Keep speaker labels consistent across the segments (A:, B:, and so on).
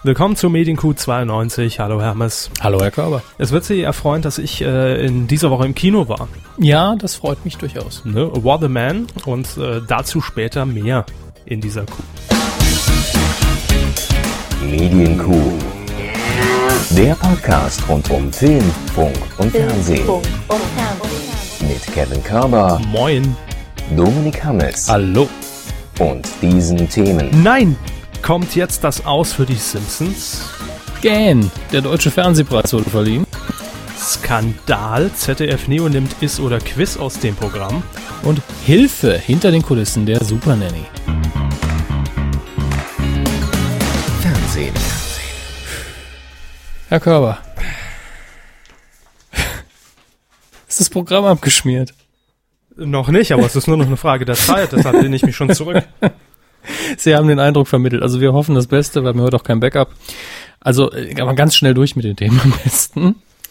A: Willkommen zu Medienkuh 92. Hallo Hermes.
B: Hallo Herr Körber.
A: Es wird Sie erfreuen, dass ich in dieser Woche im Kino war.
B: Ja, das freut mich durchaus.
A: Ne? War the Man und dazu später mehr in dieser Kuh.
C: Medienkuh. Der Podcast rund um Film, Funk und Fernsehen. Mit Kevin Körber,
A: Moin,
C: Dominik Hammes
B: Hallo.
C: und diesen Themen.
A: Nein! Kommt jetzt das Aus für die Simpsons?
B: Gähn, der Deutsche Fernsehpreis wurde verliehen.
A: Skandal, ZDF Neo nimmt Is- oder Quiz aus dem Programm.
B: Und Hilfe hinter den Kulissen der Super Nanny.
C: Fernsehen.
B: Herr Körber. Ist das Programm abgeschmiert?
A: Noch nicht, aber es ist nur noch eine Frage der Zeit, deshalb lehne ich mich schon zurück.
B: Sie haben den Eindruck vermittelt. Also wir hoffen das Beste, weil wir heute auch kein Backup. Also aber ganz schnell durch mit den Themen am besten.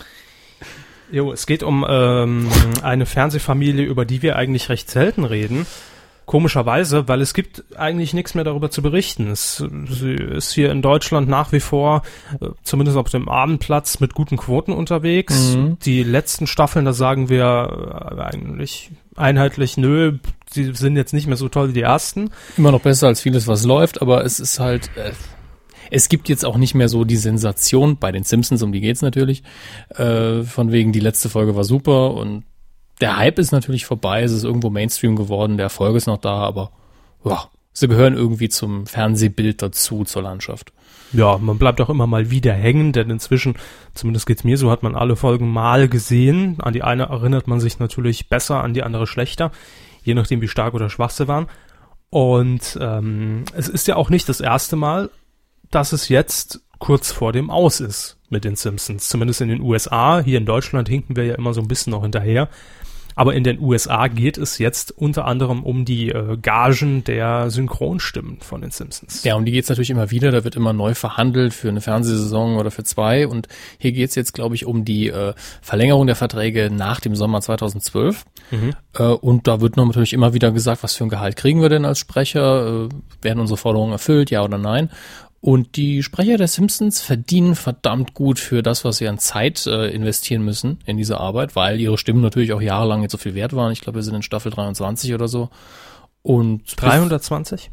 A: Jo, es geht um eine Fernsehfamilie, über die wir eigentlich recht selten reden. Komischerweise, weil es gibt eigentlich nichts mehr darüber zu berichten. Sie ist hier in Deutschland nach wie vor, zumindest auf dem Abendplatz, mit guten Quoten unterwegs.
B: Mhm.
A: Die letzten Staffeln, da sagen wir eigentlich einheitlich, nö, sie sind jetzt nicht mehr so toll wie die ersten.
B: Immer noch besser als vieles, was läuft, aber es ist halt... Es gibt jetzt auch nicht mehr so die Sensation, bei den Simpsons, um die geht's natürlich, von wegen die letzte Folge war super und der Hype ist natürlich vorbei, es ist irgendwo Mainstream geworden, der Erfolg ist noch da, aber ja, sie gehören irgendwie zum Fernsehbild dazu, zur Landschaft.
A: Ja, man bleibt auch immer mal wieder hängen, denn inzwischen, zumindest geht's mir so, hat man alle Folgen mal gesehen. An die eine erinnert man sich natürlich besser, an die andere schlechter, je nachdem wie stark oder schwach sie waren. Und es ist ja auch nicht das erste Mal, dass es jetzt kurz vor dem Aus ist mit den Simpsons. Zumindest in den USA. Hier in Deutschland hinken wir ja immer so ein bisschen noch hinterher. Aber in den USA geht es jetzt unter anderem um die Gagen der Synchronstimmen von den Simpsons.
B: Ja, um die geht's natürlich immer wieder. Da wird immer neu verhandelt für eine Fernsehsaison oder für 2. Und hier geht's jetzt, glaube ich, um die Verlängerung der Verträge nach dem Sommer 2012. Und da wird natürlich immer wieder gesagt, was für ein Gehalt kriegen wir denn als Sprecher? Werden unsere Forderungen erfüllt, ja oder nein? Und die Sprecher der Simpsons verdienen verdammt gut für das, was sie an Zeit investieren müssen in diese Arbeit, weil ihre Stimmen natürlich auch jahrelang nicht so viel wert waren. Ich glaube, wir sind in Staffel 23 oder so. Und
A: 320?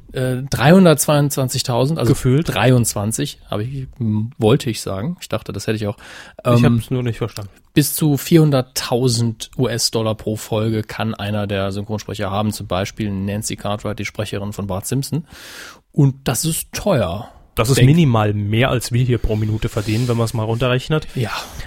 B: 322.000, also
A: gefühlt
B: 23, wollte ich sagen. Ich dachte, das hätte ich auch.
A: Ich habe es nur nicht verstanden.
B: Bis zu 400.000 US-Dollar pro Folge kann einer der Synchronsprecher haben, zum Beispiel Nancy Cartwright, die Sprecherin von Bart Simpson. Und das ist teuer.
A: Das ist minimal mehr, als wir hier pro Minute verdienen, wenn man es mal runterrechnet.
B: Ja.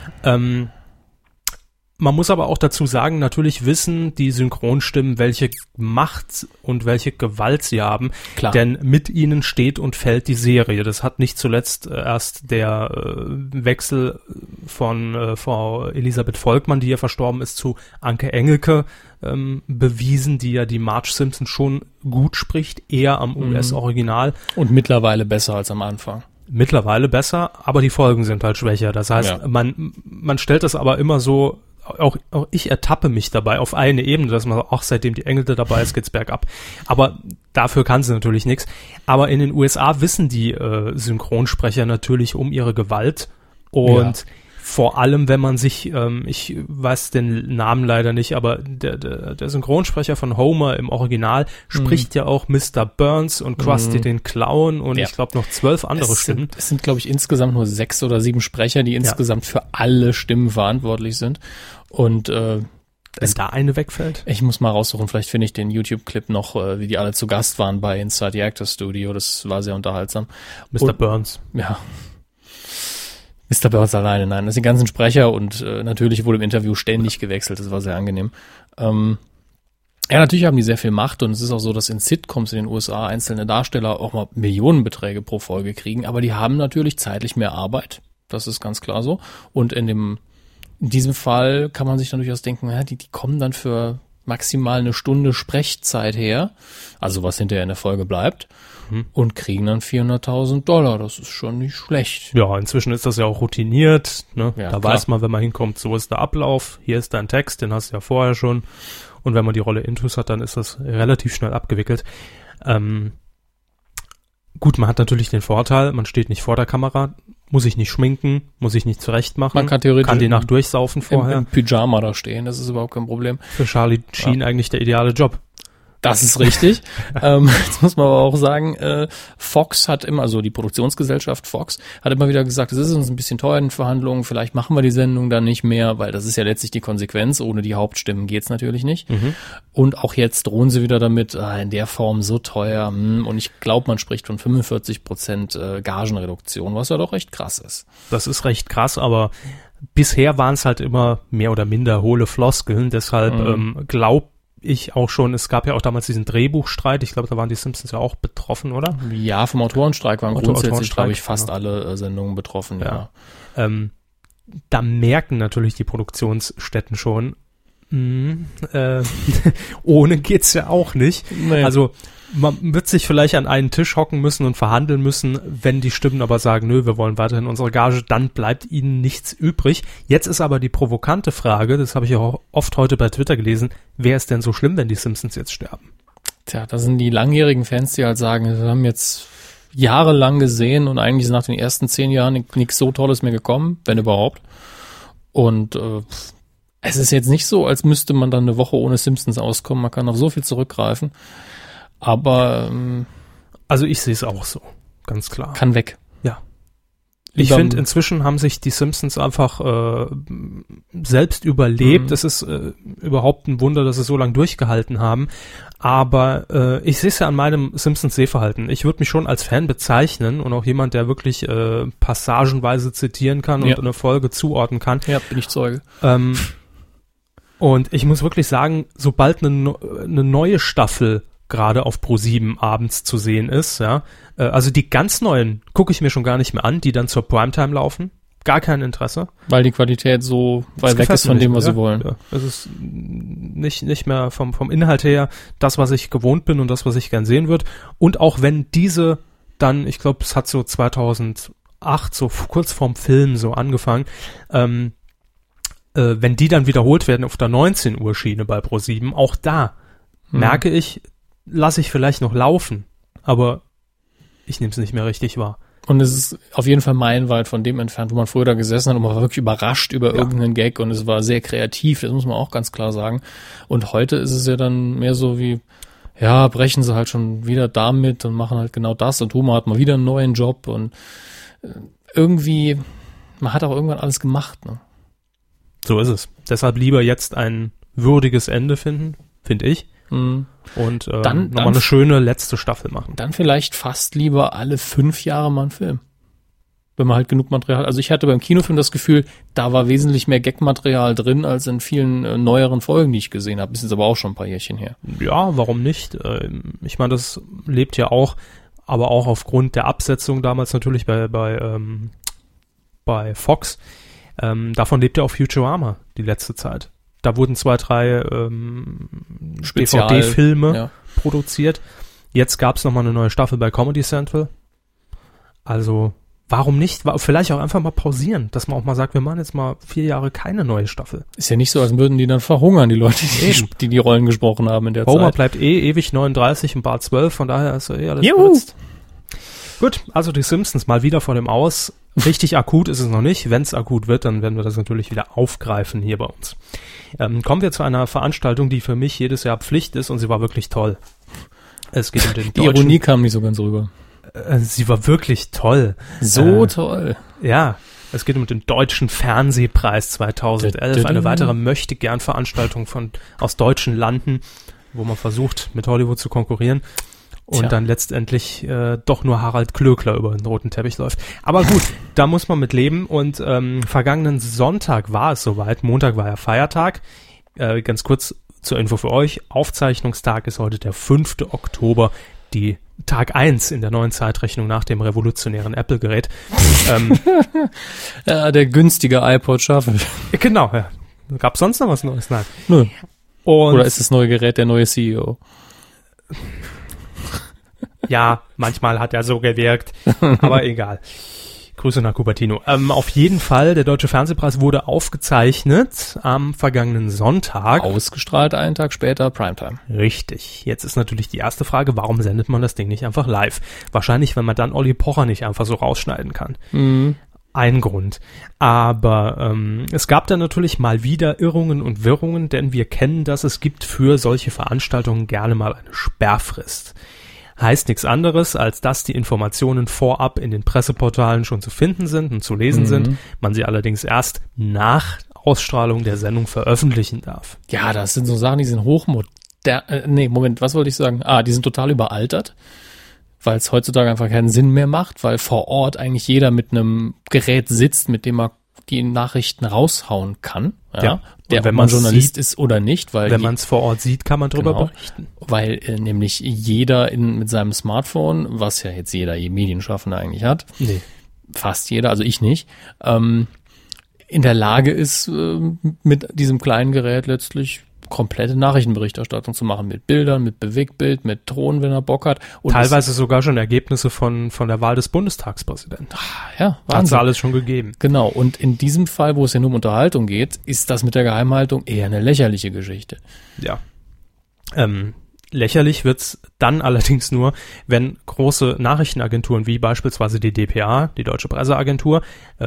A: Man muss aber auch dazu sagen, natürlich wissen die Synchronstimmen, welche Macht und welche Gewalt sie haben.
B: Klar.
A: Denn mit ihnen steht und fällt die Serie. Das hat nicht zuletzt erst der Wechsel von Frau Elisabeth Volkmann, die ja verstorben ist, zu Anke Engelke bewiesen, die ja die Marge Simpson schon gut spricht, eher am US-Original.
B: Und mittlerweile besser als am Anfang.
A: Mittlerweile besser, aber die Folgen sind halt schwächer. Das heißt,
B: ja.
A: man stellt das aber immer so, auch ich ertappe mich dabei auf eine Ebene, dass man auch seitdem die Engelte dabei ist, geht's bergab. Aber dafür kann sie natürlich nichts. Aber in den USA wissen die Synchronsprecher natürlich um ihre Gewalt und vor allem, wenn man sich, ich weiß den Namen leider nicht, aber der Synchronsprecher von Homer im Original spricht ja auch Mr. Burns und Krusty den Clown und ich glaube noch 12 andere Stimmen.
B: Es sind, glaube ich, insgesamt nur 6 oder 7 Sprecher, die insgesamt für alle Stimmen verantwortlich sind. Und
A: wenn da eine wegfällt?
B: Ich muss mal raussuchen, vielleicht finde ich den YouTube-Clip noch, wie die alle zu Gast waren bei Inside the Actors Studio. Das war sehr unterhaltsam.
A: Mr. Burns.
B: Ja. Mr. Burns alleine, nein. Das sind die ganzen Sprecher und natürlich wurde im Interview ständig gewechselt. Das war sehr angenehm. Ja, natürlich haben die sehr viel Macht und es ist auch so, dass in Sitcoms in den USA einzelne Darsteller auch mal Millionenbeträge pro Folge kriegen, aber die haben natürlich zeitlich mehr Arbeit. Das ist ganz klar so. Und in diesem Fall kann man sich dann durchaus denken, ja, die kommen dann für maximal eine Stunde Sprechzeit her, also was hinterher in der Folge bleibt, und kriegen dann $400.000. Das ist schon nicht schlecht.
A: Ja, inzwischen ist das ja auch routiniert. Ne?
B: Ja,
A: da
B: klar.
A: weiß man, wenn man hinkommt, so ist der Ablauf, hier ist dein Text, den hast du ja vorher schon. Und wenn man die Rolle Intus hat, dann ist das relativ schnell abgewickelt. Gut, man hat natürlich den Vorteil, man steht nicht vor der Kamera, muss sich nicht schminken, muss sich nicht zurecht machen.
B: Man kann theoretisch
A: die Nacht durchsaufen vorher.
B: Im Pyjama da stehen, das ist überhaupt kein Problem.
A: Für Charlie Sheen eigentlich der ideale Job.
B: Das ist richtig. Jetzt muss man aber auch sagen, Fox hat immer, also die Produktionsgesellschaft Fox, hat immer wieder gesagt, es ist uns ein bisschen teuer in Verhandlungen, vielleicht machen wir die Sendung dann nicht mehr, weil das ist ja letztlich die Konsequenz, ohne die Hauptstimmen geht's natürlich nicht. Und auch jetzt drohen sie wieder damit, in der Form so teuer, und ich glaube, man spricht von 45% Gagenreduktion, was ja doch recht krass ist.
A: Das ist recht krass, aber bisher waren es halt immer mehr oder minder hohle Floskeln, deshalb glaubt ich auch schon, es gab ja auch damals diesen Drehbuchstreit, ich glaube, da waren die Simpsons ja auch betroffen, oder?
B: Ja, vom Autorenstreik waren grundsätzlich, glaube ich, fast alle Sendungen betroffen, ja.
A: Da merken natürlich die Produktionsstätten schon, ohne geht's ja auch nicht.
B: Nee.
A: Also man wird sich vielleicht an einen Tisch hocken müssen und verhandeln müssen, wenn die Stimmen aber sagen, nö, wir wollen weiterhin unsere Gage, dann bleibt ihnen nichts übrig. Jetzt ist aber die provokante Frage, das habe ich auch oft heute bei Twitter gelesen, wäre es denn so schlimm, wenn die Simpsons jetzt sterben?
B: Tja, das sind die langjährigen Fans, die halt sagen, wir haben jetzt jahrelang gesehen und eigentlich ist nach den ersten 10 Jahren nichts so Tolles mehr gekommen, wenn überhaupt. Und es ist jetzt nicht so, als müsste man dann eine Woche ohne Simpsons auskommen, man kann auf so viel zurückgreifen. Aber
A: also ich sehe es auch so, ganz klar.
B: Kann weg.
A: Ja. Ich finde, inzwischen haben sich die Simpsons einfach selbst überlebt. Es ist überhaupt ein Wunder, dass sie so lange durchgehalten haben. Aber ich sehe es ja an meinem Simpsons-Sehverhalten. Ich würde mich schon als Fan bezeichnen und auch jemand, der wirklich passagenweise zitieren kann und eine Folge zuordnen kann.
B: Ja, bin ich Zeuge.
A: Und ich muss wirklich sagen, sobald eine neue Staffel gerade auf Pro7 abends zu sehen ist, ja. Also die ganz neuen gucke ich mir schon gar nicht mehr an, die dann zur Primetime laufen. Gar kein Interesse.
B: Weil die Qualität so weit weg ist von dem, was sie wollen.
A: Ja. Es ist nicht mehr vom Inhalt her das, was ich gewohnt bin und das, was ich gern sehen würde. Und auch wenn diese dann, ich glaube, es hat so 2008, so kurz vorm Film so angefangen, wenn die dann wiederholt werden auf der 19 Uhr Schiene bei Pro7, auch da merke ich, lasse ich vielleicht noch laufen, aber ich nehme es nicht mehr richtig wahr.
B: Und es ist auf jeden Fall meilenweit von dem entfernt, wo man früher da gesessen hat und man war wirklich überrascht über irgendeinen Gag und es war sehr kreativ, das muss man auch ganz klar sagen. Und heute ist es ja dann mehr so wie, ja, brechen sie halt schon wieder damit und machen halt genau das und Homer hat mal wieder einen neuen Job und irgendwie, man hat auch irgendwann alles gemacht, ne?
A: So ist es. Deshalb lieber jetzt ein würdiges Ende finden, finde ich. Und dann nochmal eine schöne letzte Staffel machen.
B: Dann vielleicht fast lieber alle 5 Jahre mal einen Film. Wenn man halt genug Material hat. Also ich hatte beim Kinofilm das Gefühl, da war wesentlich mehr Gagmaterial drin, als in vielen neueren Folgen, die ich gesehen habe. Ist jetzt aber auch schon ein paar Jährchen her.
A: Ja, warum nicht? Ich meine, das lebt ja auch, aber auch aufgrund der Absetzung damals natürlich bei Fox. Davon lebt ja auch Futurama die letzte Zeit. Da wurden 2, 3 DVD-Filme produziert. Jetzt gab es nochmal eine neue Staffel bei Comedy Central. Also, warum nicht? Vielleicht auch einfach mal pausieren, dass man auch mal sagt, wir machen jetzt mal 4 Jahre keine neue Staffel.
B: Ist ja nicht so, als würden die dann verhungern, die Leute, die Rollen gesprochen haben in der Zeit.
A: Homer bleibt ewig 39 und Bart 12, von daher ist alles benutzt. Gut, also die Simpsons mal wieder vor dem Aus. Richtig akut ist es noch nicht. Wenn es akut wird, dann werden wir das natürlich wieder aufgreifen hier bei uns. Kommen wir zu einer Veranstaltung, die für mich jedes Jahr Pflicht ist und sie war wirklich toll. Es geht um den
B: Die Ironie kam nicht so ganz rüber.
A: Sie war wirklich toll.
B: So toll.
A: Ja, es geht um den Deutschen Fernsehpreis 2011. Eine weitere Möchtegern-Veranstaltung aus deutschen Landen, wo man versucht, mit Hollywood zu konkurrieren. Und dann letztendlich doch nur Harald Klöckler über den roten Teppich läuft. Aber gut, da muss man mit leben. Und vergangenen Sonntag war es soweit. Montag war ja Feiertag. Ganz kurz zur Info für euch. Aufzeichnungstag ist heute der 5. Oktober, die Tag 1 in der neuen Zeitrechnung nach dem revolutionären Apple-Gerät.
B: Ja, der günstige iPod Shuffle.
A: Genau, ja. Gab's sonst noch was Neues? Nein.
B: Nö. Oder ist das neue Gerät der neue CEO? Ja,
A: manchmal hat er so gewirkt, aber egal. Grüße nach Cupertino. Auf jeden Fall, der Deutsche Fernsehpreis wurde aufgezeichnet am vergangenen Sonntag.
B: Ausgestrahlt einen Tag später, Primetime.
A: Richtig. Jetzt ist natürlich die erste Frage, warum sendet man das Ding nicht einfach live? Wahrscheinlich, wenn man dann Olli Pocher nicht einfach so rausschneiden kann. Ein Grund. Aber es gab dann natürlich mal wieder Irrungen und Wirrungen, denn wir kennen das, es gibt für solche Veranstaltungen gerne mal eine Sperrfrist. Heißt nichts anderes, als dass die Informationen vorab in den Presseportalen schon zu finden sind und zu lesen sind, man sie allerdings erst nach Ausstrahlung der Sendung veröffentlichen darf.
B: Ja, das sind so Sachen, die sind was wollte ich sagen? Die sind total überaltert, weil es heutzutage einfach keinen Sinn mehr macht, weil vor Ort eigentlich jeder mit einem Gerät sitzt, mit dem er die Nachrichten raushauen kann. Ja. Der, wenn man Journalist ist oder nicht, weil
A: wenn man es vor Ort sieht, kann man drüber berichten.
B: Weil nämlich jeder mit seinem Smartphone, was ja jetzt jeder Medienschaffende eigentlich hat, fast jeder, also ich nicht, in der Lage ist, mit diesem kleinen Gerät letztlich komplette Nachrichtenberichterstattung zu machen, mit Bildern, mit Bewegtbild, mit Ton, wenn er Bock hat. Und
A: teilweise sogar schon Ergebnisse von der Wahl des Bundestagspräsidenten.
B: Ja,
A: Wahnsinn. Hat es alles schon gegeben.
B: Genau, und in diesem Fall, wo es ja nur um Unterhaltung geht, ist das mit der Geheimhaltung eher eine lächerliche Geschichte.
A: Ja. Lächerlich wird's dann allerdings nur, wenn große Nachrichtenagenturen wie beispielsweise die dpa, die Deutsche Presseagentur,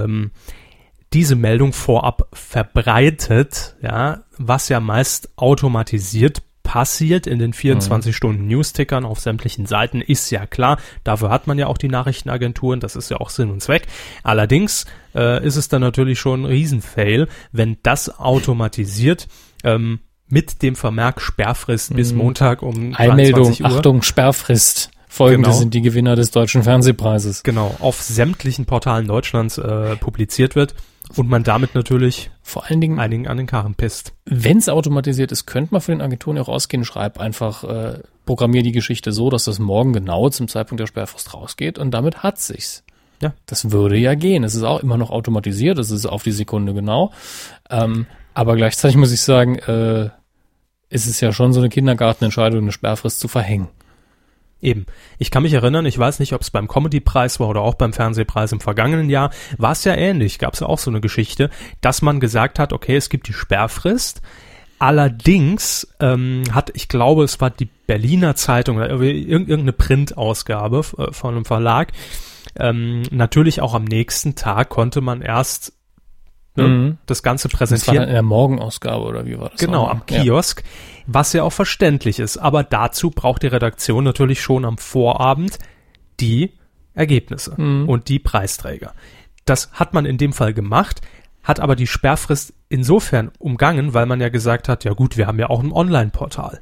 A: diese Meldung vorab verbreitet, ja, was ja meist automatisiert passiert in den 24-Stunden-News-Tickern auf sämtlichen Seiten, ist ja klar. Dafür hat man ja auch die Nachrichtenagenturen, das ist ja auch Sinn und Zweck. Allerdings ist es dann natürlich schon ein Riesenfail, wenn das automatisiert mit dem Vermerk Sperrfrist bis Montag um 23 Uhr.
B: Achtung, Sperrfrist. Folgende sind die Gewinner des Deutschen Fernsehpreises.
A: Genau, auf sämtlichen Portalen Deutschlands publiziert wird und man damit natürlich
B: vor allen Dingen
A: einigen an den Karren pisst.
B: Wenn es automatisiert ist, könnte man von den Agenturen auch ausgehen, schreib einfach, programmier die Geschichte so, dass das morgen genau zum Zeitpunkt der Sperrfrist rausgeht und damit hat sich's.
A: Ja.
B: Das würde ja gehen. Es ist auch immer noch automatisiert, es ist auf die Sekunde genau. Aber gleichzeitig muss ich sagen, ist es ja schon so eine Kindergartenentscheidung, eine Sperrfrist zu verhängen.
A: Eben. Ich kann mich erinnern, ich weiß nicht, ob es beim Comedy-Preis war oder auch beim Fernsehpreis im vergangenen Jahr, war es ja ähnlich, gab es ja auch so eine Geschichte, dass man gesagt hat, okay, es gibt die Sperrfrist, allerdings ich glaube, es war die Berliner Zeitung oder irgendeine Printausgabe von einem Verlag, natürlich auch am nächsten Tag konnte man erst das Ganze präsentieren. Das war dann
B: in der Morgenausgabe oder wie war das?
A: Genau, am Kiosk, was ja auch verständlich ist. Aber dazu braucht die Redaktion natürlich schon am Vorabend die Ergebnisse und die Preisträger. Das hat man in dem Fall gemacht, hat aber die Sperrfrist insofern umgangen, weil man ja gesagt hat, ja gut, wir haben ja auch ein Online-Portal.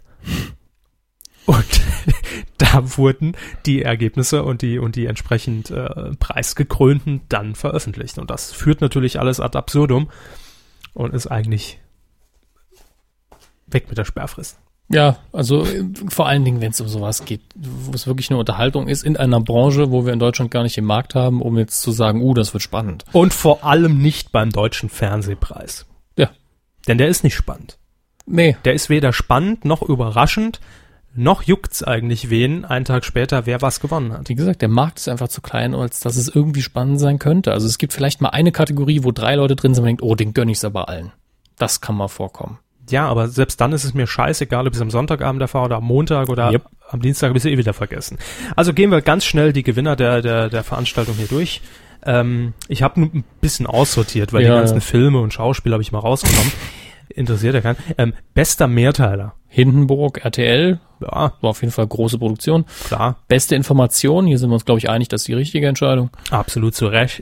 A: Und da wurden die Ergebnisse und die entsprechend preisgekrönten dann veröffentlicht. Und das führt natürlich alles ad absurdum und ist eigentlich weg mit der Sperrfrist.
B: Ja, also vor allen Dingen, wenn es um sowas geht, wo es wirklich eine Unterhaltung ist, in einer Branche, wo wir in Deutschland gar nicht den Markt haben, um jetzt zu sagen, das wird spannend.
A: Und vor allem nicht beim Deutschen Fernsehpreis.
B: Ja.
A: Denn der ist nicht spannend.
B: Nee.
A: Der ist weder spannend noch überraschend, noch juckt's eigentlich wen, einen Tag später, wer was gewonnen hat.
B: Wie gesagt, der Markt ist einfach zu klein, als dass es irgendwie spannend sein könnte. Also es gibt vielleicht mal eine Kategorie, wo 3 Leute drin sind und man denkt, den gönn ich's aber allen. Das kann mal vorkommen.
A: Ja, aber selbst dann ist es mir scheißegal, ob ich es am Sonntagabend erfahre oder am Montag oder am Dienstag, habe ich es wieder vergessen. Also gehen wir ganz schnell die Gewinner der Veranstaltung hier durch. Ich habe ein bisschen aussortiert, weil die ganzen Filme und Schauspieler habe ich mal rausgenommen. Interessiert ja keinen. Bester Mehrteiler.
B: Hindenburg, RTL.
A: Ja.
B: War auf jeden Fall große Produktion.
A: Klar.
B: Beste Information. Hier sind wir uns, glaube ich, einig, das ist die richtige Entscheidung.
A: Absolut zu Recht.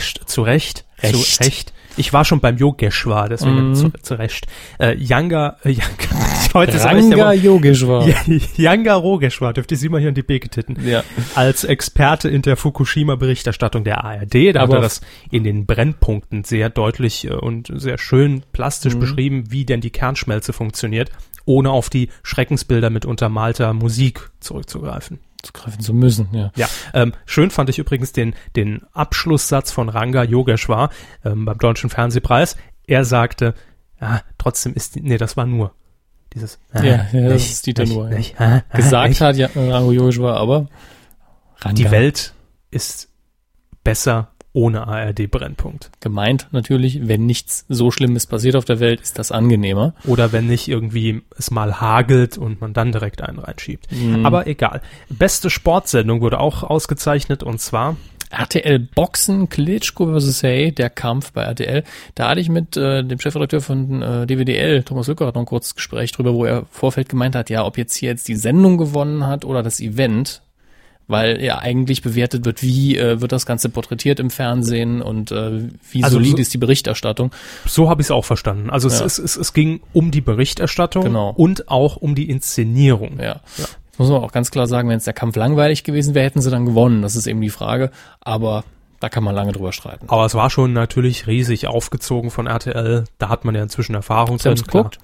A: Ich war schon beim Yogeshwar, deswegen zu Recht. Yanga
B: Yogeshwar.
A: Yanga Yogeshwar, dürfte Sie mal hier in die Beke titten.
B: Ja.
A: Als Experte in der Fukushima-Berichterstattung der ARD, da hat er das in den Brennpunkten sehr deutlich und sehr schön plastisch beschrieben, wie denn die Kernschmelze funktioniert, ohne auf die Schreckensbilder mit untermalter Musik zurückzugreifen.
B: Zugreifen zu müssen, ja.
A: Ja, schön fand ich übrigens den Abschlusssatz von Ranga Yogeshwar beim Deutschen Fernsehpreis. Er sagte, trotzdem das war nur dieses.
B: Das ist Dieter Nuhr. Gesagt hat Ranga Yogeshwar, aber
A: Ranga. Die Welt ist besser ohne ARD-Brennpunkt.
B: Gemeint natürlich, wenn nichts so Schlimmes passiert auf der Welt, ist das angenehmer.
A: Oder wenn nicht irgendwie es mal hagelt und man dann direkt einen reinschiebt. Aber egal. Beste Sportsendung wurde auch ausgezeichnet und zwar
B: RTL Boxen, Klitschko vs. Hay, der Kampf bei RTL. Da hatte ich mit dem Chefredakteur von DWDL, Thomas Lückerath, noch ein kurzes Gespräch drüber, wo er im Vorfeld gemeint hat, ja, ob jetzt hier die Sendung gewonnen hat oder das Event, weil ja eigentlich bewertet wird, wie wird das Ganze porträtiert im Fernsehen und wie
A: Also
B: solid
A: so-
B: ist die Berichterstattung.
A: So habe ich es auch verstanden. Also es ging um die Berichterstattung
B: Genau.
A: und auch um die Inszenierung.
B: Ja. Jetzt muss man auch ganz klar sagen, wenn es der Kampf langweilig gewesen wäre, hätten sie dann gewonnen. Das ist eben die Frage. Aber da kann man lange drüber streiten.
A: Aber es war schon natürlich riesig aufgezogen von RTL. Da hat man ja inzwischen Erfahrung
B: Hast du das geguckt?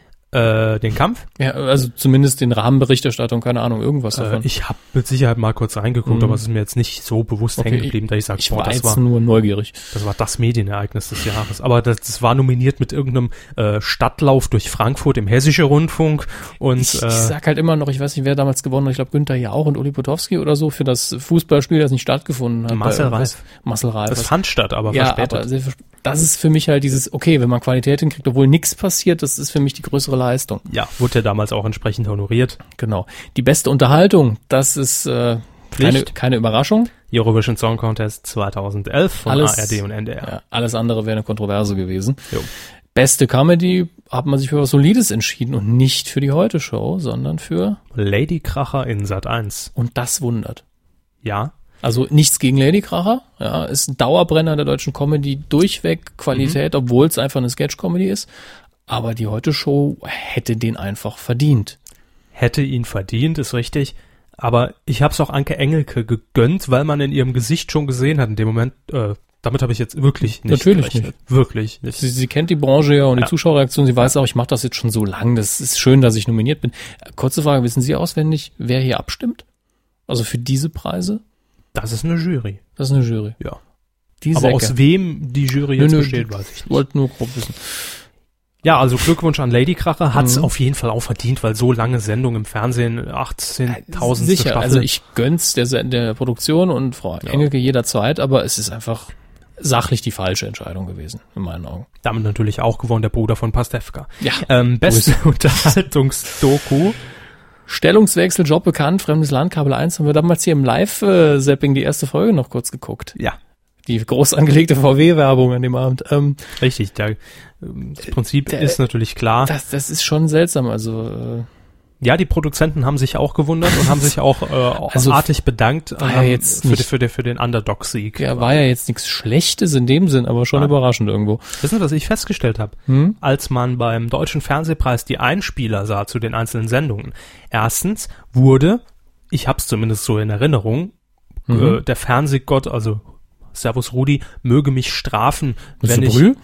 A: Den Kampf?
B: Ja, also zumindest den Rahmenberichterstattung, keine Ahnung, irgendwas davon.
A: Ich habe mit Sicherheit mal kurz reingeguckt, aber es ist mir jetzt nicht so bewusst hängen geblieben, dass ich sage,
B: ich
A: boah,
B: war
A: das
B: jetzt
A: war
B: nur neugierig.
A: das Medienereignis des Jahres. Aber das war nominiert mit irgendeinem Stadtlauf durch Frankfurt im Hessischen Rundfunk. Und
B: Ich sag halt immer noch, ich weiß nicht, wer damals gewonnen hat, ich glaube Günther Jauch und Uli Potowski oder so, für das Fußballspiel, das nicht stattgefunden hat.
A: Marcel Reif.
B: Marcel Reif.
A: das fand statt, aber
B: ja,
A: verspätet.
B: aber das ist für mich halt dieses, okay, wenn man Qualität hinkriegt, obwohl nichts passiert, das ist für mich die größere Leistung.
A: Ja, wurde ja damals auch entsprechend honoriert.
B: Genau. Die beste Unterhaltung, das ist keine Überraschung.
A: Eurovision Song Contest 2011 von
B: Alles-
A: ARD und NDR.
B: Ja, alles andere wäre eine Kontroverse gewesen.
A: Jo.
B: Beste Comedy hat man sich für was Solides entschieden und nicht für die Heute-Show, sondern für,
A: Lady Kracher in Sat 1.
B: und das wundert.
A: Ja,
B: Also nichts gegen Lady Kracher, ja, ist ein Dauerbrenner der deutschen Comedy, durchweg Qualität, obwohl es einfach eine Sketch-Comedy ist. Aber die Heute-Show hätte den einfach verdient.
A: hätte ihn verdient, ist richtig. Aber ich habe es auch Anke Engelke gegönnt, weil man in ihrem Gesicht schon gesehen hat in dem Moment, damit habe ich jetzt wirklich nicht
B: Natürlich
A: gerechnet. Wirklich nicht.
B: Sie kennt die Branche ja und
A: Ja.
B: die Zuschauerreaktion, sie weiß auch, ich mache das jetzt schon so lang, das ist schön, dass ich nominiert bin. Kurze Frage, wissen Sie auswendig, wer hier abstimmt? Also für diese Preise?
A: Das ist eine Jury.
B: Das ist eine Jury.
A: Ja.
B: Die
A: Aber
B: Säcke.
A: aus wem die Jury jetzt besteht, weiß ich
B: Ich
A: nicht.
B: wollte nur grob wissen.
A: Ja, also Glückwunsch an Lady Kracher, hat's auf jeden Fall auch verdient, weil so lange Sendung im Fernsehen, 18.000
B: Sicher,
A: Staffel.
B: also ich gönn's der Produktion und Frau Engelke jederzeit, aber es ist einfach sachlich die falsche Entscheidung gewesen, in meinen Augen.
A: damit natürlich auch gewonnen, der Bruder von Pastewka.
B: Ja.
A: Beste Unterhaltungsdoku.
B: Stellungswechsel, Job bekannt, fremdes Land, Kabel 1, haben wir damals hier im Live-Zapping die erste Folge noch kurz geguckt.
A: Ja,
B: Die groß angelegte VW-Werbung an dem Abend.
A: richtig. Das Prinzip ist natürlich klar.
B: Das ist schon seltsam, also
A: Ja, die Produzenten haben sich auch gewundert und haben sich auch
B: Also
A: artig bedankt
B: war ja jetzt nicht-
A: für den Underdog-Sieg.
B: ja, war ja jetzt nichts Schlechtes in dem Sinn, aber schon
A: Nein.
B: überraschend irgendwo.
A: Wissen Sie, was ich festgestellt habe? Als man beim Deutschen Fernsehpreis die Einspieler sah zu den einzelnen Sendungen. Erstens wurde, ich hab's zumindest so in Erinnerung, der Fernsehgott, also Servus Rudi, möge mich strafen, wenn ich...
B: Brühl?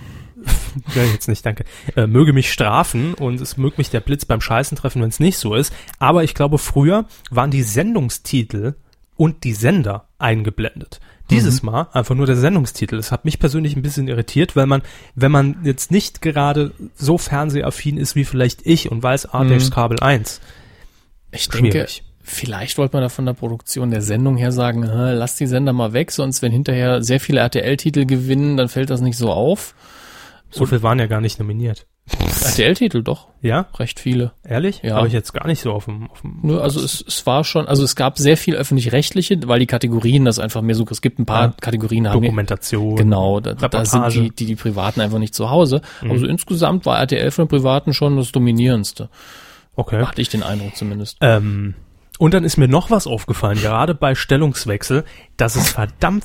A: Ja, jetzt nicht, danke. Möge mich strafen und es möge mich der Blitz beim Scheißen treffen, wenn es nicht so ist. Aber ich glaube, früher waren die Sendungstitel und die Sender eingeblendet. Dieses Mal einfach nur der Sendungstitel. Das hat mich persönlich ein bisschen irritiert, weil man, wenn man jetzt nicht gerade so fernsehaffin ist wie vielleicht ich und weiß, Kabel 1.
B: Ich denke,
A: Schwierig.
B: vielleicht wollte man da von der Produktion der Sendung her sagen, lass die Sender mal weg, sonst wenn hinterher sehr viele RTL-Titel gewinnen, dann fällt das nicht so auf.
A: So viel waren ja gar nicht nominiert.
B: RTL-Titel doch,
A: Ja?
B: recht viele.
A: Ehrlich?
B: Ja.
A: Habe ich jetzt gar nicht so auf dem
B: Nö, also es war schon, also es gab sehr viel öffentlich-rechtliche, weil die Kategorien das einfach mehr so, es gibt ein paar Kategorien, haben
A: Dokumentation.
B: genau, da
A: Reportage.
B: sind die Privaten einfach nicht zu Hause. Aber so insgesamt war RTL von den Privaten schon das Dominierendste.
A: Okay.
B: Hatte ich den Eindruck zumindest.
A: Und dann ist mir noch was aufgefallen, gerade bei Stellungswechsel, dass es verdammt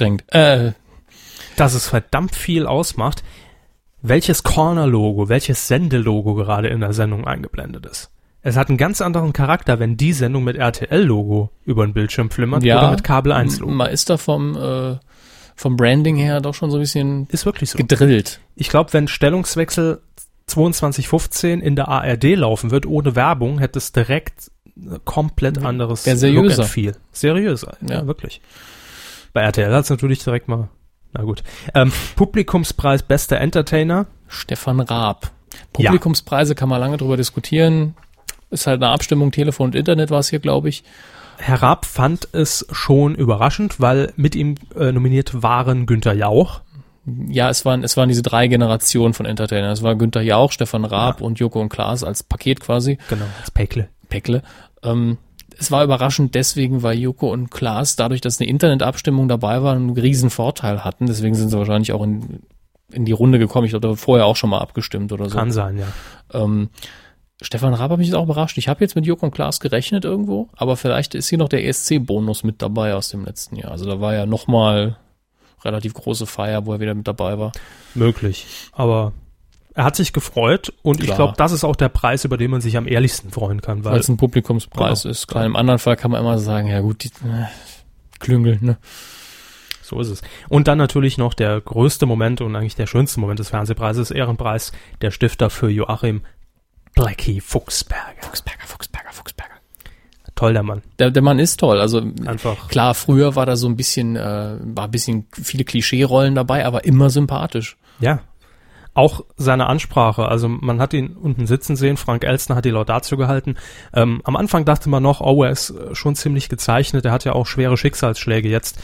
A: viel ausmacht, welches Corner-Logo, welches Sendelogo gerade in der Sendung eingeblendet ist. Es hat einen ganz anderen Charakter, wenn die Sendung mit RTL-Logo über den Bildschirm flimmert oder mit Kabel 1-Logo.
B: Man ist da vom Branding her doch schon so ein bisschen
A: Ist wirklich so.
B: gedrillt.
A: Ich glaube, wenn Stellungswechsel 22:15 in der ARD laufen wird, ohne Werbung, hätte es direkt komplett anderes
B: Wär seriöser.
A: Look and Feel. Seriöser, ja, wirklich. Bei RTL hat es natürlich direkt mal, na gut. Publikumspreis Bester Entertainer.
B: Stefan Raab. Publikumspreise kann man lange drüber diskutieren. Ist halt eine Abstimmung, Telefon und Internet war es hier, glaube ich.
A: Herr Raab fand es schon überraschend, weil mit ihm nominiert waren Günther Jauch.
B: Ja, es waren diese 3 Generationen von Entertainern. Es war Günther Jauch, Stefan Raab und Joko und Klaas als Paket quasi.
A: Genau, als Päckle.
B: Es war überraschend deswegen, weil Joko und Klaas, dadurch, dass eine Internetabstimmung dabei war, einen riesen Vorteil hatten. Deswegen sind sie wahrscheinlich auch in die Runde gekommen. Ich glaube, da wurde vorher auch schon mal abgestimmt oder so.
A: Kann sein, ja.
B: Stefan Raab hat mich jetzt auch überrascht. Ich habe jetzt mit Joko und Klaas gerechnet irgendwo, aber vielleicht ist hier noch der ESC-Bonus mit dabei aus dem letzten Jahr. Also da war ja nochmal relativ große Feier, wo er wieder mit dabei war.
A: Möglich, aber er hat sich gefreut und
B: Klar.
A: Ich glaube, das ist auch der Preis, über den man sich am ehrlichsten freuen kann.
B: Weil es ein Publikumspreis ist. Klar, im anderen Fall kann man immer sagen, ja gut, die Klüngel, ne?
A: So ist es. Und dann natürlich noch der größte Moment und eigentlich der schönste Moment des Fernsehpreises, Ehrenpreis, der Stifter für Joachim Blackie Fuchsberger.
B: Fuchsberger.
A: Toll, der Mann.
B: Der Mann ist toll. Also
A: Einfach.
B: Klar, früher war da so ein bisschen, viele Klischee-Rollen dabei, aber immer sympathisch.
A: Ja. Auch seine Ansprache, also man hat ihn unten sitzen sehen, Frank Elstner hat die Laudatio gehalten. Am Anfang dachte man noch, er ist schon ziemlich gezeichnet, er hat ja auch schwere Schicksalsschläge jetzt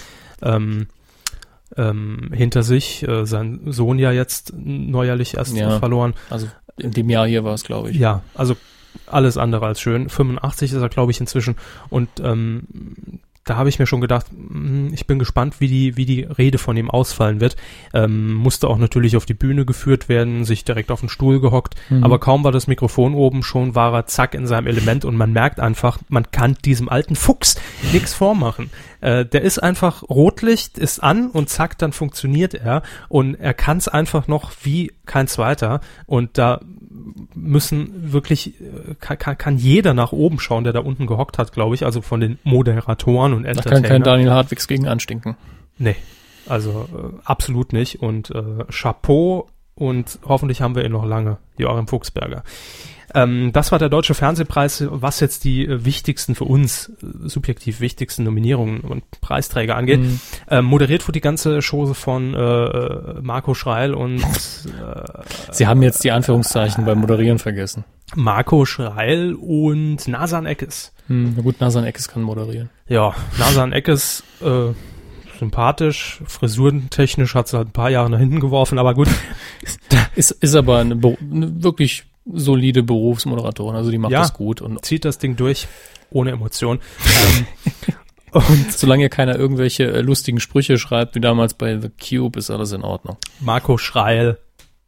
A: hinter sich, sein Sohn ja jetzt neuerlich erst verloren.
B: Also in dem Jahr hier war es, glaube ich.
A: Ja, also alles andere als schön. 85 ist er, glaube ich, inzwischen. Und da habe ich mir schon gedacht, ich bin gespannt, wie die Rede von ihm ausfallen wird. Musste auch natürlich auf die Bühne geführt werden, sich direkt auf den Stuhl gehockt. Aber kaum war das Mikrofon oben, schon war er zack in seinem Element und man merkt einfach, man kann diesem alten Fuchs nichts vormachen. Der ist einfach, Rotlicht ist an und zack, dann funktioniert er und er kann es einfach noch wie kein zweiter und da müssen wirklich, kann jeder nach oben schauen, der da unten gehockt hat, glaube ich, also von den Moderatoren und Entertainern.
B: Da kann kein Daniel Hartwigs gegen anstinken.
A: Nee, also absolut nicht und Chapeau und hoffentlich haben wir ihn noch lange, Joachim Fuchsberger. Das war der Deutsche Fernsehpreis, was jetzt die wichtigsten für uns, subjektiv wichtigsten Nominierungen und Preisträger angeht. Moderiert wurde die ganze Show von Marco Schreil und
B: Sie haben jetzt die Anführungszeichen beim Moderieren vergessen.
A: Marco Schreil und Nasan Eckes.
B: Na gut, Nasan Eckes kann moderieren.
A: Ja, Nasan Eckes, sympathisch, frisurentechnisch hat sie halt ein paar Jahre nach hinten geworfen, aber gut.
B: Ist aber eine wirklich solide Berufsmoderatorin, also die macht das gut und
A: zieht das Ding durch ohne Emotion.
B: Und solange keiner irgendwelche lustigen Sprüche schreibt, wie damals bei The Cube, ist alles in Ordnung.
A: Marco Schreil.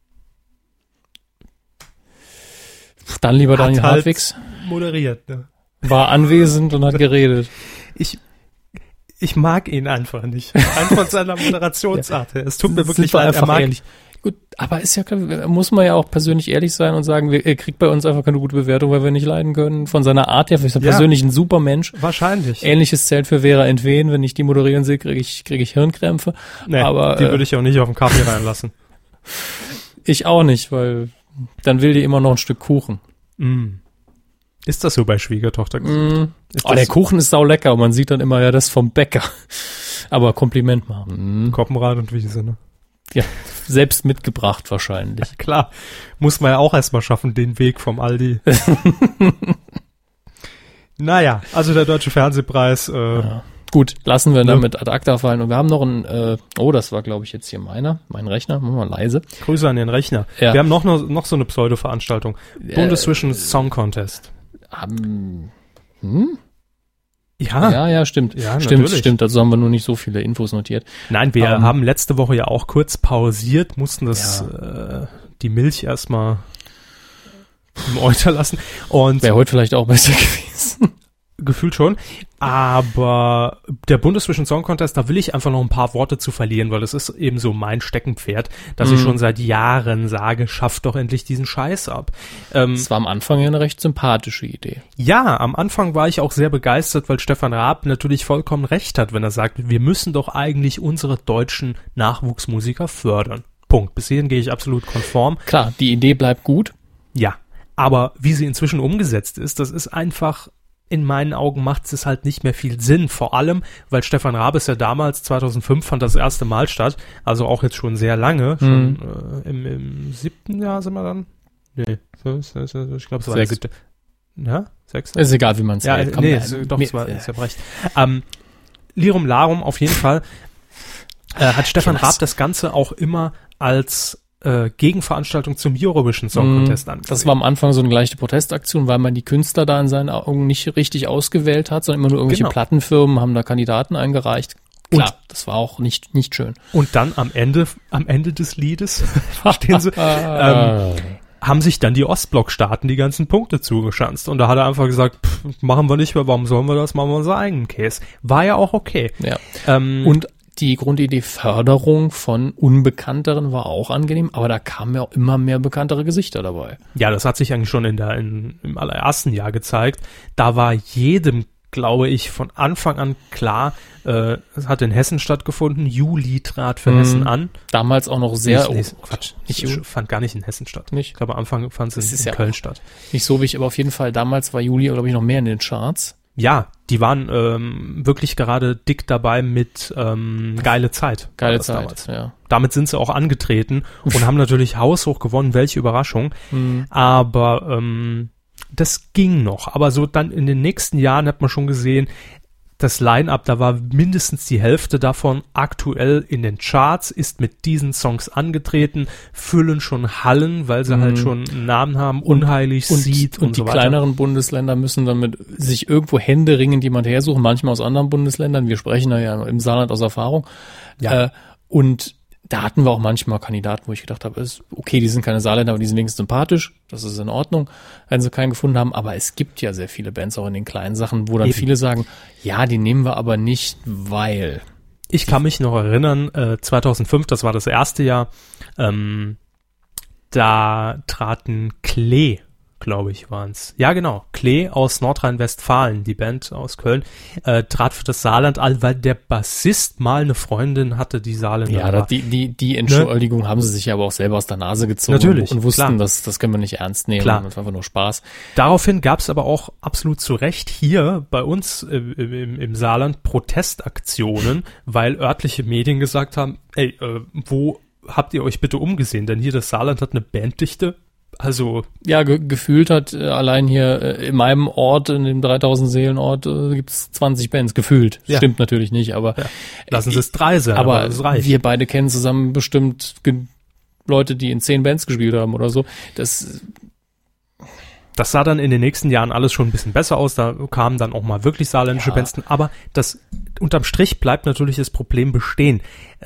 B: Dann lieber Daniel Hartwigs.
A: Moderiert, ne?
B: War anwesend und hat geredet.
A: Ich mag ihn einfach nicht. Einfach seiner Moderationsart. Es tut mir wirklich leid,
B: er mag ehrlich. Gut, aber ist ja klar, muss man ja auch persönlich ehrlich sein und sagen, er kriegt bei uns einfach keine gute Bewertung, weil wir nicht leiden können. Von seiner Art her, ist er persönlich ein super Mensch.
A: Wahrscheinlich.
B: Ähnliches zählt für Vera Entwen. Wenn ich die moderieren sehe, kriege ich Hirnkrämpfe.
A: Nee,
B: aber
A: die würde ich auch nicht auf den Kaffee reinlassen.
B: Ich auch nicht, weil dann will die immer noch ein Stück Kuchen.
A: Ist das so bei Schwiegertochter?
B: Der Kuchen ist sau lecker und man sieht dann immer, ja, das vom Bäcker. Aber Kompliment machen.
A: Koppenrad und Wiese, ne?
B: Ja, selbst mitgebracht wahrscheinlich.
A: Ja, klar, muss man ja auch erstmal schaffen, den Weg vom Aldi. Naja, also der Deutsche Fernsehpreis.
B: Ja. Gut, lassen wir damit ad acta fallen. Und wir haben noch das war glaube ich jetzt hier mein Rechner, machen wir mal leise.
A: Grüße an den Rechner. Ja. Wir haben noch so eine Pseudo-Veranstaltung. Bundesvision Song Contest. Ja, stimmt. Ja, stimmt. Also haben wir nur nicht so viele Infos notiert. Nein, wir haben letzte Woche ja auch kurz pausiert, mussten die Milch erstmal im Euter lassen. Und
B: wäre heute vielleicht auch besser gewesen.
A: Gefühlt schon. Aber der Bundesvision Song Contest, da will ich einfach noch ein paar Worte zu verlieren, weil das ist eben so mein Steckenpferd, dass ich schon seit Jahren sage, schafft doch endlich diesen Scheiß ab.
B: Es war am Anfang ja eine recht sympathische Idee.
A: Ja, am Anfang war ich auch sehr begeistert, weil Stefan Raab natürlich vollkommen recht hat, wenn er sagt, wir müssen doch eigentlich unsere deutschen Nachwuchsmusiker fördern. Punkt. Bis hierhin gehe ich absolut konform.
B: Klar, die Idee bleibt gut.
A: Ja, aber wie sie inzwischen umgesetzt ist, das ist einfach... In meinen Augen macht es halt nicht mehr viel Sinn, vor allem, weil Stefan Raab ist ja damals, 2005, fand das erste Mal statt, also auch jetzt schon sehr lange, schon im 7. Jahr sind wir dann? Nee, ich glaube, es war der 7. Ja, 6.
B: Ist egal, wie man es
A: Ja,
B: hält.
A: nee, ist ja recht. Lirum Larum auf jeden Fall hat Stefan Raab das Ganze auch immer als Gegenveranstaltung zum Eurovision Song Contest angesehen.
B: Das war am Anfang so eine leichte Protestaktion, weil man die Künstler da in seinen Augen nicht richtig ausgewählt hat, sondern immer nur irgendwelche Plattenfirmen haben da Kandidaten eingereicht. Klar, das war auch nicht schön.
A: Und dann am Ende des Liedes, verstehen Sie, haben sich dann die Ostblock-Staaten die ganzen Punkte zugeschanzt. Und da hat er einfach gesagt, machen wir nicht mehr, warum sollen wir das, machen wir unseren eigenen Käse. War ja auch okay.
B: Ja. Und die Grundidee Förderung von Unbekannteren war auch angenehm, aber da kamen ja auch immer mehr bekanntere Gesichter dabei.
A: Ja, das hat sich eigentlich schon im allerersten Jahr gezeigt. Da war jedem, glaube ich, von Anfang an klar, es hat in Hessen stattgefunden, Juli trat für Hessen an.
B: Damals auch noch sehr...
A: Quatsch, fand gar nicht in Hessen statt.
B: Nicht?
A: Ich glaube, am Anfang fand es in Köln statt.
B: Nicht so wichtig, aber auf jeden Fall, damals war Juli, glaube ich, noch mehr in den Charts.
A: Ja, die waren wirklich gerade dick dabei mit Geile Zeit.
B: Geile Zeit,
A: damals.
B: ja.
A: Damit sind sie auch angetreten und haben natürlich haushoch gewonnen, welche Überraschung. Aber das ging noch. Aber so dann in den nächsten Jahren hat man schon gesehen, das Line-Up, da war mindestens die Hälfte davon aktuell in den Charts, ist mit diesen Songs angetreten, füllen schon Hallen, weil sie halt schon einen Namen haben, Unheilig, Seed und so weiter.
B: Und die kleineren Bundesländer müssen dann mit sich irgendwo händeringend jemand hersuchen, manchmal aus anderen Bundesländern. Wir sprechen da ja im Saarland aus Erfahrung.
A: Ja.
B: Und da hatten wir auch manchmal Kandidaten, wo ich gedacht habe, ist okay, die sind keine Saarländer, aber die sind wenigstens sympathisch, das ist in Ordnung, wenn sie keinen gefunden haben, aber es gibt ja sehr viele Bands auch in den kleinen Sachen, wo dann viele sagen, ja, die nehmen wir aber nicht, weil...
A: Ich kann mich noch erinnern, 2005, das war das erste Jahr, da traten Klee, glaube ich, waren's. Ja, genau. Klee aus Nordrhein-Westfalen, die Band aus Köln, trat für das Saarland an, weil der Bassist mal eine Freundin hatte, die Saarländer war.
B: Ja, die Entschuldigung haben sie sich ja aber auch selber aus der Nase gezogen.
A: Natürlich,
B: und wussten,
A: klar.
B: das können wir nicht ernst nehmen.
A: Klar.
B: Das war einfach nur Spaß.
A: Daraufhin gab's aber auch absolut zu Recht hier bei uns im Saarland Protestaktionen, weil örtliche Medien gesagt haben, ey, wo habt ihr euch bitte umgesehen? Denn hier das Saarland hat eine Banddichte. Also
B: ja, gefühlt hat allein hier in meinem Ort, in dem 3000 Seelenort, gibt's 20 Bands, gefühlt.
A: Ja.
B: Stimmt natürlich nicht, aber
A: ja. Lassen Sie es 3 sein,
B: aber
A: es reicht.
B: Wir beide kennen zusammen bestimmt Leute, die in 10 Bands gespielt haben oder so. Das
A: sah dann in den nächsten Jahren alles schon ein bisschen besser aus, da kamen dann auch mal wirklich saarländische Bands, aber das unterm Strich bleibt natürlich das Problem bestehen.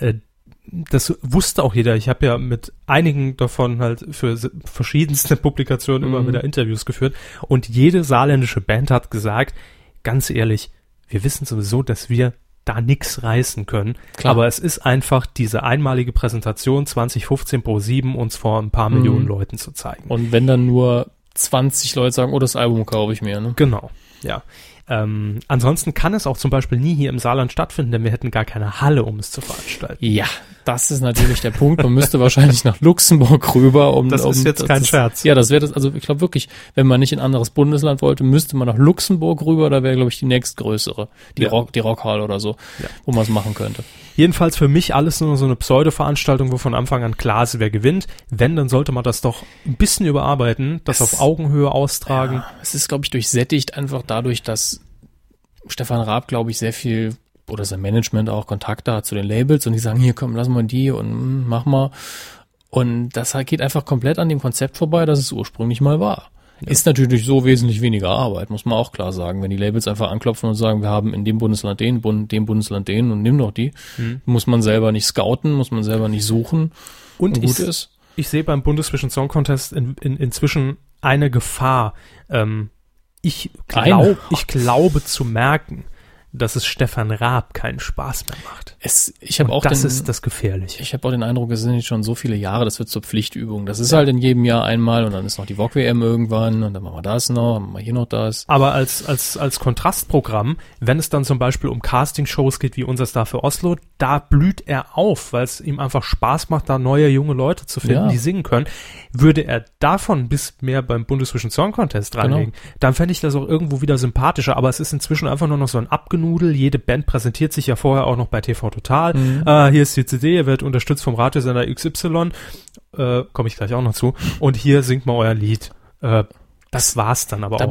A: Das wusste auch jeder. Ich habe ja mit einigen davon halt für verschiedenste Publikationen immer wieder Interviews geführt und jede saarländische Band hat gesagt, ganz ehrlich, wir wissen sowieso, dass wir da nix reißen können. Klar. Aber es ist einfach diese einmalige Präsentation 2015 Pro7 uns vor ein paar Millionen Leuten zu zeigen.
B: Und wenn dann nur 20 Leute sagen, oh, das Album kaufe ich mir, ne?
A: Genau, ja. Ansonsten kann es auch zum Beispiel nie hier im Saarland stattfinden, denn wir hätten gar keine Halle, um es zu veranstalten.
B: Ja, das ist natürlich der Punkt. Man müsste wahrscheinlich nach Luxemburg rüber,
A: das ist jetzt kein Scherz.
B: Ja, das wäre das, also ich glaube wirklich, wenn man nicht in ein anderes Bundesland wollte, müsste man nach Luxemburg rüber, da wäre, glaube ich, die nächstgrößere, die Rockhall oder so, wo man es machen könnte.
A: Jedenfalls für mich alles nur so eine Pseudo-Veranstaltung, wo von Anfang an klar ist, wer gewinnt. Wenn, dann sollte man das doch ein bisschen überarbeiten, das auf Augenhöhe austragen.
B: Ja, es ist, glaube ich, durchsättigt einfach dadurch, dass Stefan Raab, glaube ich, sehr viel oder sein Management auch Kontakte hat zu den Labels und die sagen, hier komm, lass mal die und mach mal. Und das geht einfach komplett an dem Konzept vorbei, das es ursprünglich mal war. Ja. Ist natürlich so wesentlich weniger Arbeit, muss man auch klar sagen. Wenn die Labels einfach anklopfen und sagen, wir haben in dem Bundesland den, dem Bundesland den und nimm doch die, muss man selber nicht scouten, muss man selber nicht suchen.
A: Und gut ist. Ich sehe beim Bundesvision Song Contest inzwischen eine Gefahr. Ich glaube zu merken, dass es Stefan Raab keinen Spaß mehr macht.
B: Ist das Gefährliche. Ich habe auch den Eindruck, es sind jetzt schon so viele Jahre, das wird zur Pflichtübung. Das ist halt in jedem Jahr einmal und dann ist noch die VOG-WM irgendwann und dann machen wir das noch, dann machen wir hier noch das.
A: Aber als Kontrastprogramm, wenn es dann zum Beispiel um Castingshows geht, wie unser Star für Oslo, da blüht er auf, weil es ihm einfach Spaß macht, da neue junge Leute zu finden, die singen können. Würde er davon bis mehr beim Bundesvision Song Contest reinlegen, dann fände ich das auch irgendwo wieder sympathischer, aber es ist inzwischen einfach nur noch so ein Abgenudel. Jede Band präsentiert sich ja vorher auch noch bei TV Total. Hier ist die CD, ihr werdet unterstützt vom Radiosender XY. Komme ich gleich auch noch zu. Und hier singt mal euer Lied. Das war's dann aber
B: dabei
A: auch.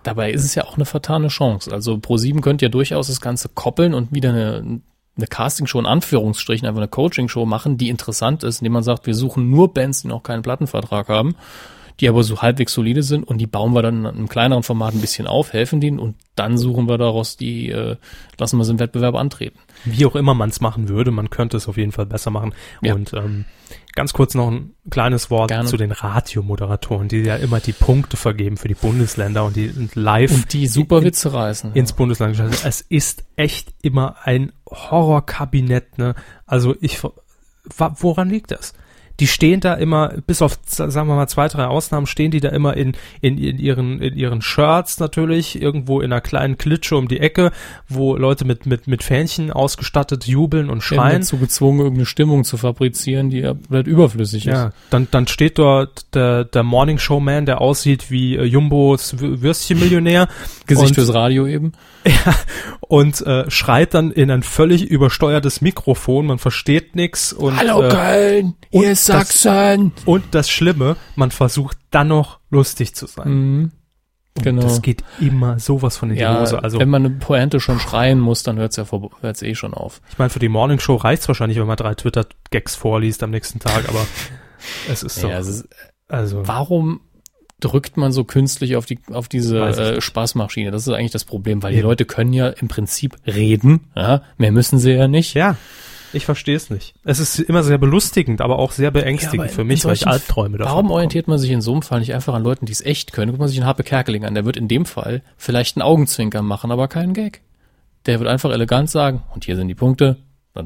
B: dabei ist es ja auch eine vertane Chance. Also Pro7 könnte ja durchaus das Ganze koppeln und wieder eine Castingshow in Anführungsstrichen, einfach eine Coaching-Show machen, die interessant ist, indem man sagt, wir suchen nur Bands, die noch keinen Plattenvertrag haben, die aber so halbwegs solide sind und die bauen wir dann in einem kleineren Format ein bisschen auf, helfen denen und dann suchen wir daraus lassen wir sie im Wettbewerb antreten.
A: Wie auch immer man es machen würde, man könnte es auf jeden Fall besser machen. Ja. Und ganz kurz noch ein kleines Wort zu den Radiomoderatoren, die ja immer die Punkte vergeben für die Bundesländer und die live
B: und die super Witze reißen.
A: Ins Bundesland geschaltet. Es ist echt immer ein Horrorkabinett, ne? Also woran liegt das? Die stehen da immer, bis auf, sagen wir mal, 2, 3 Ausnahmen, stehen die da immer in ihren Shirts natürlich, irgendwo in einer kleinen Klitsche um die Ecke, wo Leute mit Fähnchen ausgestattet jubeln und schreien.
B: Dazu gezwungen, irgendeine Stimmung zu fabrizieren, die ja überflüssig ist.
A: Ja, dann steht dort der Morning Showman, der aussieht wie Jumbos Würstchenmillionär.
B: Gesicht fürs Radio eben.
A: Ja, und schreit dann in ein völlig übersteuertes Mikrofon, man versteht nichts und
B: Hallo Köln, hier ist Sachsen.
A: Und das Schlimme, man versucht dann noch lustig zu sein.
B: Mhm. Genau.
A: Und das geht immer sowas von in die Hose. Also
B: wenn man eine Pointe schon schreien muss, dann hört's eh schon auf.
A: Ich meine, für die Morning Show reicht's wahrscheinlich, wenn man 3 Twitter-Gags vorliest am nächsten Tag, aber es ist so. Ja,
B: warum drückt man so künstlich auf diese Spaßmaschine? Das ist eigentlich das Problem, weil die Leute können ja im Prinzip reden, ja, mehr müssen sie ja nicht.
A: Ja, ich verstehe es nicht. Es ist immer sehr belustigend, aber auch sehr beängstigend für mich, weil ich Albträume davon
B: Warum orientiert man sich in so einem Fall nicht einfach an Leuten, die es echt können? Guckt man sich einen Harpe Kerkeling an, der wird in dem Fall vielleicht einen Augenzwinkern machen, aber keinen Gag. Der wird einfach elegant sagen, und hier sind die Punkte,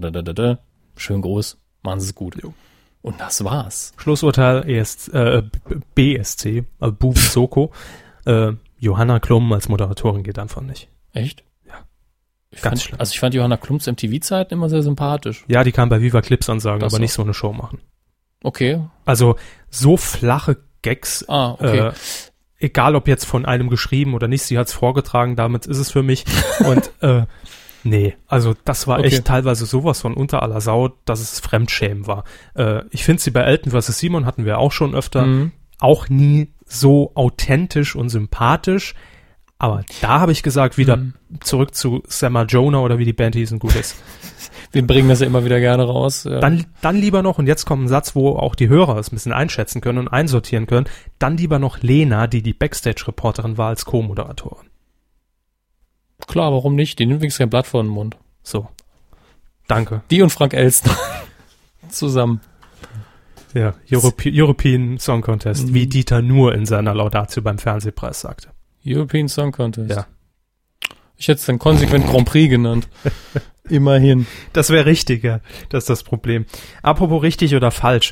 B: schön groß, machen Sie es gut. Jo. Und das war's.
A: Schlussurteil BSC, Buben Soko. Johanna Klum als Moderatorin geht einfach nicht.
B: Echt?
A: Ja.
B: Ganz schlimm. Also ich fand Johanna Klums MTV-Zeiten immer sehr sympathisch.
A: Ja, die kann bei Viva Clips ansagen, aber nicht so eine Show machen.
B: Okay.
A: Also so flache Gags,
B: okay.
A: Egal ob jetzt von einem geschrieben oder nicht, sie hat's vorgetragen, damit ist es für mich. Und nee, also das war echt teilweise sowas von unter aller Sau, dass es Fremdschämen war. Ich finde sie bei Elton vs. Simon hatten wir auch schon öfter, auch nie so authentisch und sympathisch. Aber da habe ich gesagt, wieder zurück zu Samma Jonah oder wie die Band hießen, gut ist.
B: Wir bringen das ja immer wieder gerne raus. Ja.
A: Dann lieber noch, und jetzt kommt ein Satz, wo auch die Hörer es ein bisschen einschätzen können und einsortieren können, dann lieber noch Lena, die Backstage-Reporterin war, als Co-Moderatorin.
B: Klar, warum nicht? Die nimmt wenigstens kein Blatt vor den Mund.
A: So. Danke.
B: Die und Frank Elstner zusammen.
A: Ja, European Song Contest, wie Dieter Nuhr in seiner Laudatio beim Fernsehpreis sagte.
B: European Song Contest.
A: Ja.
B: Ich hätte es dann konsequent Grand Prix genannt. Immerhin.
A: Das wäre richtiger, das ist das Problem. Apropos richtig oder falsch.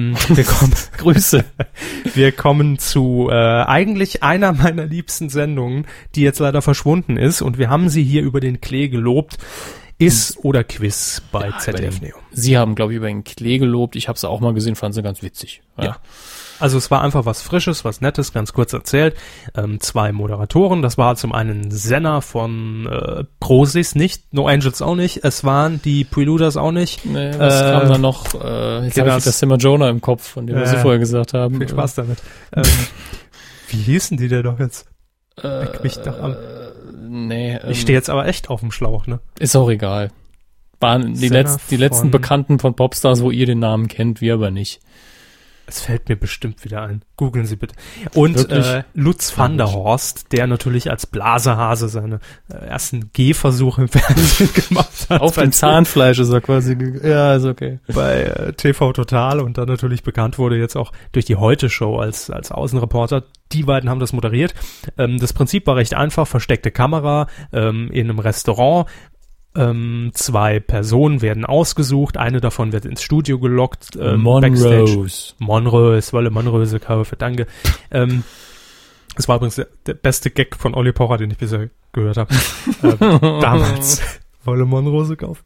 A: Grüße. Wir kommen zu eigentlich einer meiner liebsten Sendungen, die jetzt leider verschwunden ist. Und wir haben sie hier über den Klee gelobt. Ist oder Quiz bei ZDF Neo.
B: Sie haben, glaube ich, über den Klee gelobt. Ich habe sie auch mal gesehen, fand sie ganz witzig.
A: Ja. Also es war einfach was Frisches, was Nettes, ganz kurz erzählt. 2 Moderatoren, das war zum einen Senna von Prozis nicht, No Angels auch nicht, es waren die Preluders auch nicht.
B: Nee, was kam da noch? Jetzt habe ich das Samma Jonah im Kopf, von dem Sie vorher gesagt haben.
A: Viel Spaß damit. Wie hießen die denn doch jetzt? Leck mich doch an.
B: Nee.
A: Ich stehe jetzt aber echt auf dem Schlauch, ne?
B: Ist auch egal. Waren die letzten Bekannten von Popstars, wo ihr den Namen kennt, wir aber nicht.
A: Es fällt mir bestimmt wieder ein. Googeln Sie bitte. Und Lutz van der Horst, der natürlich als Blasehase seine ersten Gehversuche im Fernsehen gemacht hat.
B: Auf dem Zahnfleisch ist er quasi. Ja, ist okay.
A: Bei TV Total und dann natürlich bekannt wurde jetzt auch durch die Heute-Show als Außenreporter. Die beiden haben das moderiert. Das Prinzip war recht einfach. Versteckte Kamera in einem Restaurant. 2 Personen werden ausgesucht, eine davon wird ins Studio gelockt. Monrose, Wolle Monrose kaufe, danke. Das war übrigens der beste Gag von Olli Pocher, den ich bisher gehört habe. Damals. Wolle Monrose kauft.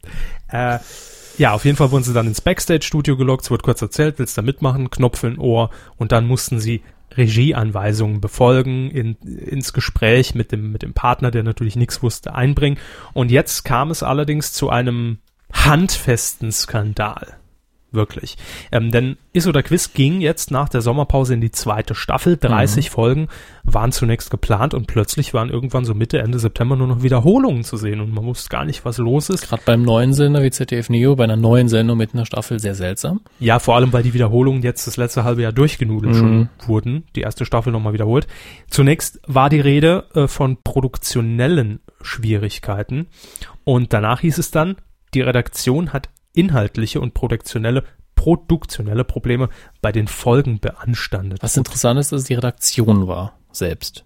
A: Ja, auf jeden Fall wurden sie dann ins Backstage-Studio gelockt, es wurde kurz erzählt, willst du da mitmachen, Knopf in Ohr und dann mussten sie Regieanweisungen befolgen, ins Gespräch mit dem Partner, der natürlich nichts wusste, einbringen. Und jetzt kam es allerdings zu einem handfesten Skandal. Wirklich. Denn Ist oder Quiz ging jetzt nach der Sommerpause in die 2. Staffel. 30 Folgen waren zunächst geplant und plötzlich waren irgendwann so Mitte, Ende September nur noch Wiederholungen zu sehen und man wusste gar nicht, was los ist.
B: Gerade beim neuen Sender wie ZDF Neo, bei einer neuen Sendung mit einer Staffel sehr seltsam.
A: Ja, vor allem, weil die Wiederholungen jetzt das letzte halbe Jahr durchgenudelt schon wurden. Die erste Staffel nochmal wiederholt. Zunächst war die Rede von produktionellen Schwierigkeiten und danach hieß es dann, die Redaktion hat inhaltliche und produktionelle Probleme bei den Folgen beanstandet.
B: Was interessant ist, dass es die Redaktion war, selbst.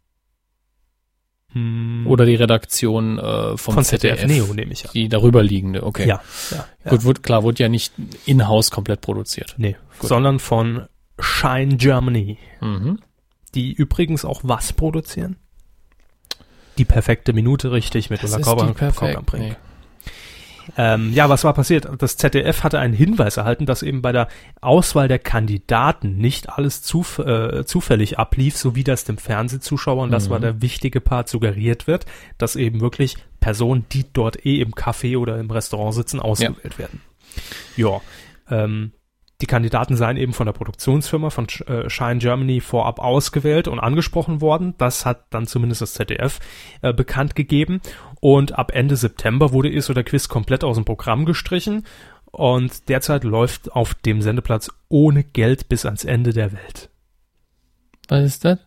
B: Oder die Redaktion von ZDF
A: Neo, nehme ich an.
B: Die darüber liegende, okay.
A: Ja.
B: Gut, wurde ja nicht in-house komplett produziert.
A: Nee, sondern von Shine Germany. Die übrigens auch was produzieren? Die perfekte Minute, richtig, mit Ulla Kaufmann-Brink.
B: Nee.
A: Was war passiert? Das ZDF hatte einen Hinweis erhalten, dass eben bei der Auswahl der Kandidaten nicht alles zufällig ablief, so wie das dem Fernsehzuschauer, und das war der wichtige Part, suggeriert wird, dass eben wirklich Personen, die dort im Café oder im Restaurant sitzen, ausgewählt werden. Ja, die Kandidaten seien eben von der Produktionsfirma von Shine Germany vorab ausgewählt und angesprochen worden. Das hat dann zumindest das ZDF bekannt gegeben. Und ab Ende September wurde Ist oder Quiz komplett aus dem Programm gestrichen. Und derzeit läuft auf dem Sendeplatz ohne Geld bis ans Ende der Welt.
B: Was ist das?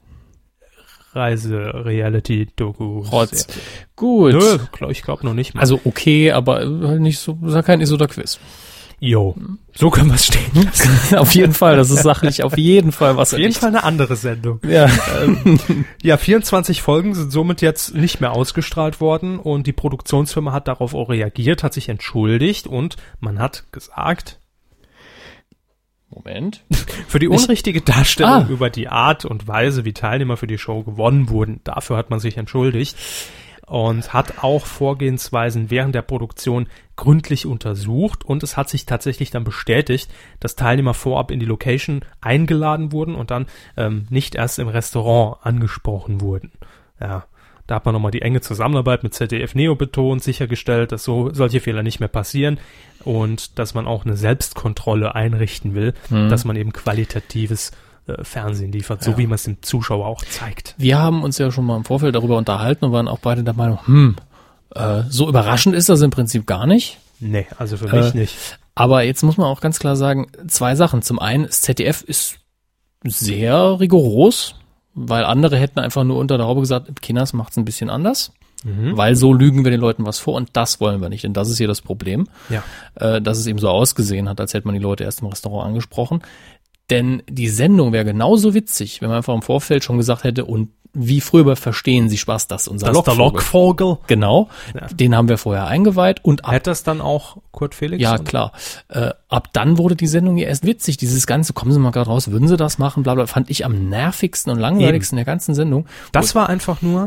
A: Reise-Reality-Doku.
B: Rotz. Gut.
A: Nö, ich glaube noch nicht mal.
B: Also okay, aber nicht so, sag kein Ist oder Quiz.
A: Jo, so können wir es stehen lassen.
B: Auf jeden Fall, das ist sachlich auf jeden Fall was.
A: Auf jeden Fall eine andere Sendung.
B: Ja.
A: 24 Folgen sind somit jetzt nicht mehr ausgestrahlt worden und die Produktionsfirma hat darauf auch reagiert, hat sich entschuldigt und man hat gesagt, für die unrichtige Darstellung über die Art und Weise, wie Teilnehmer für die Show gewonnen wurden, dafür hat man sich entschuldigt. Und hat auch Vorgehensweisen während der Produktion gründlich untersucht und es hat sich tatsächlich dann bestätigt, dass Teilnehmer vorab in die Location eingeladen wurden und dann nicht erst im Restaurant angesprochen wurden. Ja, da hat man nochmal die enge Zusammenarbeit mit ZDF Neo betont, sichergestellt, dass solche Fehler nicht mehr passieren und dass man auch eine Selbstkontrolle einrichten will, dass man eben qualitatives Fernsehen liefert, so wie man es dem Zuschauer auch zeigt.
B: Wir haben uns ja schon mal im Vorfeld darüber unterhalten und waren auch beide der Meinung, so überraschend ist das im Prinzip gar nicht.
A: Nee, also für mich nicht.
B: Aber jetzt muss man auch ganz klar sagen, 2 Sachen. Zum einen, das ZDF ist sehr rigoros, weil andere hätten einfach nur unter der Haube gesagt, Kinders macht's ein bisschen anders. Weil so lügen wir den Leuten was vor und das wollen wir nicht. Denn das ist hier das Problem, dass es eben so ausgesehen hat, als hätte man die Leute erst im Restaurant angesprochen. Denn die Sendung wäre genauso witzig, wenn man einfach im Vorfeld schon gesagt hätte, und wie früher bei Verstehen Sie Spaß, das ist unser Lockvogel.
A: Der Lockvogel.
B: Genau, den haben wir vorher eingeweiht. Und
A: hätte das dann auch Kurt Felix?
B: Ja, klar. Ab dann wurde die Sendung ja erst witzig. Dieses Ganze, kommen Sie mal gerade raus, würden Sie das machen, bla bla, fand ich am nervigsten und langweiligsten der ganzen Sendung.
A: Das war einfach nur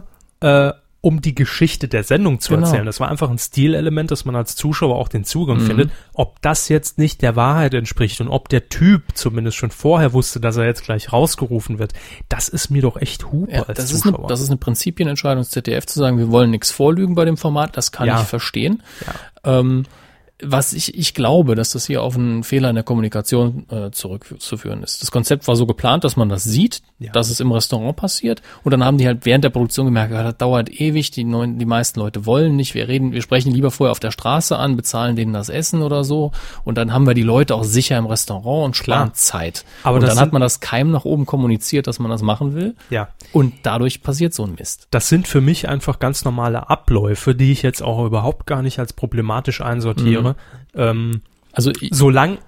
A: um die Geschichte der Sendung zu erzählen. Das war einfach ein Stilelement, dass man als Zuschauer auch den Zugang findet. Ob das jetzt nicht der Wahrheit entspricht und ob der Typ zumindest schon vorher wusste, dass er jetzt gleich rausgerufen wird, das ist mir doch echt Hupe als Zuschauer.
B: Das ist eine Prinzipienentscheidung des ZDF zu sagen, wir wollen nichts vorlügen bei dem Format, das kann ich verstehen. Ja. Was ich glaube, dass das hier auf einen Fehler in der Kommunikation zurückzuführen ist. Das Konzept war so geplant, dass man das sieht, dass es im Restaurant passiert, und dann haben die halt während der Produktion gemerkt, das dauert ewig, die meisten Leute wollen nicht, wir sprechen lieber vorher auf der Straße an, bezahlen denen das Essen oder so, und dann haben wir die Leute auch sicher im Restaurant und sparen Zeit. Aber dann hat man das keinem nach oben kommuniziert, dass man das machen will, und dadurch passiert so ein Mist.
A: Das sind für mich einfach ganz normale Abläufe, die ich jetzt auch überhaupt gar nicht als problematisch einsortiere. Also solange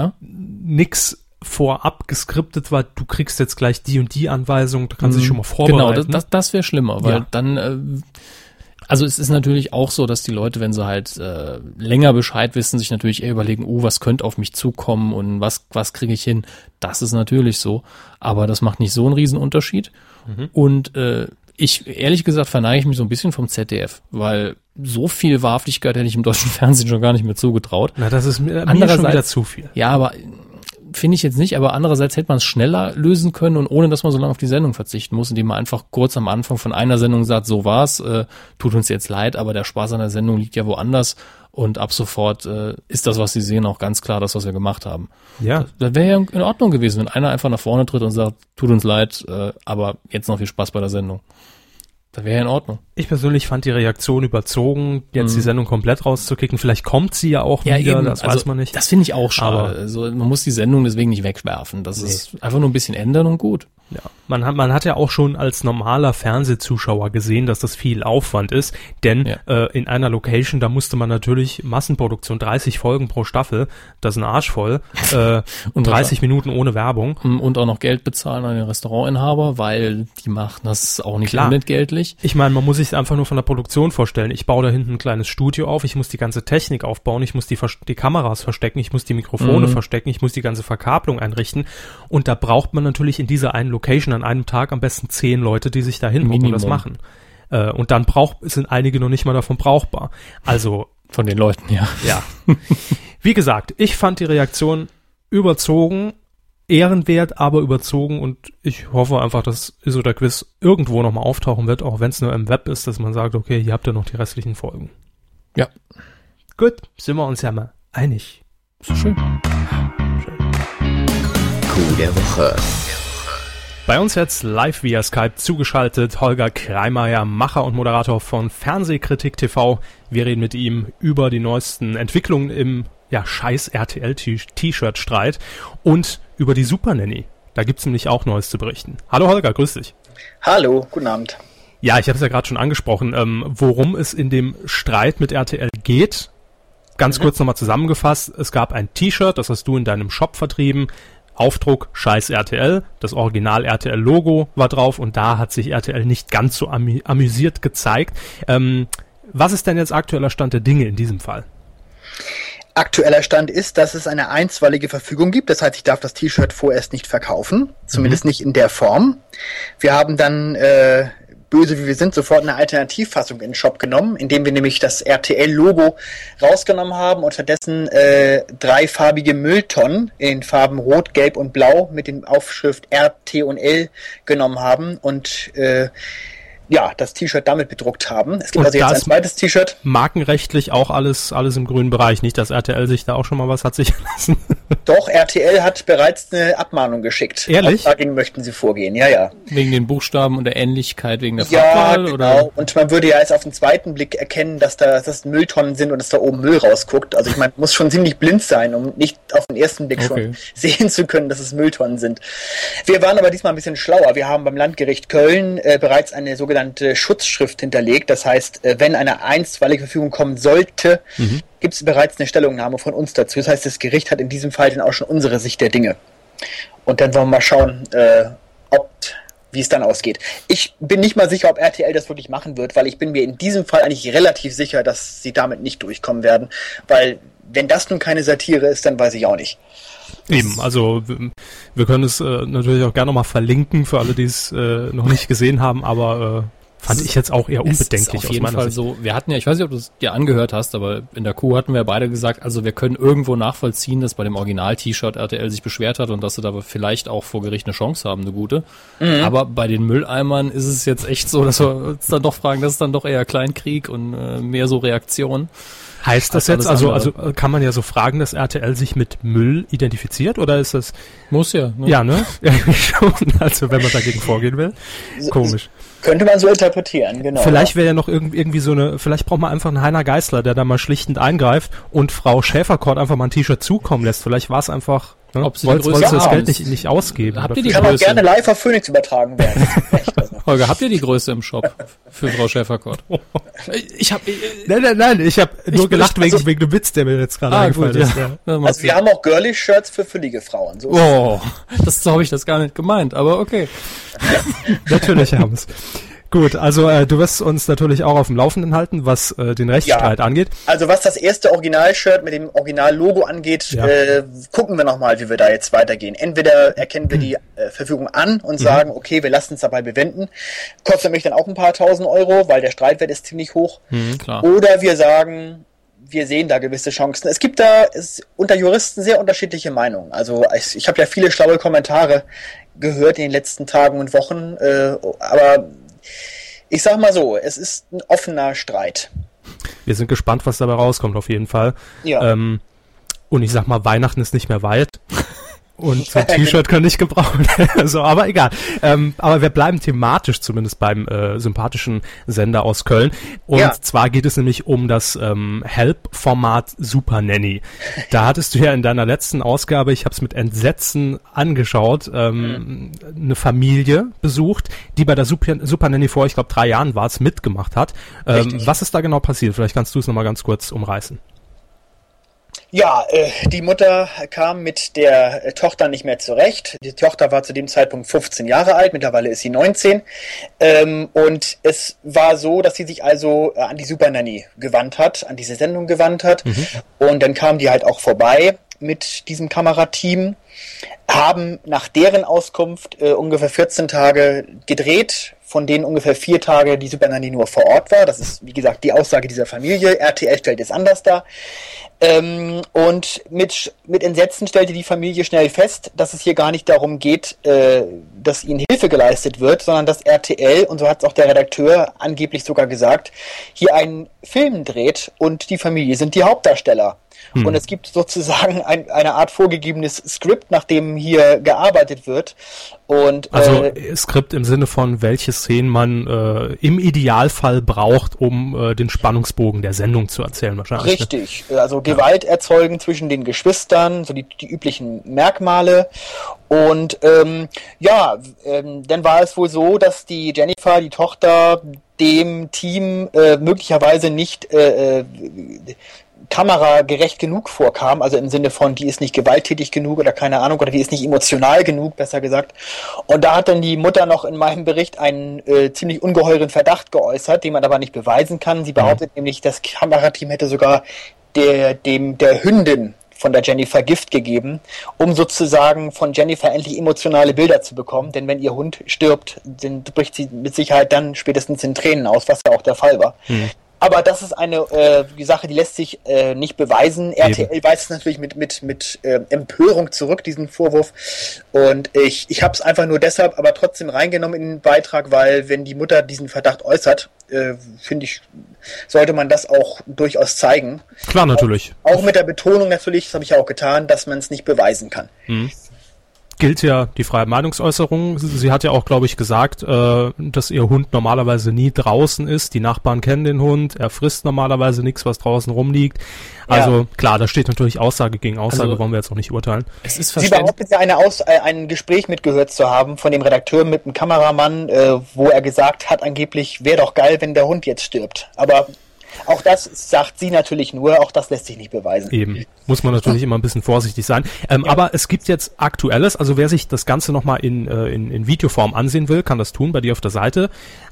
A: nix vorab geskriptet war, du kriegst jetzt gleich die und die Anweisung, du kannst dich schon mal vorbereiten.
B: Genau, das wäre schlimmer, weil dann, also es ist natürlich auch so, dass die Leute, wenn sie halt länger Bescheid wissen, sich natürlich eher überlegen, was könnte auf mich zukommen und was kriege ich hin. Das ist natürlich so, aber das macht nicht so einen Riesenunterschied. Und ich, ehrlich gesagt, verneige ich mich so ein bisschen vom ZDF, weil so viel Wahrhaftigkeit hätte ich im deutschen Fernsehen schon gar nicht mehr zugetraut.
A: Na, das ist mir schon wieder zu viel.
B: Ja, aber finde ich jetzt nicht, aber andererseits hätte man es schneller lösen können und ohne, dass man so lange auf die Sendung verzichten muss, indem man einfach kurz am Anfang von einer Sendung sagt, so war's, tut uns jetzt leid, aber der Spaß an der Sendung liegt ja woanders und ab sofort ist das, was Sie sehen, auch ganz klar das, was wir gemacht haben.
A: Ja.
B: Das wäre ja in Ordnung gewesen, wenn einer einfach nach vorne tritt und sagt, tut uns leid, aber jetzt noch viel Spaß bei der Sendung. Das wäre ja in Ordnung.
A: Ich persönlich fand die Reaktion überzogen, jetzt die Sendung komplett rauszukicken. Vielleicht kommt sie ja auch wieder,
B: eben.
A: das
B: Also,
A: weiß man nicht.
B: Das finde ich auch schade.
A: Aber
B: also, man muss die Sendung deswegen nicht wegwerfen. Das ist einfach nur ein bisschen ändern und gut.
A: Ja, man hat ja auch schon als normaler Fernsehzuschauer gesehen, dass das viel Aufwand ist, denn in einer Location, da musste man natürlich Massenproduktion, 30 Folgen pro Staffel, das ist ein Arsch voll, und 30 Minuten ohne Werbung.
B: Und auch noch Geld bezahlen an den Restaurantinhaber, weil die machen das auch nicht unentgeltlich.
A: Ich meine, man muss sich einfach nur von der Produktion vorstellen. Ich baue da hinten ein kleines Studio auf, ich muss die ganze Technik aufbauen, ich muss die Kameras verstecken, ich muss die Mikrofone verstecken, ich muss die ganze Verkabelung einrichten und da braucht man natürlich in dieser einen Location an einem Tag am besten 10 Leute, die sich da hinhocken und das machen. Und dann sind einige noch nicht mal davon brauchbar. Also
B: von den Leuten, ja.
A: Ja. Wie gesagt, ich fand die Reaktion überzogen, ehrenwert, aber überzogen und ich hoffe einfach, dass Ist oder Quiz irgendwo nochmal auftauchen wird, auch wenn es nur im Web ist, dass man sagt, okay, hier habt ihr noch die restlichen Folgen.
B: Ja.
A: Gut, sind wir uns ja mal einig.
B: Schön.
C: Coup der Woche.
A: Bei uns jetzt live via Skype zugeschaltet Holger Kreimeier, Macher und Moderator von Fernsehkritik TV. Wir reden mit ihm über die neuesten Entwicklungen im scheiß RTL-T-Shirt-Streit und über die Super Nanny. Da gibt's nämlich auch Neues zu berichten. Hallo Holger, grüß dich.
D: Hallo, guten Abend.
A: Ja, ich habe es ja gerade schon angesprochen, worum es in dem Streit mit RTL geht. Ganz kurz nochmal zusammengefasst, es gab ein T-Shirt, das hast du in deinem Shop vertrieben. Aufdruck Scheiß RTL, das Original RTL-Logo war drauf und da hat sich RTL nicht ganz so amüsiert gezeigt. Was ist denn jetzt aktueller Stand der Dinge in diesem Fall?
D: Aktueller Stand ist, dass es eine einstweilige Verfügung gibt. Das heißt, ich darf das T-Shirt vorerst nicht verkaufen, zumindest nicht in der Form. Wir haben dann, böse wie wir sind, sofort eine Alternativfassung in den Shop genommen, indem wir nämlich das RTL-Logo rausgenommen haben und stattdessen dreifarbige Mülltonnen in Farben Rot, Gelb und Blau mit dem Aufschrift RT und L genommen haben und das T-Shirt damit bedruckt haben. Es gibt
A: und
D: also jetzt ein zweites T-Shirt.
A: Markenrechtlich auch alles im grünen Bereich, nicht, dass RTL sich da auch schon mal was hat sichern lassen.
D: Doch, RTL hat bereits eine Abmahnung geschickt.
A: Ehrlich?
D: Dagegen möchten sie vorgehen, ja.
B: Wegen den Buchstaben und der Ähnlichkeit, wegen der Farbwahl?
D: Genau.
B: Oder?
D: Und man würde ja erst auf den zweiten Blick erkennen, dass das Mülltonnen sind und dass da oben Müll rausguckt. Also ich meine, muss schon ziemlich blind sein, um nicht auf den ersten Blick schon sehen zu können, dass es Mülltonnen sind. Wir waren aber diesmal ein bisschen schlauer. Wir haben beim Landgericht Köln bereits eine sogenannte Schutzschrift hinterlegt. Das heißt, wenn eine einstweilige Verfügung kommen sollte, gibt es bereits eine Stellungnahme von uns dazu. Das heißt, das Gericht hat in diesem Fall dann auch schon unsere Sicht der Dinge. Und dann wollen wir mal schauen, wie es dann ausgeht. Ich bin nicht mal sicher, ob RTL das wirklich machen wird, weil ich bin mir in diesem Fall eigentlich relativ sicher, dass sie damit nicht durchkommen werden. Weil, wenn das nun keine Satire ist, dann weiß ich auch nicht.
A: Eben, also wir können es natürlich auch gerne nochmal verlinken für alle, die es noch nicht gesehen haben, aber fand ich jetzt auch eher unbedenklich
B: aus meiner Sicht. Auf jeden Fall so, wir hatten ja, ich weiß nicht, ob du es dir angehört hast, aber in der Kuh hatten wir beide gesagt, also wir können irgendwo nachvollziehen, dass bei dem Original-T-Shirt RTL sich beschwert hat und dass sie da vielleicht auch vor Gericht eine Chance haben, eine gute. Aber bei den Mülleimern ist es jetzt echt so, dass wir uns dann doch fragen, das ist dann doch eher Kleinkrieg und mehr so Reaktion.
A: Heißt das jetzt, also kann man ja so fragen, dass RTL sich mit Müll identifiziert oder ist das...
B: Muss ja. Ne?
A: Ja, ne? Ja, schon. Also wenn man dagegen vorgehen will. Komisch.
D: Könnte man so interpretieren, genau.
A: Vielleicht wäre ja noch irgendwie so vielleicht braucht man einfach einen Heiner Geißler, der da mal schlichtend eingreift und Frau Schäferkort einfach mal ein T-Shirt zukommen lässt. Vielleicht war es einfach, ne?
B: Ob sie
A: wolltest du das Geld nicht ausgeben.
B: Habt ihr die
D: Kann
B: Größe?
D: auch gerne live auf Phoenix übertragen werden.
B: Holger, habt ihr die Größe im Shop für Frau Schäferkort?
A: Nein, ich habe nur gelacht wegen dem Witz, der mir jetzt gerade eingefallen ist. Ja.
D: Also wir haben auch Girly-Shirts für füllige Frauen. So
B: so habe ich das gar nicht gemeint, aber okay.
A: Natürlich haben es. Gut, also du wirst uns natürlich auch auf dem Laufenden halten, was den Rechtsstreit angeht.
D: Also was das erste Original-Shirt mit dem Original-Logo angeht, gucken wir nochmal, wie wir da jetzt weitergehen. Entweder erkennen wir die Verfügung an und sagen, okay, wir lassen es dabei bewenden. Kostet nämlich dann auch ein paar tausend Euro, weil der Streitwert ist ziemlich hoch.
B: Klar.
D: Oder wir sagen, wir sehen da gewisse Chancen. Es gibt da unter Juristen sehr unterschiedliche Meinungen. Also ich habe ja viele schlaue Kommentare gehört in den letzten Tagen und Wochen, aber ich sag mal so, es ist ein offener Streit.
A: Wir sind gespannt, was dabei rauskommt, auf jeden Fall.
D: Ja.
A: Und ich sag mal, Weihnachten ist nicht mehr weit. Und so ein T-Shirt kann ich gebrauchen. So, aber egal. Aber wir bleiben thematisch zumindest beim sympathischen Sender aus Köln. Und zwar geht es nämlich um das Help-Format Super Nanny. Da hattest du ja in deiner letzten Ausgabe, ich habe es mit Entsetzen angeschaut, eine Familie besucht, die bei der Super Nanny vor, ich glaube 3 Jahren war es, mitgemacht hat. Was ist da genau passiert? Vielleicht kannst du es nochmal ganz kurz umreißen.
D: Ja, die Mutter kam mit der Tochter nicht mehr zurecht. Die Tochter war zu dem Zeitpunkt 15 Jahre alt, mittlerweile ist sie 19. Und es war so, dass sie sich also an die Super Nanny gewandt hat, an diese Sendung gewandt hat. Und dann kam die halt auch vorbei mit diesem Kamerateam, haben nach deren Auskunft ungefähr 14 Tage gedreht, von denen ungefähr 4 Tage die Super Nanny nur vor Ort war. Das ist, wie gesagt, die Aussage dieser Familie. RTL stellt es anders dar. Und mit Entsetzen stellte die Familie schnell fest, dass es hier gar nicht darum geht, dass ihnen Hilfe geleistet wird, sondern dass RTL, und so hat es auch der Redakteur angeblich sogar gesagt, hier einen Film dreht und die Familie sind die Hauptdarsteller. Und es gibt sozusagen eine Art vorgegebenes Skript, nach dem hier gearbeitet wird. Und,
A: also Skript im Sinne von, welche Szenen man im Idealfall braucht, um den Spannungsbogen der Sendung zu erzählen wahrscheinlich.
D: Richtig, ne? Also Gewalt erzeugen zwischen den Geschwistern, so die üblichen Merkmale. Und dann war es wohl so, dass die Jennifer, die Tochter, dem Team möglicherweise nicht kameragerecht genug vorkam, also im Sinne von, die ist nicht gewalttätig genug oder keine Ahnung, oder die ist nicht emotional genug, besser gesagt. Und da hat dann die Mutter noch in meinem Bericht einen ziemlich ungeheuren Verdacht geäußert, den man aber nicht beweisen kann. Sie behauptet nämlich, das Kamerateam hätte sogar der Hündin von der Jennifer Gift gegeben, um sozusagen von Jennifer endlich emotionale Bilder zu bekommen, denn wenn ihr Hund stirbt, dann bricht sie mit Sicherheit dann spätestens in Tränen aus, was ja auch der Fall war. Aber das ist eine Sache, die lässt sich nicht beweisen. RTL weist es natürlich mit Empörung zurück, diesen Vorwurf. Und ich habe es einfach nur deshalb aber trotzdem reingenommen in den Beitrag, weil wenn die Mutter diesen Verdacht äußert, finde ich, sollte man das auch durchaus zeigen.
A: Klar, natürlich.
D: Auch mit der Betonung natürlich, das habe ich ja auch getan, dass man es nicht beweisen kann.
A: Gilt ja die freie Meinungsäußerung. Sie hat ja auch, glaube ich, gesagt, dass ihr Hund normalerweise nie draußen ist. Die Nachbarn kennen den Hund. Er frisst normalerweise nichts, was draußen rumliegt. Also klar, da steht natürlich Aussage gegen Aussage, also, wollen wir jetzt noch nicht urteilen.
D: Es ist Sie behauptet ja ein Gespräch mitgehört zu haben von dem Redakteur mit dem Kameramann, wo er gesagt hat, angeblich wäre doch geil, wenn der Hund jetzt stirbt. Aber auch das sagt sie natürlich nur, auch das lässt sich nicht beweisen. Eben,
A: muss man natürlich immer ein bisschen vorsichtig sein. Aber es gibt jetzt Aktuelles, also wer sich das Ganze nochmal in Videoform ansehen will, kann das tun bei dir auf der Seite.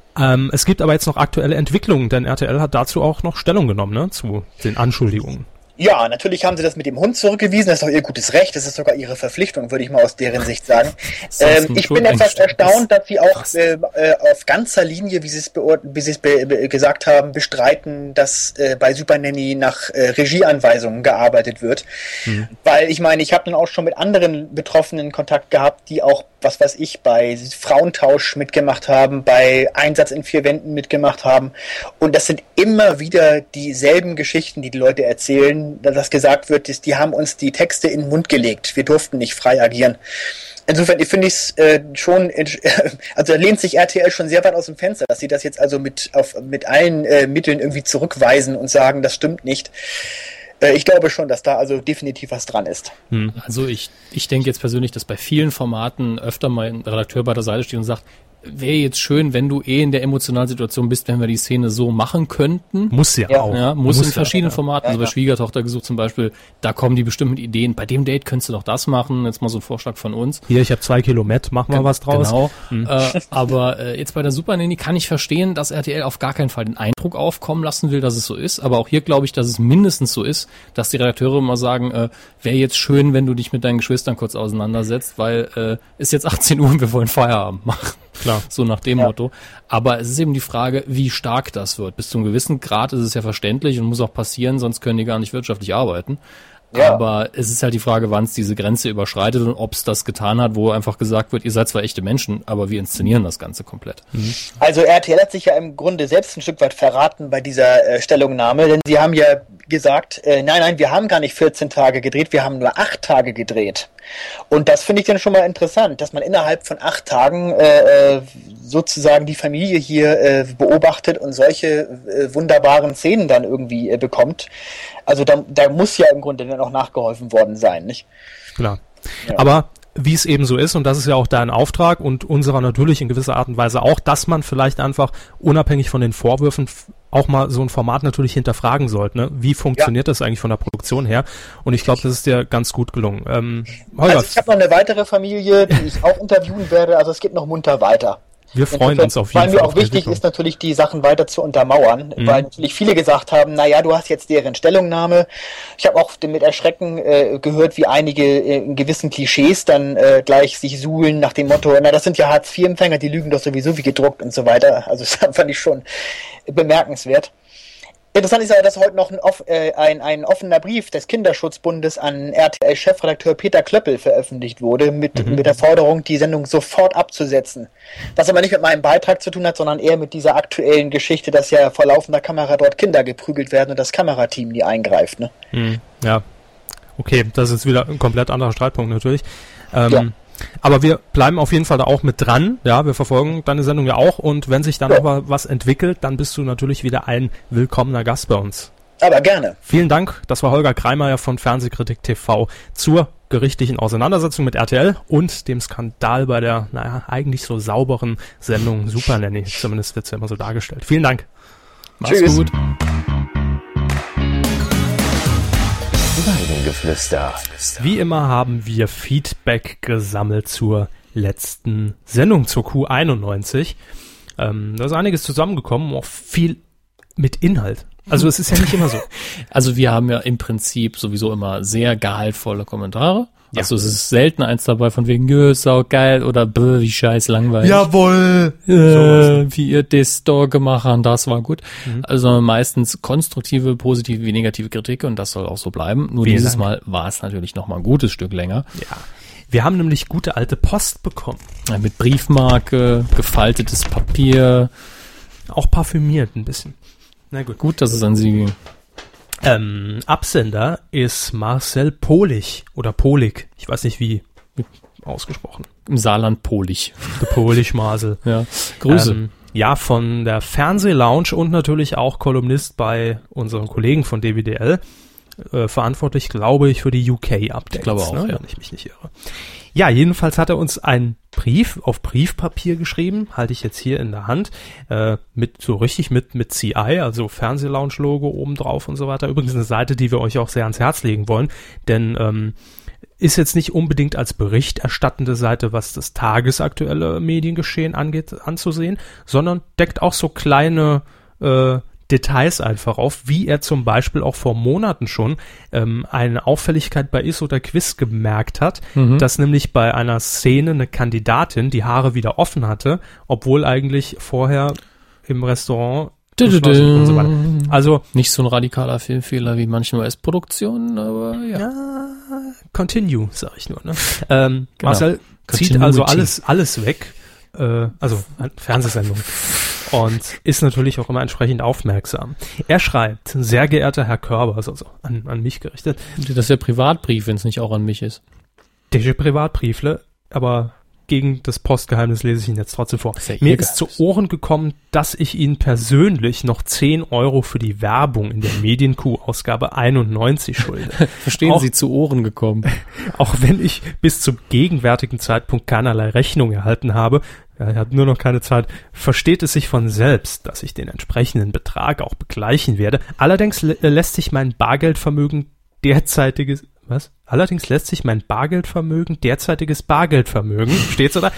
A: Es gibt aber jetzt noch aktuelle Entwicklungen, denn RTL hat dazu auch noch Stellung genommen, ne, zu den Anschuldigungen.
D: Ja, natürlich haben sie das mit dem Hund zurückgewiesen, das ist doch ihr gutes Recht, das ist sogar ihre Verpflichtung, würde ich mal aus deren Sicht sagen. Ich bin etwas erstaunt, dass sie auch auf ganzer Linie, wie sie es gesagt haben, bestreiten, dass bei Super Nanny nach Regieanweisungen gearbeitet wird. Weil ich meine, ich habe dann auch schon mit anderen Betroffenen Kontakt gehabt, die auch, was weiß ich, bei Frauentausch mitgemacht haben, bei Einsatz in 4 Wänden mitgemacht haben. Und das sind immer wieder dieselben Geschichten, die Leute erzählen, dass gesagt wird, die haben uns die Texte in den Mund gelegt. Wir durften nicht frei agieren. Insofern finde ich es schon, also da lehnt sich RTL schon sehr weit aus dem Fenster, dass sie das jetzt also mit allen Mitteln irgendwie zurückweisen und sagen, das stimmt nicht. Ich glaube schon, dass da also definitiv was dran ist.
B: Also ich denke jetzt persönlich, dass bei vielen Formaten öfter mal ein Redakteur bei der Seite steht und sagt, wäre jetzt schön, wenn du in der emotionalen Situation bist, wenn wir die Szene so machen könnten.
A: Muss ja auch.
B: Ja, muss in verschiedenen Formaten. Also bei Schwiegertochter gesucht zum Beispiel, da kommen die bestimmt mit Ideen. Bei dem Date könntest du doch das machen. Jetzt mal so ein Vorschlag von uns.
A: Hier, ich habe 2 Kilo Met, mach mal was draus.
B: Genau. Aber jetzt bei der Super Nanny kann ich verstehen, dass RTL auf gar keinen Fall den Eindruck aufkommen lassen will, dass es so ist. Aber auch hier glaube ich, dass es mindestens so ist, dass die Redakteure immer sagen, wäre jetzt schön, wenn du dich mit deinen Geschwistern kurz auseinandersetzt, weil ist jetzt 18 Uhr und wir wollen Feierabend machen. Klar. So nach dem Motto. Aber es ist eben die Frage, wie stark das wird. Bis zu einem gewissen Grad ist es ja verständlich und muss auch passieren, sonst können die gar nicht wirtschaftlich arbeiten. Ja. Aber es ist halt die Frage, wann es diese Grenze überschreitet und ob es das getan hat, wo einfach gesagt wird, ihr seid zwar echte Menschen, aber wir inszenieren das Ganze komplett.
D: Mhm. Also RTL hat sich ja im Grunde selbst ein Stück weit verraten bei dieser Stellungnahme, denn sie haben ja gesagt, nein, wir haben gar nicht 14 Tage gedreht, wir haben nur 8 Tage gedreht. Und das finde ich dann schon mal interessant, dass man innerhalb von 8 Tagen sozusagen die Familie hier beobachtet und solche wunderbaren Szenen dann irgendwie bekommt. Also da muss ja im Grunde dann auch nachgeholfen worden sein, nicht?
A: Klar. Ja. Aber wie es eben so ist, und das ist ja auch dein Auftrag und unserer natürlich in gewisser Art und Weise auch, dass man vielleicht einfach unabhängig von den Vorwürfen auch mal so ein Format natürlich hinterfragen sollte. Ne? Wie funktioniert das eigentlich von der Produktion her? Und ich glaube, das ist dir ganz gut gelungen. Holger.
D: Also ich habe noch eine weitere Familie, die ich auch interviewen werde, also es geht noch munter weiter.
A: Wir freuen uns auf jeden
D: Fall. Weil mir auch wichtig ist, natürlich die Sachen weiter zu untermauern, weil natürlich viele gesagt haben, naja, du hast jetzt deren Stellungnahme. Ich habe auch mit Erschrecken gehört, wie einige in gewissen Klischees dann gleich sich suhlen nach dem Motto, na, das sind ja Hartz-IV-Empfänger, die lügen doch sowieso wie gedruckt und so weiter. Also das fand ich schon bemerkenswert. Interessant ist aber, dass heute noch ein offener Brief des Kinderschutzbundes an RTL-Chefredakteur Peter Klöppel veröffentlicht wurde, mit der Forderung, die Sendung sofort abzusetzen. Was aber nicht mit meinem Beitrag zu tun hat, sondern eher mit dieser aktuellen Geschichte, dass ja vor laufender Kamera dort Kinder geprügelt werden und das Kamerateam nie eingreift. Ne?
A: Ja, okay, das ist wieder ein komplett anderer Streitpunkt natürlich. Ja. Aber wir bleiben auf jeden Fall da auch mit dran. Ja, wir verfolgen deine Sendung ja auch. Und wenn sich dann aber was entwickelt, dann bist du natürlich wieder ein willkommener Gast bei uns.
D: Aber gerne.
A: Vielen Dank. Das war Holger Kreimeier von Fernsehkritik TV zur gerichtlichen Auseinandersetzung mit RTL und dem Skandal bei der, eigentlich so sauberen Sendung Super Nanny. Zumindest wird es ja immer so dargestellt. Vielen Dank.
D: Mach's gut.
C: Weidengeflüster.
A: Wie immer haben wir Feedback gesammelt zur letzten Sendung, zur Q91. Da ist einiges zusammengekommen, auch viel mit Inhalt. Also es ist ja nicht immer so.
B: Also wir haben ja im Prinzip sowieso immer sehr gehaltvolle Kommentare. Ja. Also es ist selten eins dabei von wegen, ist auch geil oder wie scheiß langweilig.
A: Jawohl!
B: Wie ihr das da gemacht habt, das war gut. Also meistens konstruktive, positive wie negative Kritik und das soll auch so bleiben. Nur dieses Mal war es natürlich noch mal ein gutes Stück länger.
A: Ja. Wir haben nämlich gute alte Post bekommen.
B: Ja, mit Briefmarke, gefaltetes Papier.
A: Auch parfümiert ein bisschen.
B: Na gut. Gut, dass es an Sie ging.
A: Absender ist Marcel Polich oder Polig. Ich weiß nicht, wie ausgesprochen.
B: Im Saarland Polich.
A: Der Polich Marcel.
B: Ja. Grüße.
A: Ja, von der Fernsehlounge und natürlich auch Kolumnist bei unseren Kollegen von DWDL. Verantwortlich, glaube ich, für die UK-Updates.
B: Ich glaube auch,
A: ne? Wenn ich mich nicht irre. Ja, jedenfalls hat er uns einen Brief auf Briefpapier geschrieben, halte ich jetzt hier in der Hand, mit CI, also Fernsehlounge-Logo oben drauf und so weiter. Übrigens eine Seite, die wir euch auch sehr ans Herz legen wollen, denn ist jetzt nicht unbedingt als berichterstattende Seite, was das tagesaktuelle Mediengeschehen angeht, anzusehen, sondern deckt auch so kleine Details einfach auf, wie er zum Beispiel auch vor Monaten schon eine Auffälligkeit bei Is oder Quiz gemerkt hat, dass nämlich bei einer Szene eine Kandidatin die Haare wieder offen hatte, obwohl eigentlich vorher im Restaurant und so weiter. Also
B: nicht so ein radikaler Filmfehler wie manche US-Produktionen, aber ja.
A: Continue, sag ich nur. Ne? Genau. Marcel zieht also alles weg, also Fernsehsendung. Und ist natürlich auch immer entsprechend aufmerksam. Er schreibt, sehr geehrter Herr Körber, also an mich gerichtet.
B: Das ist der Privatbrief, wenn es nicht auch an mich ist.
A: Der Privatbriefle, aber gegen das Postgeheimnis lese ich ihn jetzt trotzdem vor. Mir ist zu Ohren gekommen, dass ich Ihnen persönlich noch 10 € für die Werbung in der Medienkuh-Ausgabe 91 schulde.
B: Verstehen Sie, zu Ohren gekommen.
A: Auch wenn ich bis zum gegenwärtigen Zeitpunkt keinerlei Rechnung erhalten habe, er hat nur noch keine Zeit, versteht es sich von selbst, dass ich den entsprechenden Betrag auch begleichen werde. Allerdings lässt sich mein Bargeldvermögen derzeitiges Bargeldvermögen, steht's oder,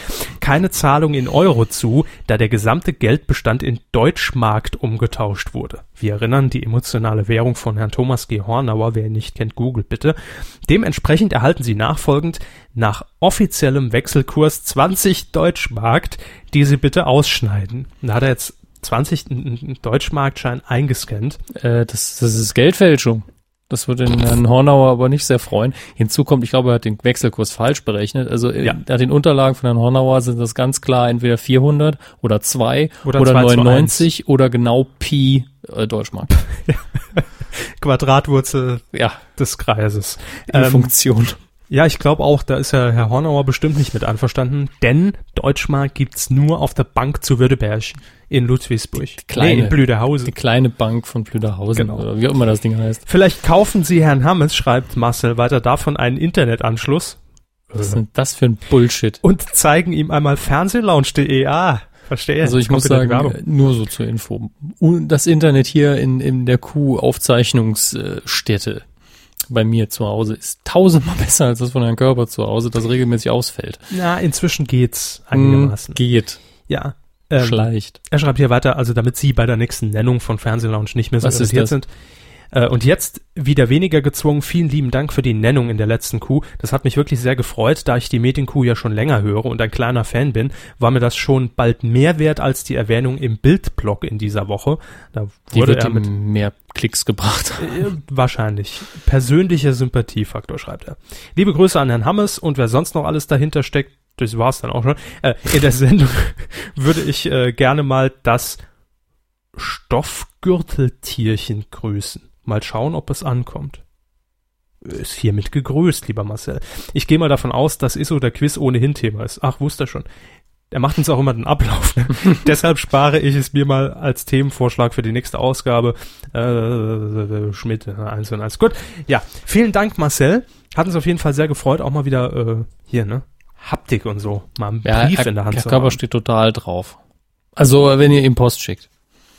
A: keine Zahlung in Euro zu, da der gesamte Geldbestand in Deutschmark umgetauscht wurde. Wir erinnern, die emotionale Währung von Herrn Thomas G. Hornauer, wer ihn nicht kennt, googelt bitte. Dementsprechend erhalten Sie nachfolgend nach offiziellem Wechselkurs 20 Deutschmark, die Sie bitte ausschneiden. Da hat er jetzt 20 Deutschmarkschein eingescannt.
B: Das ist Geldfälschung. Das würde den Herrn Hornauer aber nicht sehr freuen. Hinzu kommt, ich glaube, er hat den Wechselkurs falsch berechnet. Also nach den Unterlagen von Herrn Hornauer sind das ganz klar entweder 400 oder 2 oder 99 oder genau Pi Deutschmark.
A: Quadratwurzel des Kreises.
B: Funktion.
A: Ja, ich glaube auch, da ist ja Herr Hornauer bestimmt nicht mit einverstanden, denn Deutschmark gibt's nur auf der Bank zu Württemberg in Ludwigsburg.
B: In
A: Blüderhausen.
B: Die kleine Bank von Blüderhausen,
A: genau.
B: Oder wie auch immer das Ding heißt.
A: Vielleicht kaufen Sie Herrn Hammes, schreibt Marcel weiter, davon einen Internetanschluss.
B: Was ist denn das für ein Bullshit?
A: Und zeigen ihm einmal fernsehlounge.de. Verstehe.
B: Also ich muss sagen, nur so zur Info. Das Internet hier in der Q-Aufzeichnungsstätte bei mir zu Hause ist 1000-mal besser als das von Herrn Körber zu Hause, das regelmäßig ausfällt.
A: Na, inzwischen geht's einigermaßen.
B: Geht.
A: Ja.
B: Schleicht.
A: Er schreibt hier weiter, also damit Sie bei der nächsten Nennung von Fernsehlounge nicht mehr so irritiert sind. Und jetzt wieder weniger gezwungen. Vielen lieben Dank für die Nennung in der letzten Q. Das hat mich wirklich sehr gefreut, da ich die Medien-Q ja schon länger höre und ein kleiner Fan bin, war mir das schon bald mehr wert als die Erwähnung im Bildblog in dieser Woche. Da wurde er mit
B: mehr Klicks gebracht.
A: Wahrscheinlich. Persönlicher Sympathiefaktor, schreibt er. Liebe Grüße an Herrn Hammes und wer sonst noch alles dahinter steckt, das war's dann auch schon. In der Sendung würde ich gerne mal das Stoffgürteltierchen grüßen. Mal schauen, ob es ankommt. Ist hiermit gegrüßt, lieber Marcel. Ich gehe mal davon aus, dass ISO der Quiz ohnehin Thema ist. Ach, wusste er schon. Er macht uns auch immer den Ablauf. Ne? Deshalb spare ich es mir mal als Themenvorschlag für die nächste Ausgabe. Schmidt, 1 und 1. Gut, ja, vielen Dank, Marcel. Hat uns auf jeden Fall sehr gefreut, auch mal wieder hier, ne? Haptik und so. Mal einen Brief in der Hand zu haben.
B: Der Körper steht total drauf. Also, wenn ihr ihm Post schickt.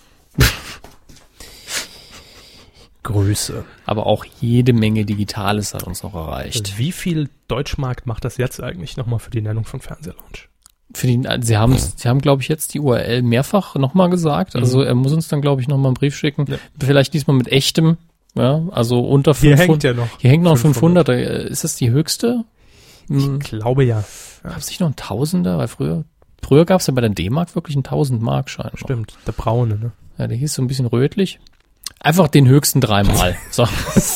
A: Grüße.
B: Aber auch jede Menge Digitales hat uns noch erreicht.
A: Wie viel Deutschmark macht das jetzt eigentlich nochmal für die Nennung von Fernsehlounge?
B: Sie haben, glaube ich, jetzt die URL mehrfach nochmal gesagt. Also er muss uns dann, glaube ich, nochmal einen Brief schicken. Ja. Vielleicht diesmal mit echtem. Ja, also unter 500. Hier hängt ja noch. Hier hängt noch 500. Ist das die höchste?
A: Ich glaube ja.
B: Gab es nicht noch einen Tausender? Weil früher gab es ja bei der D-Mark wirklich einen 1000-Mark-Schein.
A: Stimmt, der braune, ne?
B: Ja, der hieß so ein bisschen rötlich. Einfach den höchsten 3-mal. So.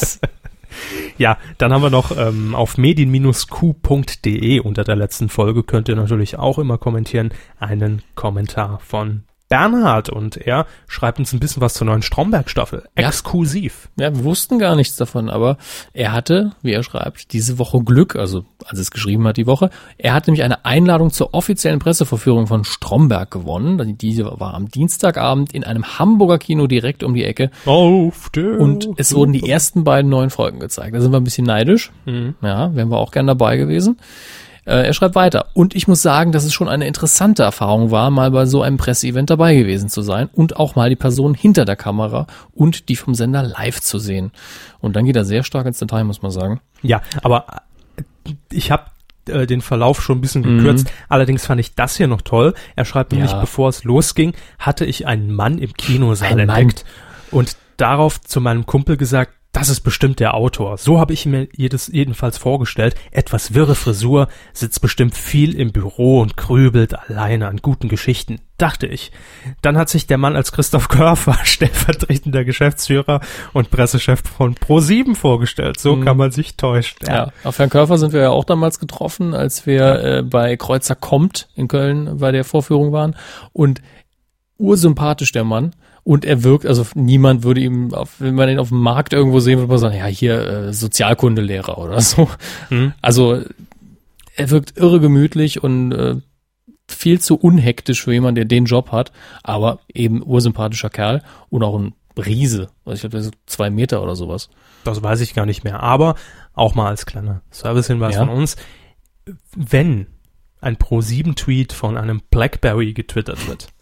A: Ja, dann haben wir noch auf medien-q.de unter der letzten Folge, könnt ihr natürlich auch immer kommentieren, einen Kommentar von Bernhard und er schreibt uns ein bisschen was zur neuen Stromberg-Staffel. Exklusiv.
B: Ja, wir wussten gar nichts davon, aber er hatte, wie er schreibt, diese Woche Glück, also als es geschrieben hat die Woche, er hat nämlich eine Einladung zur offiziellen Pressevorführung von Stromberg gewonnen. Diese war am Dienstagabend in einem Hamburger Kino direkt um die Ecke. Und es wurden die ersten beiden neuen Folgen gezeigt. Da sind wir ein bisschen neidisch. Ja, wären wir auch gern dabei gewesen. Er schreibt weiter. Und ich muss sagen, dass es schon eine interessante Erfahrung war, mal bei so einem Presseevent dabei gewesen zu sein und auch mal die Person hinter der Kamera und die vom Sender live zu sehen. Und dann geht er sehr stark ins Detail, muss man sagen.
A: Ja, aber ich habe den Verlauf schon ein bisschen gekürzt. Allerdings fand ich das hier noch toll. Er schreibt nämlich, bevor es losging, hatte ich einen Mann im Kinosaal entdeckt und darauf zu meinem Kumpel gesagt, das ist bestimmt der Autor. So habe ich mir jedenfalls vorgestellt. Etwas wirre Frisur, sitzt bestimmt viel im Büro und grübelt alleine an guten Geschichten, dachte ich. Dann hat sich der Mann als Christoph Körfer, stellvertretender Geschäftsführer und Pressechef von Pro7 vorgestellt. So kann man sich täuschen.
B: Ja, auf Herrn Körfer sind wir ja auch damals getroffen, als wir bei Kreuzer kommt in Köln bei der Vorführung waren. Und ursympathisch der Mann. Und er wirkt, also niemand würde ihm, wenn man ihn auf dem Markt irgendwo sehen, würde man sagen, ja, hier Sozialkundelehrer oder so. Also er wirkt irre gemütlich und viel zu unhektisch für jemanden, der den Job hat, aber eben ursympathischer Kerl und auch ein Riese. Also ich glaube, der ist 2 Meter oder sowas.
A: Das weiß ich gar nicht mehr, aber auch mal als kleiner Servicehinweis von uns, wenn ein Pro7-Tweet von einem Blackberry getwittert wird,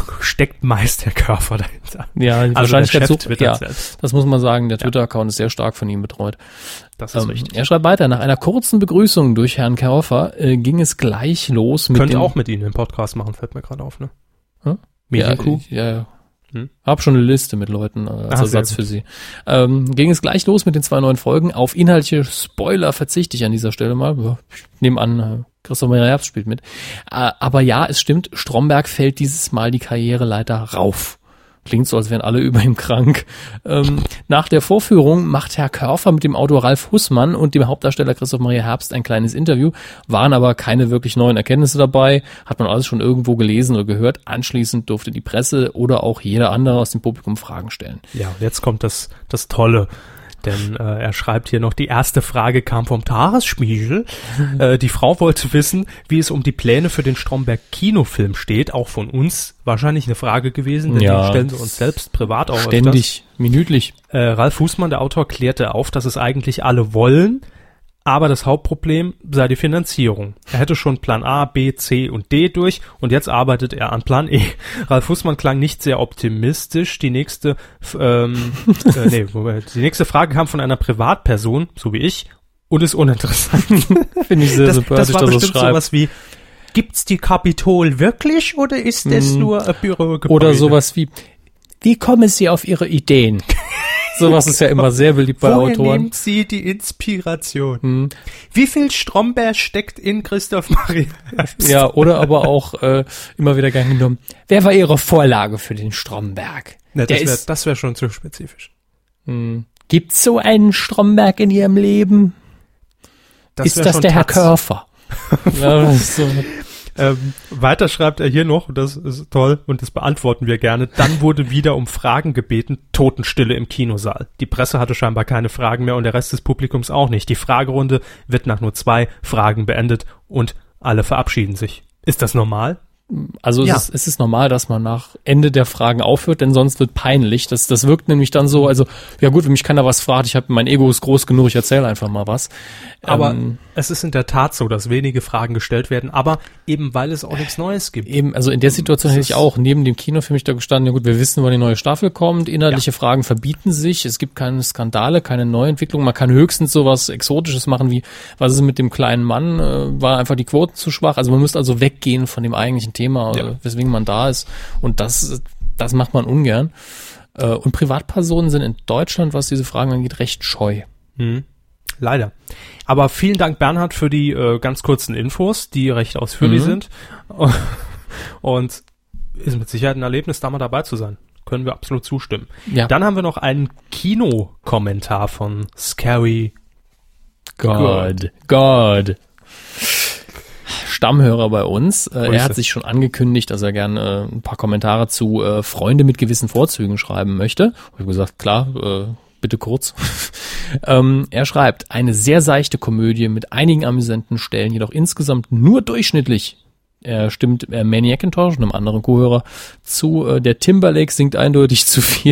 A: steckt meist der Körper dahinter.
B: Ja,
A: also
B: wahrscheinlich
A: der Chef
B: so,
A: twittert
B: ja,
A: selbst.
B: das muss man sagen, der Twitter-Account ist sehr stark von ihm betreut.
A: Das ist richtig.
B: Er schreibt weiter, nach einer kurzen Begrüßung durch Herrn Körfer ging es gleich los mit
A: Könnte auch mit Ihnen einen Podcast machen, fällt mir gerade auf, ne?
B: Medienkuh? Ja. Hab schon eine Liste mit Leuten als Ersatz für Sie. Ging es gleich los mit den 2 neuen Folgen. Auf inhaltliche Spoiler verzichte ich an dieser Stelle mal. Ich nehme an, Christoph Maria Herbst spielt mit. Aber ja, es stimmt, Stromberg fällt dieses Mal die Karriereleiter rauf. Klingt so, als wären alle über ihm krank. Nach der Vorführung macht Herr Körfer mit dem Autor Ralf Hussmann und dem Hauptdarsteller Christoph Maria Herbst ein kleines Interview. Waren aber keine wirklich neuen Erkenntnisse dabei. Hat man alles schon irgendwo gelesen oder gehört. Anschließend durfte die Presse oder auch jeder andere aus dem Publikum Fragen stellen.
A: Ja, und jetzt kommt das Tolle. Denn er schreibt hier noch, die erste Frage kam vom Tagesspiegel. Die Frau wollte wissen, wie es um die Pläne für den Stromberg-Kinofilm steht. Auch von uns wahrscheinlich eine Frage gewesen, denn die stellen wir uns selbst privat auch
B: ständig, minütlich.
A: Ralf Hussmann, der Autor, klärte auf, dass es eigentlich alle wollen, aber das Hauptproblem sei die Finanzierung. Er hätte schon Plan A, B, C und D durch und jetzt arbeitet er an Plan E. Ralf Hussmann klang nicht sehr optimistisch. Die nächste Frage kam von einer Privatperson, so wie ich, und ist uninteressant.
B: Finde ich sehr sympathisch,
A: das war bestimmt sowas wie, gibt's die Kapitol wirklich oder ist das nur ein Bürogebäude?
B: Oder sowas wie kommen Sie auf Ihre Ideen? Sowas ist ja immer sehr beliebt bei Autoren.
A: Woher nehmen Sie die Inspiration? Wie viel Stromberg steckt in Christoph Maria Herbst?
B: Ja, oder aber auch immer wieder gern genommen. Wer war Ihre Vorlage für den Stromberg?
A: Ne, das wär schon zu spezifisch.
B: Gibt's so einen Stromberg in Ihrem Leben? Ist das der Herr Körfer? Ja, das ist so.
A: Weiter schreibt er hier noch, das ist toll und das beantworten wir gerne. Dann wurde wieder um Fragen gebeten, Totenstille im Kinosaal. Die Presse hatte scheinbar keine Fragen mehr und der Rest des Publikums auch nicht. Die Fragerunde wird nach nur 2 Fragen beendet und alle verabschieden sich. Ist das normal?
B: Also es ist normal, dass man nach Ende der Fragen aufhört, denn sonst wird peinlich. Das wirkt nämlich dann so, also ja gut, wenn mich keiner was fragt, mein Ego ist groß genug, ich erzähle einfach mal was.
A: Aber es ist in der Tat so, dass wenige Fragen gestellt werden, aber eben weil es auch nichts Neues gibt.
B: Eben, also in der Situation hätte ich auch neben dem Kinofilm mich da gestanden, ja gut, wir wissen, wann die neue Staffel kommt, inhaltliche Fragen verbieten sich, es gibt keine Skandale, keine Neuentwicklung, man kann höchstens sowas Exotisches machen wie, was ist mit dem kleinen Mann, war einfach die Quoten zu schwach, also man müsste also weggehen von dem eigentlichen Thema, weswegen man da ist und das macht man ungern. Und Privatpersonen sind in Deutschland, was diese Fragen angeht, recht scheu.
A: Leider. Aber vielen Dank, Bernhard, für die ganz kurzen Infos, die recht ausführlich sind. Und ist mit Sicherheit ein Erlebnis, da mal dabei zu sein. Können wir absolut zustimmen. Ja. Dann haben wir noch einen Kinokommentar von Scary God.
B: Stammhörer bei uns. Er hat sich schon angekündigt, dass er gerne ein paar Kommentare zu Freunde mit gewissen Vorzügen schreiben möchte. Ich habe gesagt, klar, bitte kurz. Er schreibt, eine sehr seichte Komödie mit einigen amüsanten Stellen, jedoch insgesamt nur durchschnittlich. Er stimmt Maniacintosh, einem anderen Co-Hörer, zu. Der Timberlake singt eindeutig zu viel.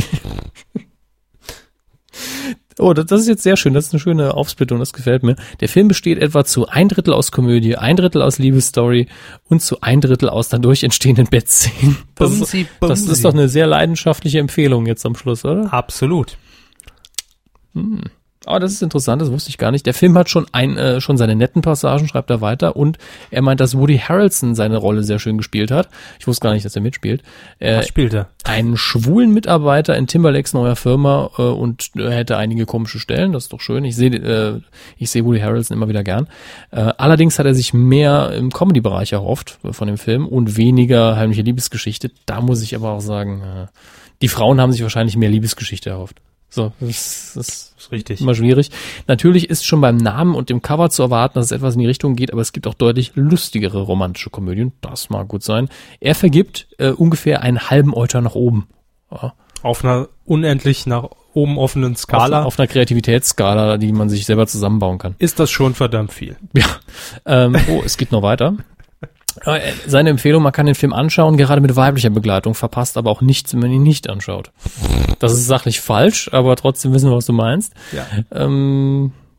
B: Oh, das ist jetzt sehr schön. Das ist eine schöne Aufsplittung. Das gefällt mir. Der Film besteht etwa zu 1/3 aus Komödie, 1/3 aus Liebesstory und zu 1/3 aus dadurch entstehenden Bettszenen. Das ist doch eine sehr leidenschaftliche Empfehlung jetzt am Schluss, oder?
A: Absolut.
B: Aber das ist interessant, das wusste ich gar nicht. Der Film hat schon seine netten Passagen, schreibt er weiter. Und er meint, dass Woody Harrelson seine Rolle sehr schön gespielt hat. Ich wusste gar nicht, dass er mitspielt.
A: Was spielt er?
B: Einen schwulen Mitarbeiter in Timberlakes neuer Firma und er hätte einige komische Stellen. Das ist doch schön. Ich sehe Woody Harrelson immer wieder gern. Allerdings hat er sich mehr im Comedy-Bereich erhofft von dem Film und weniger heimliche Liebesgeschichte. Da muss ich aber auch sagen, die Frauen haben sich wahrscheinlich mehr Liebesgeschichte erhofft. So, das ist richtig. Immer schwierig. Natürlich ist schon beim Namen und dem Cover zu erwarten, dass es etwas in die Richtung geht, aber es gibt auch deutlich lustigere romantische Komödien. Das mag gut sein. Er vergibt ungefähr einen halben Euter nach oben. Ja.
A: Auf einer unendlich nach oben offenen Skala.
B: Auf einer Kreativitätsskala, die man sich selber zusammenbauen kann.
A: Ist das schon verdammt viel.
B: Ja. Es geht noch weiter. Seine Empfehlung, man kann den Film anschauen, gerade mit weiblicher Begleitung, verpasst aber auch nichts, wenn man ihn nicht anschaut. Das ist sachlich falsch, aber trotzdem wissen wir, was du meinst.
A: Ja.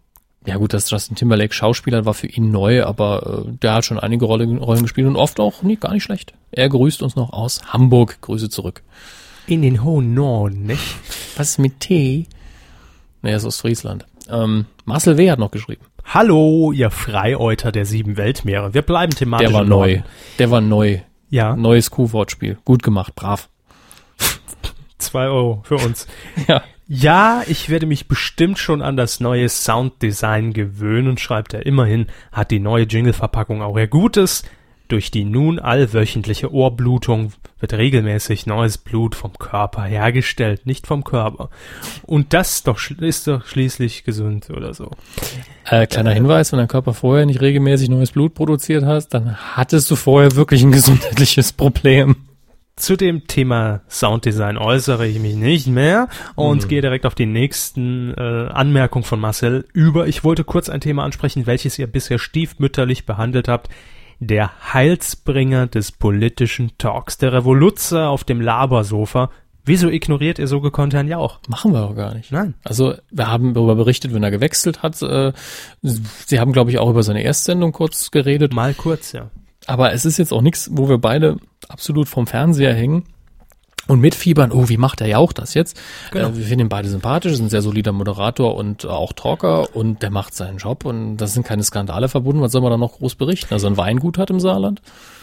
B: Ja gut, dass Justin Timberlake Schauspieler war für ihn neu, aber der hat schon einige Rollen gespielt und oft auch gar nicht schlecht. Er grüßt uns noch aus Hamburg. Grüße zurück.
A: In den hohen Norden, nicht?
B: Was ist mit Tee? Nee, er ist aus Friesland. Marcel W. hat noch geschrieben.
A: Hallo, ihr Freieuter der 7 Weltmeere. Wir bleiben thematisch.
B: Der war neu.
A: Ja.
B: Neues Q-Wortspiel. Gut gemacht, brav.
A: 2 Euro für uns.
B: Ja.
A: Ja, ich werde mich bestimmt schon an das neue Sounddesign gewöhnen, schreibt er. Immerhin hat die neue Jingle-Verpackung auch ihr Gutes. Durch die nun allwöchentliche Ohrblutung wird regelmäßig neues Blut vom Körper hergestellt, nicht vom Körper. Und das ist doch schließlich gesund oder so.
B: Kleiner Hinweis, wenn dein Körper vorher nicht regelmäßig neues Blut produziert hast, dann hattest du vorher wirklich ein gesundheitliches Problem.
A: Zu dem Thema Sounddesign äußere ich mich nicht mehr und gehe direkt auf die nächsten Anmerkung von Marcel über. Ich wollte kurz ein Thema ansprechen, welches ihr bisher stiefmütterlich behandelt habt. Der Heilsbringer des politischen Talks, der Revoluzzer auf dem Labersofa. Wieso ignoriert ihr so gekonnt Herrn Jauch?
B: Machen wir auch gar nicht.
A: Nein.
B: Also wir haben darüber berichtet, wenn er gewechselt hat. Sie haben, glaube ich, auch über seine Erstsendung kurz geredet.
A: Mal kurz, ja.
B: Aber es ist jetzt auch nichts, wo wir beide absolut vom Fernseher hängen und mitfiebern, oh, wie macht der Jauch das jetzt?
A: Genau.
B: Wir finden ihn beide sympathisch, ist ein sehr solider Moderator und auch Talker und der macht seinen Job und das sind keine Skandale verbunden. Was soll man da noch groß berichten? Also ein Weingut hat im Saarland?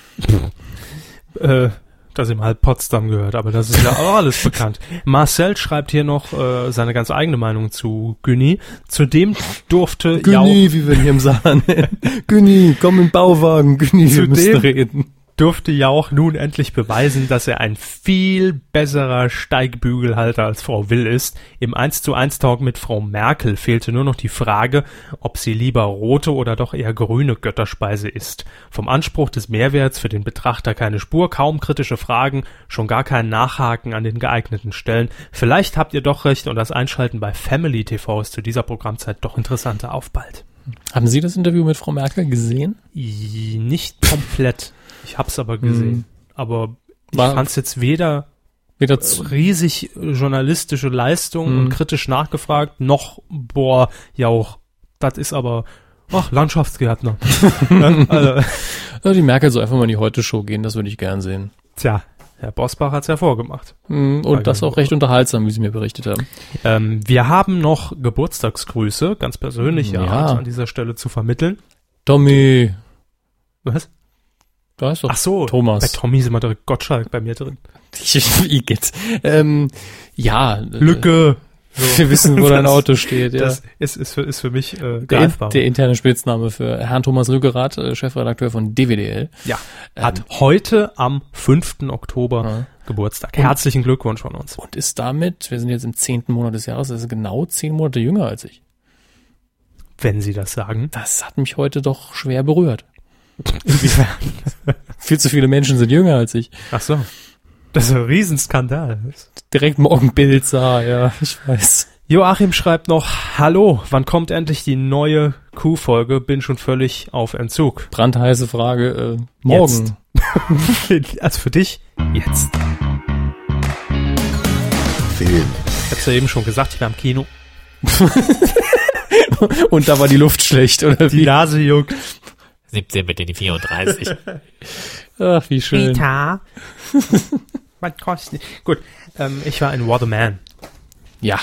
A: Dass ihm halt Potsdam gehört, aber das ist ja auch alles bekannt. Marcel schreibt hier noch seine ganz eigene Meinung zu Günni. Zudem durfte Jauch...
B: Günni, wie wir hier im Saarland nennen. Günni, komm im Bauwagen, Günni, wir müssen reden.
A: Durfte Jauch nun endlich beweisen, dass er ein viel besserer Steigbügelhalter als Frau Will ist. Im 1:1 Talk mit Frau Merkel fehlte nur noch die Frage, ob sie lieber rote oder doch eher grüne Götterspeise isst. Vom Anspruch des Mehrwerts für den Betrachter keine Spur, kaum kritische Fragen, schon gar kein Nachhaken an den geeigneten Stellen. Vielleicht habt ihr doch recht und das Einschalten bei Family TV ist zu dieser Programmzeit doch interessanter auf bald.
B: Haben Sie das Interview mit Frau Merkel gesehen?
A: Nicht komplett. Ich hab's aber gesehen. Aber ich fand's jetzt weder riesig journalistische Leistung und kritisch nachgefragt, noch, Jauch, das ist aber, Landschaftsgärtner. Also.
B: Die Merkel soll einfach mal in die Heute-Show gehen, das würde ich gern sehen.
A: Tja, Herr Bosbach hat's ja vorgemacht.
B: Und das auch recht unterhaltsam, wie Sie mir berichtet haben.
A: Wir haben noch Geburtstagsgrüße, ganz persönliche Art an dieser Stelle zu vermitteln.
B: Tommy.
A: Was?
B: Da ist doch
A: Ach so,
B: Thomas.
A: Bei Tommy sind wir direkt Gottschalk bei mir drin.
B: Igitt.
A: Lücke.
B: So. Wir wissen, wo dein Auto steht. Ja.
A: Das ist für mich greifbar.
B: Der interne Spitzname für Herrn Thomas Lückerath, Chefredakteur von DWDL.
A: Ja, hat heute am 5. Oktober Geburtstag. Herzlichen Glückwunsch von uns.
B: Und ist damit, wir sind jetzt im 10. Monat des Jahres, also genau 10 Monate jünger als ich.
A: Wenn Sie das sagen.
B: Das hat mich heute doch schwer berührt.
A: Inwiefern?
B: Viel zu viele Menschen sind jünger als ich.
A: Ach so. Das ist ein Riesenskandal.
B: Direkt morgen Bild sah, ja, ich weiß.
A: Joachim schreibt noch, hallo, wann kommt endlich die neue Q-Folge? Bin schon völlig auf Entzug.
B: Brandheiße Frage, morgen.
A: Jetzt. Also für dich, jetzt.
C: Film.
A: Ich hab's ja eben schon gesagt, ich war im Kino.
B: Und da war die Luft schlecht, oder wie?
A: Die Nase juckt.
B: 17 bitte die 34. Ach, wie schön.
A: Rita. Was kostet? Gut, ich war in War the Man.
B: Ja.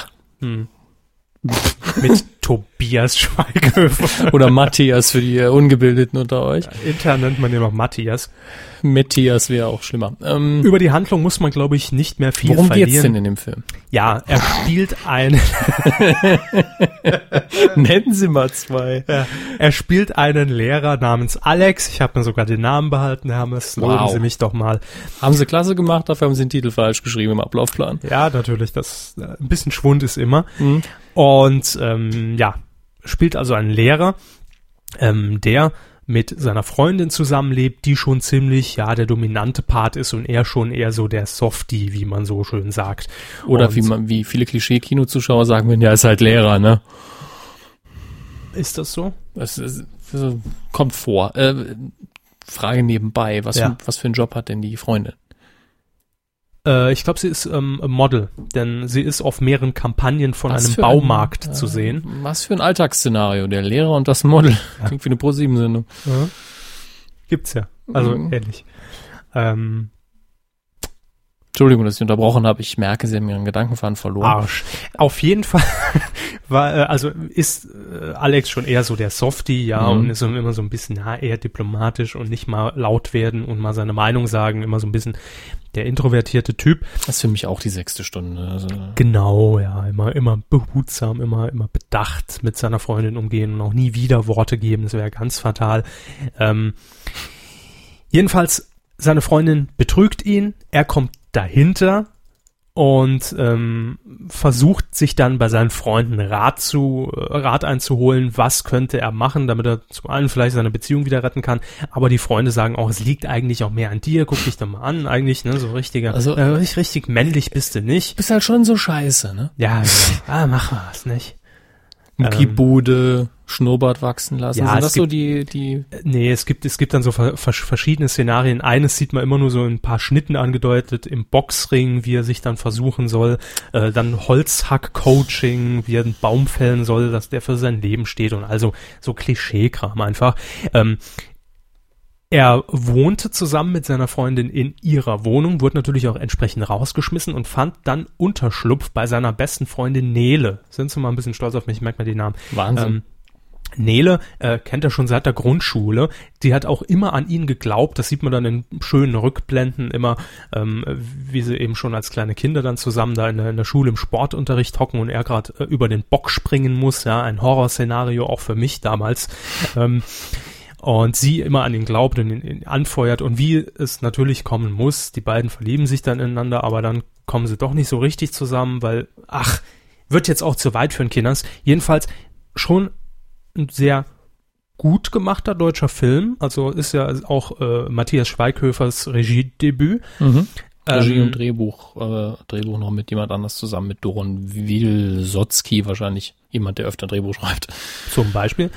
A: Mit Tobias Schweighöfer.
B: Oder Matthias für die Ungebildeten unter euch.
A: Intern nennt man ihn noch Matthias.
B: Matthias wäre auch schlimmer.
A: Über die Handlung muss man, glaube ich, nicht mehr viel
B: verlieren. Worum geht's
A: verlieren.
B: denn in dem Film?
A: Ja, er spielt einen...
B: Nennen Sie mal zwei.
A: Ja, er spielt einen Lehrer namens Alex. Ich habe mir sogar den Namen behalten, Herr Hammes. Loben Sie mich doch mal.
B: Haben Sie klasse gemacht, dafür haben Sie den Titel falsch geschrieben im Ablaufplan.
A: Ja, natürlich. Das ein bisschen Schwund ist immer. Und spielt also einen Lehrer, der mit seiner Freundin zusammenlebt, die schon ziemlich, der dominante Part ist und er schon eher so der Softie, wie man so schön sagt.
B: Oder wie viele Klischee-Kinozuschauer sagen würden, ja, ist halt Lehrer, ne?
A: Ist das so?
B: Das kommt vor. Frage nebenbei, was für einen Job hat denn die Freundin?
A: Ich glaube, sie ist Model, denn sie ist auf mehreren Kampagnen von einem Baumarkt zu sehen.
B: Was für ein Alltagsszenario, der Lehrer und das Model. Ja. Klingt wie eine Pro-7-Sendung.
A: Ja. Gibt's ja, also ähnlich.
B: Entschuldigung, dass ich unterbrochen habe. Ich merke, Sie haben Ihren Gedankenfaden verloren.
A: Arsch. Auf jeden Fall ist Alex schon eher so der Softie, ja, und ist immer so ein bisschen eher diplomatisch und nicht mal laut werden und mal seine Meinung sagen, immer so ein bisschen der introvertierte Typ.
B: Das ist für mich auch die 6. Stunde. Also.
A: Genau, ja, immer behutsam, immer bedacht mit seiner Freundin umgehen und auch nie wieder Worte geben, das wäre ganz fatal. Jedenfalls, seine Freundin betrügt ihn, er kommt dahinter und versucht sich dann bei seinen Freunden Rat einzuholen, was könnte er machen, damit er zum einen vielleicht seine Beziehung wieder retten kann, aber die Freunde sagen auch, es liegt eigentlich auch mehr an dir, guck dich doch mal an, eigentlich, ne, so richtig männlich bist du nicht.
B: Bist halt schon so scheiße, ne?
A: Ja, mach was, nicht?
B: Muckibude, Schnurrbart wachsen lassen.
A: Ja,
B: sind das so die?
A: Nee, es gibt dann so verschiedene Szenarien. Eines sieht man immer nur so in ein paar Schnitten angedeutet im Boxring, wie er sich dann versuchen soll. Dann Holzhack-Coaching, wie er einen Baum fällen soll, dass der für sein Leben steht und also so Klischeekram einfach. Er wohnte zusammen mit seiner Freundin in ihrer Wohnung, wurde natürlich auch entsprechend rausgeschmissen und fand dann Unterschlupf bei seiner besten Freundin Nele. Sind Sie mal ein bisschen stolz auf mich, merkt man den Namen.
B: Wahnsinn.
A: Nele kennt er schon seit der Grundschule. Die hat auch immer an ihn geglaubt. Das sieht man dann in schönen Rückblenden immer, wie sie eben schon als kleine Kinder dann zusammen da in der Schule im Sportunterricht hocken und er gerade über den Bock springen muss. Ja, ein Horrorszenario auch für mich damals. Und sie immer an ihn glaubt und ihn anfeuert und wie es natürlich kommen muss, die beiden verlieben sich dann ineinander, aber dann kommen sie doch nicht so richtig zusammen, weil, wird jetzt auch zu weit für ein Kinders. Jedenfalls schon ein sehr gut gemachter deutscher Film, also ist ja auch Matthias Schweighöfers Regiedebüt.
B: Regie und Drehbuch noch mit jemand anders zusammen, mit Doron Wilsotzki wahrscheinlich, jemand, der öfter ein Drehbuch schreibt.
A: Zum Beispiel.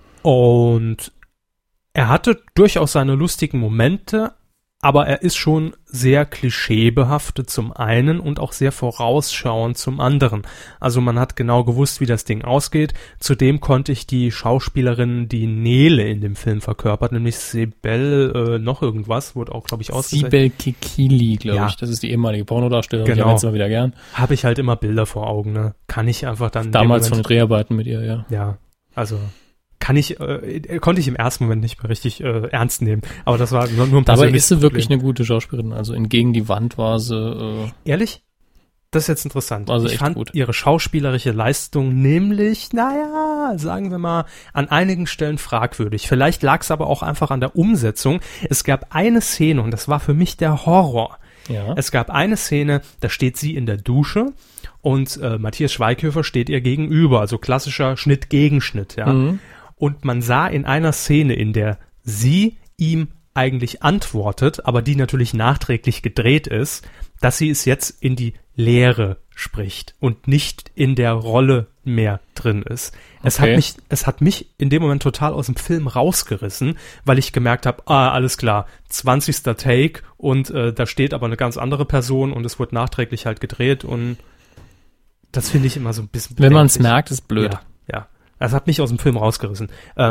A: Und er hatte durchaus seine lustigen Momente, aber er ist schon sehr klischeebehaftet zum einen und auch sehr vorausschauend zum anderen. Also man hat genau gewusst, wie das Ding ausgeht. Zudem konnte ich die Schauspielerin, die Nele in dem Film verkörpert, nämlich Sibel noch irgendwas, wurde auch, glaube ich, ausgezeichnet.
B: Sibel Kekili, glaube ich. Das ist die ehemalige Pornodarstellerin.
A: Genau.
B: Ich immer wieder gern.
A: Habe ich halt immer Bilder vor Augen, ne? Kann ich einfach dann...
B: Damals von den Dreharbeiten mit ihr, ja.
A: Ja, also... konnte ich im ersten Moment nicht mehr richtig ernst nehmen. Aber das war nur ein
B: Dabei ist sie wirklich eine gute Schauspielerin. Also in Gegen die Wand war sie...
A: Ehrlich? Das ist jetzt interessant.
B: Also
A: ich fand gut. Ihre schauspielerische Leistung nämlich, sagen wir mal, an einigen Stellen fragwürdig. Vielleicht lag es aber auch einfach an der Umsetzung. Es gab eine Szene, und das war für mich der Horror.
B: Ja.
A: Es gab eine Szene, da steht sie in der Dusche und Matthias Schweighöfer steht ihr gegenüber. Also klassischer Schnitt-Gegenschnitt, ja.
B: Mhm.
A: Und man sah in einer Szene, in der sie ihm eigentlich antwortet, aber die natürlich nachträglich gedreht ist, dass sie es jetzt in die Leere spricht und nicht in der Rolle mehr drin ist.
B: Okay.
A: Es hat mich in dem Moment total aus dem Film rausgerissen, weil ich gemerkt habe, alles klar, 20. Take und da steht aber eine ganz andere Person und es wird nachträglich halt gedreht und das finde ich immer so ein bisschen
B: bedenklich. Wenn man es merkt, ist blöd.
A: Ja. Das hat mich aus dem Film rausgerissen.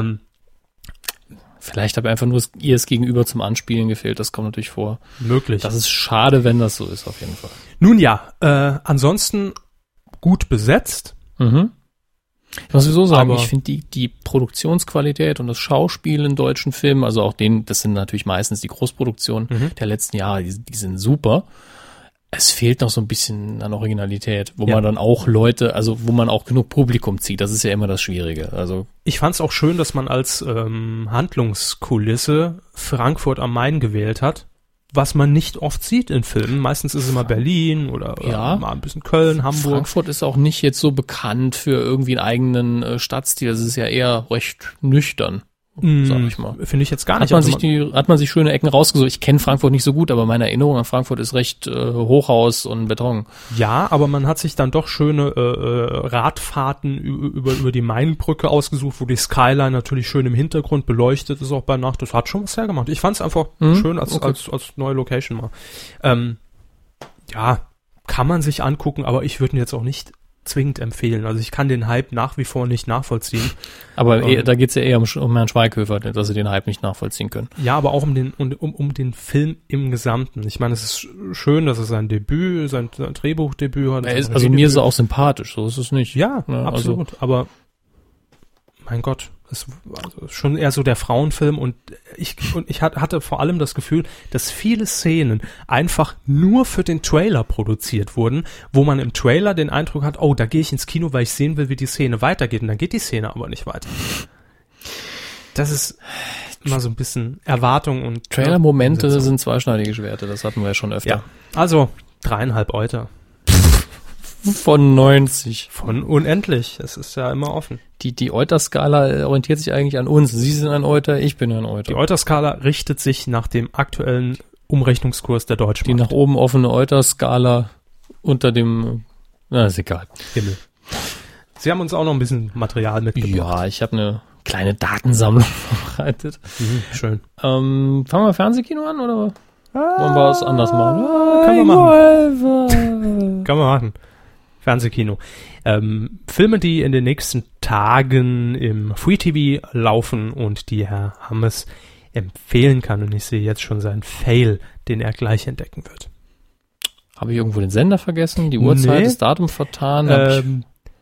B: Vielleicht habe einfach nur ihr es gegenüber zum Anspielen gefehlt. Das kommt natürlich vor.
A: Möglich.
B: Das ist schade, wenn das so ist, auf jeden Fall.
A: Nun ja, ansonsten gut besetzt.
B: Mhm. Ich muss sowieso sagen, ich finde die Produktionsqualität und das Schauspiel in deutschen Filmen, also auch das sind natürlich meistens die Großproduktionen der letzten Jahre, die sind super. Es fehlt noch so ein bisschen an Originalität, wo man dann auch wo man auch genug Publikum zieht. Das ist ja immer das Schwierige. Also
A: ich fand es auch schön, dass man als Handlungskulisse Frankfurt am Main gewählt hat, was man nicht oft sieht in Filmen. Meistens ist es immer Berlin oder mal ein bisschen Köln, Hamburg.
B: Frankfurt ist auch nicht jetzt so bekannt für irgendwie einen eigenen Stadtstil. Das ist ja eher recht nüchtern. Sag ich mal.
A: Finde ich jetzt gar nicht.
B: Hat man sich schöne Ecken rausgesucht. Ich kenne Frankfurt nicht so gut, aber meine Erinnerung an Frankfurt ist recht Hochhaus und Beton.
A: Ja, aber man hat sich dann doch schöne Radfahrten über die Mainbrücke ausgesucht, wo die Skyline natürlich schön im Hintergrund beleuchtet ist, auch bei Nacht. Das hat schon was hergemacht. Ich fand es einfach schön als neue Location mal. ja, kann man sich angucken, aber ich würde ihn jetzt auch nicht zwingend empfehlen. Also ich kann den Hype nach wie vor nicht nachvollziehen.
B: Aber da geht's ja eher um Herrn Schweighöfer, dass sie den Hype nicht nachvollziehen können.
A: Ja, aber auch um den Film im Gesamten. Ich meine, es ist schön, dass er sein Drehbuchdebüt hat.
B: Also mir ist er auch sympathisch, so ist es nicht.
A: Ja, absolut. Also, aber mein Gott, es war schon eher so der Frauenfilm und ich hatte vor allem das Gefühl, dass viele Szenen einfach nur für den Trailer produziert wurden, wo man im Trailer den Eindruck hat, oh, da gehe ich ins Kino, weil ich sehen will, wie die Szene weitergeht, und dann geht die Szene aber nicht weiter. Das ist immer so ein bisschen Erwartung und
B: Trailer-Momente sind zweischneidige Schwerte, das hatten wir ja schon öfter.
A: Ja, also 3,5 Euter.
B: Von 90.
A: Von unendlich. Es ist ja immer offen.
B: Die Euter-Skala orientiert sich eigentlich an uns. Sie sind ein Euter, ich bin ein Euter.
A: Die Euter-Skala richtet sich nach dem aktuellen Umrechnungskurs der Deutschen
B: Die nach oben offene Euter-Skala unter dem, ist egal.
A: Himmel. Sie haben uns auch noch ein bisschen Material mitgebracht.
B: Ja, ich habe eine kleine Datensammlung vorbereitet.
A: Schön.
B: Fangen wir Fernsehkino an, oder wollen wir was anders machen?
A: Kann man machen. Fernsehkino. Filme, die in den nächsten Tagen im Free TV laufen und die Herr Hammes empfehlen kann. Und ich sehe jetzt schon seinen Fail, den er gleich entdecken wird.
B: Habe ich irgendwo den Sender vergessen? Die Uhrzeit, das Datum vertan?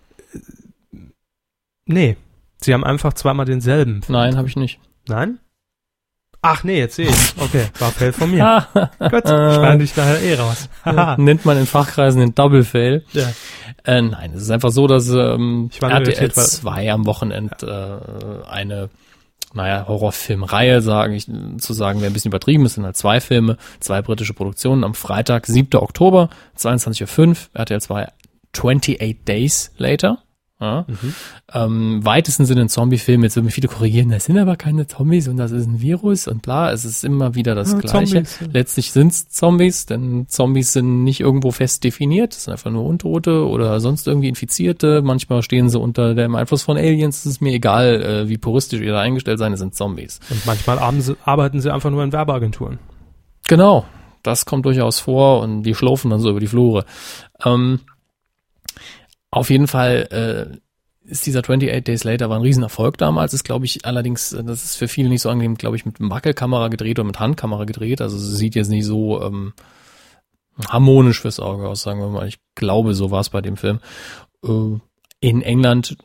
A: Nee. Sie haben einfach zweimal denselben Film.
B: Nein, habe ich nicht.
A: Nein? Ach nee, jetzt sehe ich. Okay, war Fail von mir. Gut, schneide ich nachher raus.
B: Nennt man in Fachkreisen den Double Fail.
A: Ja.
B: Nein, es ist einfach so, dass RTL 2 am Wochenende eine Horrorfilmreihe, wäre ein bisschen übertrieben, es sind halt 2 Filme, 2 britische Produktionen. Am Freitag, 7. Oktober, 22.05 Uhr, RTL 2 28 Days Later. Ja. Weitesten Sinne ein Zombie-Film, jetzt würden mich viele korrigieren, das sind aber keine Zombies und das ist ein Virus und bla, es ist immer wieder das Gleiche. Zombies. Letztlich sind es Zombies, denn Zombies sind nicht irgendwo fest definiert, es sind einfach nur Untote oder sonst irgendwie Infizierte, manchmal stehen sie unter dem Einfluss von Aliens, es ist mir egal, wie puristisch ihr da eingestellt seid, es sind Zombies.
A: Und manchmal arbeiten sie einfach nur in Werbeagenturen.
B: Genau, das kommt durchaus vor und die schlurfen dann so über die Flure. Auf jeden Fall ist dieser 28 Days Later war ein Riesenerfolg damals, ist glaube ich allerdings, das ist für viele nicht so angenehm, glaube ich, mit Wackelkamera gedreht oder mit Handkamera gedreht, also es sieht jetzt nicht so harmonisch fürs Auge aus, sagen wir mal, ich glaube, so war es bei dem Film. In England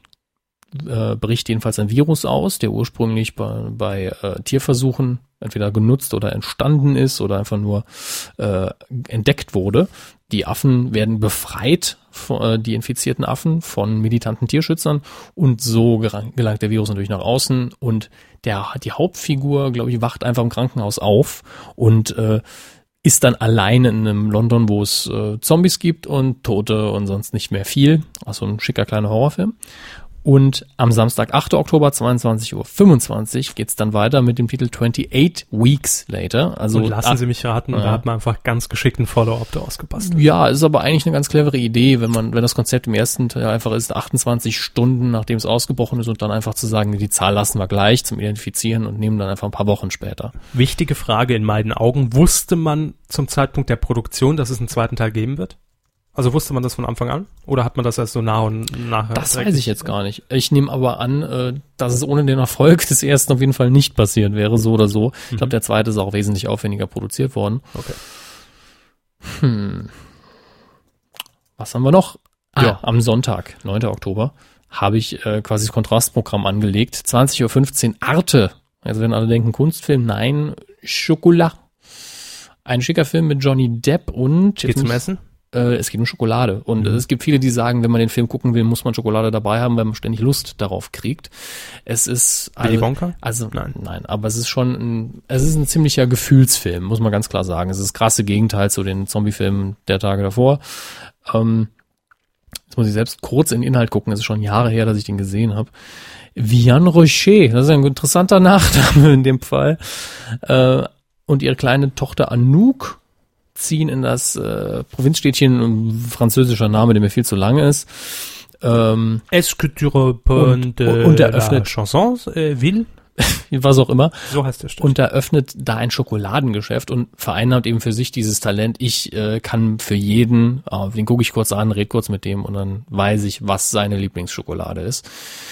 B: bricht jedenfalls ein Virus aus, der ursprünglich bei Tierversuchen entweder genutzt oder entstanden ist oder einfach nur entdeckt wurde. Die Affen werden befreit, die infizierten Affen, von militanten Tierschützern und so gelangt der Virus natürlich nach außen und die Hauptfigur, glaube ich, wacht einfach im Krankenhaus auf und ist dann allein in einem London, wo es Zombies gibt und Tote und sonst nicht mehr viel. Also ein schicker kleiner Horrorfilm. Und am Samstag, 8. Oktober, 22.25 Uhr geht's dann weiter mit dem Titel 28 Weeks Later. Also,
A: und lassen Sie mich raten, da hat man einfach ganz geschickt einen Follow-up draus gepasst.
B: Ja, ist aber eigentlich eine ganz clevere Idee, wenn das Konzept im ersten Teil einfach ist, 28 Stunden, nachdem es ausgebrochen ist und dann einfach zu sagen, die Zahl lassen wir gleich zum Identifizieren und nehmen dann einfach ein paar Wochen später.
A: Wichtige Frage in meinen Augen. Wusste man zum Zeitpunkt der Produktion, dass es einen zweiten Teil geben wird? Also wusste man das von Anfang an? Oder hat man das erst so nach und nachher?
B: Das weiß ich jetzt gar nicht. Ich nehme aber an, dass es ohne den Erfolg des ersten auf jeden Fall nicht passiert wäre, so oder so. Ich glaube, der zweite ist auch wesentlich aufwendiger produziert worden.
A: Okay.
B: Was haben wir noch? Am Sonntag, 9. Oktober, habe ich quasi das Kontrastprogramm angelegt. 20.15 Uhr Arte. Also wenn alle denken Kunstfilm, nein, Chocolat. Ein schicker Film mit Johnny Depp und...
A: Geht zum Essen?
B: Es geht um Schokolade. Und es gibt viele, die sagen, wenn man den Film gucken will, muss man Schokolade dabei haben, weil man ständig Lust darauf kriegt. Es ist...
A: Willy Wonka?
B: Also, nein, aber es ist schon ein ziemlicher Gefühlsfilm, muss man ganz klar sagen. Es ist das krasse Gegenteil zu den Zombie-Filmen der Tage davor. Jetzt muss ich selbst kurz in den Inhalt gucken. Es ist schon Jahre her, dass ich den gesehen habe. Viviane Rocher, das ist ein interessanter Nachname in dem Fall. Und ihre kleine Tochter Anouk ziehen in das Provinzstädtchen, ein französischer Name, der mir viel zu lang ist.
A: Est-ce que tu reprends
B: und eröffnet
A: Chansons, Ville?
B: was auch immer.
A: So heißt der Stift.
B: Und eröffnet da ein Schokoladengeschäft und vereinnahmt eben für sich dieses Talent. Ich kann für jeden, den gucke ich kurz an, red kurz mit dem und dann weiß ich, was seine Lieblingsschokolade ist.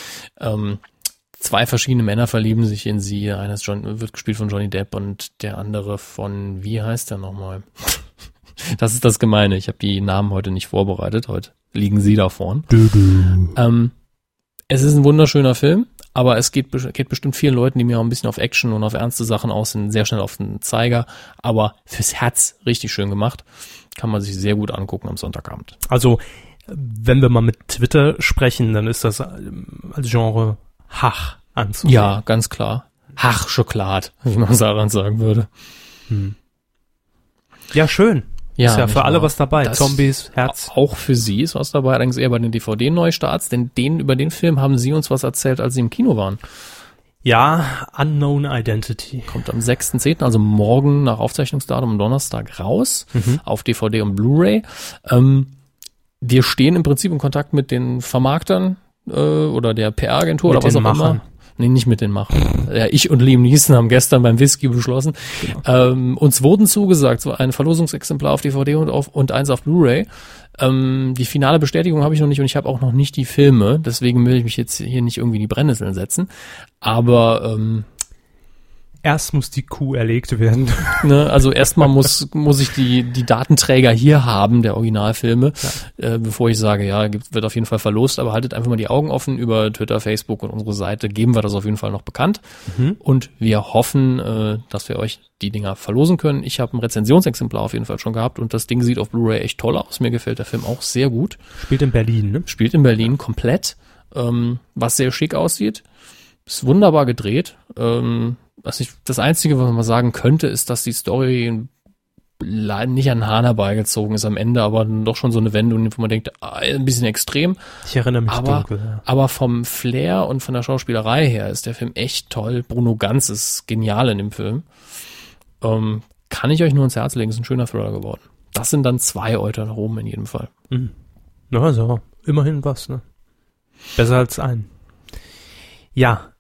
B: 2 verschiedene Männer verlieben sich in sie. Einer wird gespielt von Johnny Depp und der andere von, wie heißt der nochmal? Das ist das Gemeine. Ich habe die Namen heute nicht vorbereitet. Heute liegen sie da vorn. Es ist ein wunderschöner Film, aber es geht bestimmt vielen Leuten, die mir auch ein bisschen auf Action und auf ernste Sachen aus sind, sehr schnell auf den Zeiger. Aber fürs Herz richtig schön gemacht. Kann man sich sehr gut angucken am Sonntagabend.
A: Also, wenn wir mal mit Twitter sprechen, dann ist das als Genre Hach anzusehen.
B: Ja, ganz klar. Hach Schokolade, wie man daran sagen würde.
A: Ja, schön.
B: Ja,
A: ist ja für alle was dabei.
B: Das
A: Zombies, Herz.
B: Auch für sie ist was dabei, allerdings eher bei den DVD-Neustarts, denn über den Film haben sie uns was erzählt, als sie im Kino waren.
A: Ja, Unknown Identity.
B: Kommt am 6.10., also morgen nach Aufzeichnungsdatum am Donnerstag raus, auf DVD und Blu-ray. Wir stehen im Prinzip in Kontakt mit den Vermarktern oder der PR-Agentur oder was auch immer. Nee, nicht mit den Machern. Ja, ich und Liam Neeson haben gestern beim Whisky beschlossen. Genau. Uns wurden zugesagt, so ein Verlosungsexemplar auf DVD und eins auf Blu-ray. Die finale Bestätigung habe ich noch nicht und ich habe auch noch nicht die Filme. Deswegen will ich mich jetzt hier nicht irgendwie in die Brennnesseln setzen. Aber
A: erst muss die Kuh erlegt werden.
B: Ne, also erstmal muss ich die Datenträger hier haben, der Originalfilme, bevor ich sage, ja, wird auf jeden Fall verlost, aber haltet einfach mal die Augen offen über Twitter, Facebook und unsere Seite, geben wir das auf jeden Fall noch bekannt. Und wir hoffen, dass wir euch die Dinger verlosen können. Ich habe ein Rezensionsexemplar auf jeden Fall schon gehabt und das Ding sieht auf Blu-ray echt toll aus. Mir gefällt der Film auch sehr gut.
A: Spielt in Berlin, ne?
B: Spielt in Berlin komplett, was sehr schick aussieht. Ist wunderbar gedreht. Das Einzige, was man mal sagen könnte, ist, dass die Story nicht an den Hahn herbeigezogen ist am Ende, aber doch schon so eine Wendung, wo man denkt, ein bisschen extrem.
A: Ich erinnere mich dunkel. Ja.
B: Aber vom Flair und von der Schauspielerei her ist der Film echt toll. Bruno Ganz ist genial in dem Film. Kann ich euch nur ins Herz legen, ist ein schöner Thriller geworden. Das sind dann 2 Euter nach oben in jedem Fall.
A: Na, also, immerhin was, ne? Besser als ein. Ja,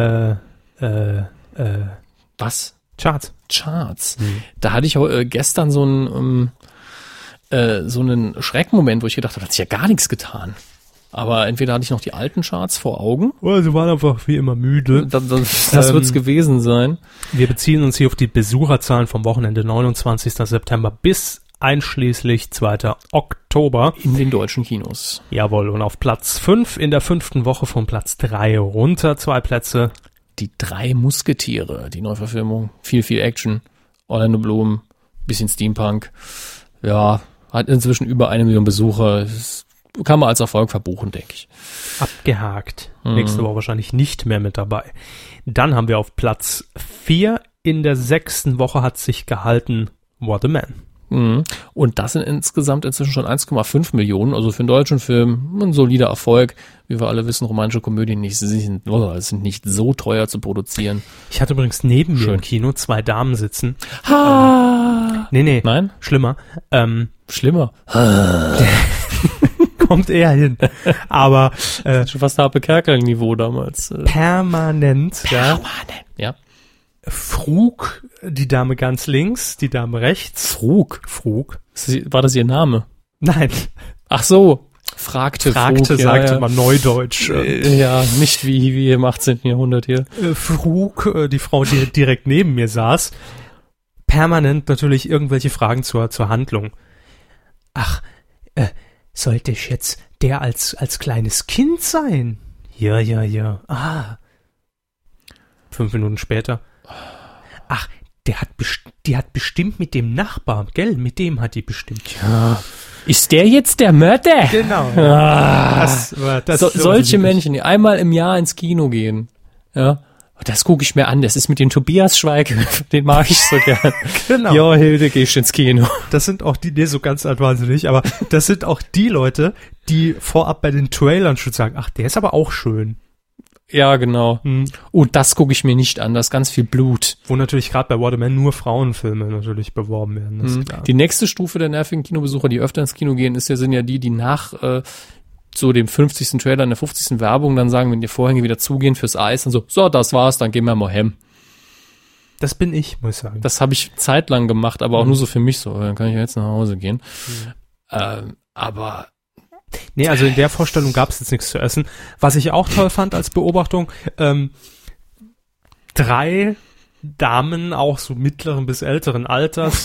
B: was?
A: Charts.
B: Da hatte ich gestern so einen Schreckmoment, wo ich gedacht habe, hat sich ja gar nichts getan. Aber entweder hatte ich noch die alten Charts vor Augen.
A: Oder sie waren einfach wie immer müde.
B: Das wird's gewesen sein.
A: Wir beziehen uns hier auf die Besucherzahlen vom Wochenende 29. September bis einschließlich 2. Oktober.
B: In den deutschen Kinos.
A: Jawohl, und auf Platz 5 in der 5. Woche von Platz 3 runter 2 Plätze.
B: Die 3 Musketiere, die Neuverfilmung. Viel Action. Orlando Bloom, bisschen Steampunk. Ja, hat inzwischen über 1 Million Besucher. Das kann man als Erfolg verbuchen, denke ich.
A: Abgehakt. Nächste Woche wahrscheinlich nicht mehr mit dabei. Dann haben wir auf Platz 4 in der 6. Woche hat sich gehalten What a Man.
B: Und das sind insgesamt inzwischen schon 1,5 Millionen, also für einen deutschen Film ein solider Erfolg. Wie wir alle wissen, romantische Komödien sind nicht so teuer zu produzieren.
A: Ich hatte übrigens neben mir im Kino 2 Damen sitzen.
B: Nee. Nein?
A: Schlimmer.
B: Schlimmer?
A: Kommt eher hin. Aber
B: das ist schon fast Harpe Kerkeling-Niveau damals.
A: Permanent. Ja.
B: Frug,
A: die Dame ganz links, die Dame rechts.
B: Frug. War das ihr Name?
A: Nein.
B: Ach so. Fragte,
A: sagte man neudeutsch.
B: Ja, nicht wie im 18. Jahrhundert hier.
A: Frug, die Frau, die direkt neben mir saß, permanent natürlich irgendwelche Fragen zur Handlung. Ach, sollte ich jetzt der als kleines Kind sein? Ja. 5 Minuten später. Ach, die hat bestimmt mit dem Nachbar, gell? Mit dem hat die bestimmt.
B: Ja. Ist der jetzt der Mörder?
A: Genau.
B: Solche Menschen, die einmal im Jahr ins Kino gehen. Ja. Das gucke ich mir an. Das ist mit dem Tobias Schweiger. Den mag ich so gern.
A: Genau.
B: Ja, Hilde, geh ich ins Kino.
A: Das sind auch die, so ganz alt waren sie nicht, aber das sind auch die Leute, die vorab bei den Trailern schon sagen, ach, der ist aber auch schön.
B: Ja, genau. Und das gucke ich mir nicht an, da ist ganz viel Blut.
A: Wo natürlich gerade bei What a Man nur Frauenfilme natürlich beworben werden.
B: Die nächste Stufe der nervigen Kinobesucher, die öfter ins Kino gehen, sind ja die nach so dem 50. Trailer, in der 50. Werbung dann sagen, wenn die Vorhänge wieder zugehen fürs Eis, dann so, das war's, dann gehen wir mal heim.
A: Das bin ich, muss ich sagen.
B: Das habe ich zeitlang gemacht, aber auch nur so für mich so, dann kann ich jetzt nach Hause gehen. Aber
A: nee, also in der Vorstellung gab es jetzt nichts zu essen. Was ich auch toll fand als Beobachtung, 3 Damen, auch so mittleren bis älteren Alters,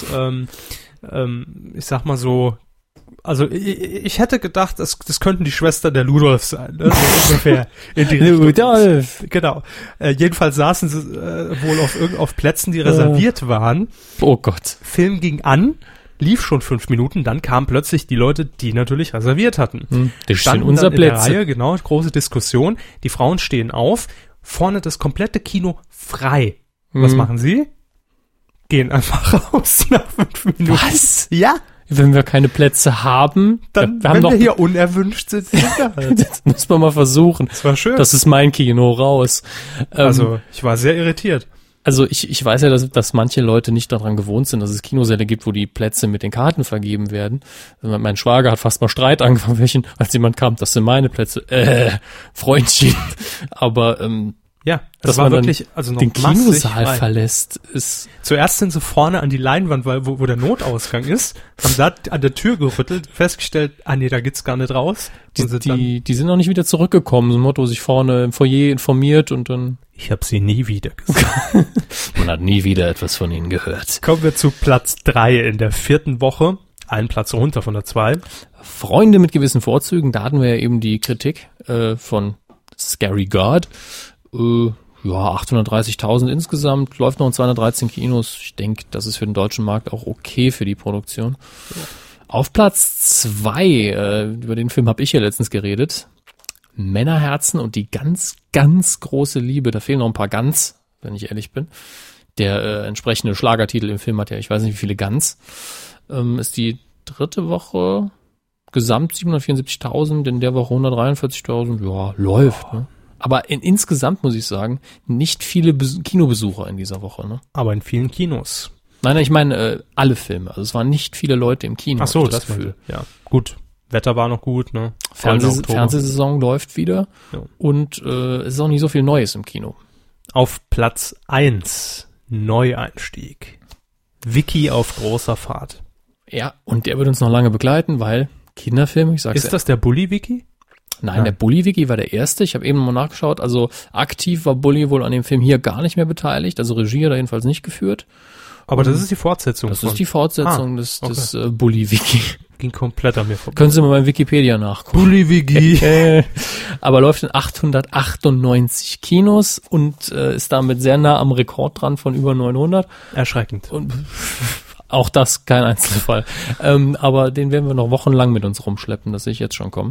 A: ich sag mal so, also ich hätte gedacht, das könnten die Schwestern der Ludolf sein, ne? So ungefähr in die Richtung.
B: Ludolf!
A: Genau. Jedenfalls saßen sie wohl auf Plätzen, die reserviert waren.
B: Oh Gott.
A: Film ging an, lief schon 5 Minuten, dann kamen plötzlich die Leute, die natürlich reserviert hatten.
B: Das stehen unser Plätze.
A: In der Reihe, genau, große Diskussion. Die Frauen stehen auf, vorne das komplette Kino frei. Was machen sie? Gehen einfach raus nach 5 Minuten.
B: Was?
A: Ja.
B: Wenn wir keine Plätze haben,
A: dann
B: wir haben
A: wenn wir hier unerwünscht sind,
B: das muss man mal versuchen.
A: Das war schön.
B: Das ist mein Kino, raus.
A: Also, ich war sehr irritiert.
B: Also ich weiß ja, dass manche Leute nicht daran gewohnt sind, dass es Kinosäle gibt, wo die Plätze mit den Karten vergeben werden. Also mein Schwager hat fast mal Streit angefangen, als jemand kam, das sind meine Plätze. Freundchen. Aber
A: ja,
B: dass
A: war
B: man
A: wirklich, also noch
B: den Kinosaal verlässt, ist...
A: Zuerst sind sie vorne an die Leinwand, wo der Notausgang ist, haben da an der Tür gerüttelt, festgestellt, nee, da geht's gar nicht raus.
B: Die sind noch nicht wieder zurückgekommen, so ein Motto, sich vorne im Foyer informiert und dann...
A: Ich habe sie nie wieder gesehen.
B: Man hat nie wieder etwas von ihnen gehört.
A: Kommen wir zu Platz 3 in der 4. Woche. Einen Platz runter von der 2.
B: Freunde mit gewissen Vorzügen, da hatten wir ja eben die Kritik von Scary God. Ja, 830.000 insgesamt, läuft noch in 213 Kinos. Ich denke, das ist für den deutschen Markt auch okay für die Produktion. Ja. Auf Platz 2, über den Film habe ich ja letztens geredet, Männerherzen und die ganz, ganz große Liebe. Da fehlen noch ein paar Ganz, wenn ich ehrlich bin. Der entsprechende Schlagertitel im Film hat ja, ich weiß nicht wie viele Ganz. Ist die 3. Woche, gesamt 774.000, in der Woche 143.000. Ja, läuft, ne? Aber insgesamt muss ich sagen, nicht viele Kinobesucher in dieser Woche, ne?
A: Aber in vielen Kinos.
B: Nein, ich meine alle Filme. Also es waren nicht viele Leute im Kino.
A: Ach so, das Gefühl. Ja, gut. Wetter war noch gut, ne?
B: Fernsehsaison läuft wieder. Ja. Und es ist auch nicht so viel Neues im Kino.
A: Auf Platz 1, Neueinstieg. Vicky auf großer Fahrt.
B: Ja, und der wird uns noch lange begleiten, weil Kinderfilm, ich sag's.
A: Ist das der Bully-Vicky?
B: Nein, der Bully-Wiki war der erste. Ich habe eben mal nachgeschaut. Also aktiv war Bully wohl an dem Film hier gar nicht mehr beteiligt. Also Regie hat er jedenfalls nicht geführt.
A: Aber das ist die Fortsetzung.
B: Das ist die Fortsetzung des Bully-Wiki.
A: Ging komplett an mir vorbei.
B: Können Sie mal beim Wikipedia nachgucken.
A: Bully-Wiki.
B: Aber läuft in 898 Kinos und ist damit sehr nah am Rekord dran von über 900.
A: Erschreckend.
B: Und auch das kein Einzelfall. Aber den werden wir noch wochenlang mit uns rumschleppen, das sehe ich jetzt schon kommen.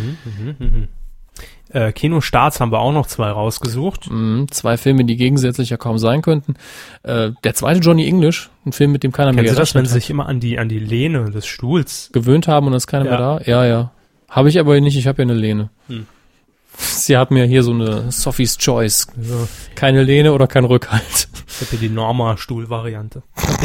A: Kinostarts haben wir auch noch 2 rausgesucht.
B: 2 Filme, die gegensätzlicher kaum sein könnten. Der zweite Johnny English, ein Film, mit dem keiner mehr gerechnet hat.
A: Wenn sie sich immer an die Lehne des Stuhls
B: gewöhnt haben und es ist keiner mehr da? Ja. Habe ich aber nicht, ich habe ja eine Lehne. Sie hat mir hier so eine Sophie's Choice. Ja. Keine Lehne oder kein Rückhalt.
A: Ich habe hier die Norma-Stuhl-Variante.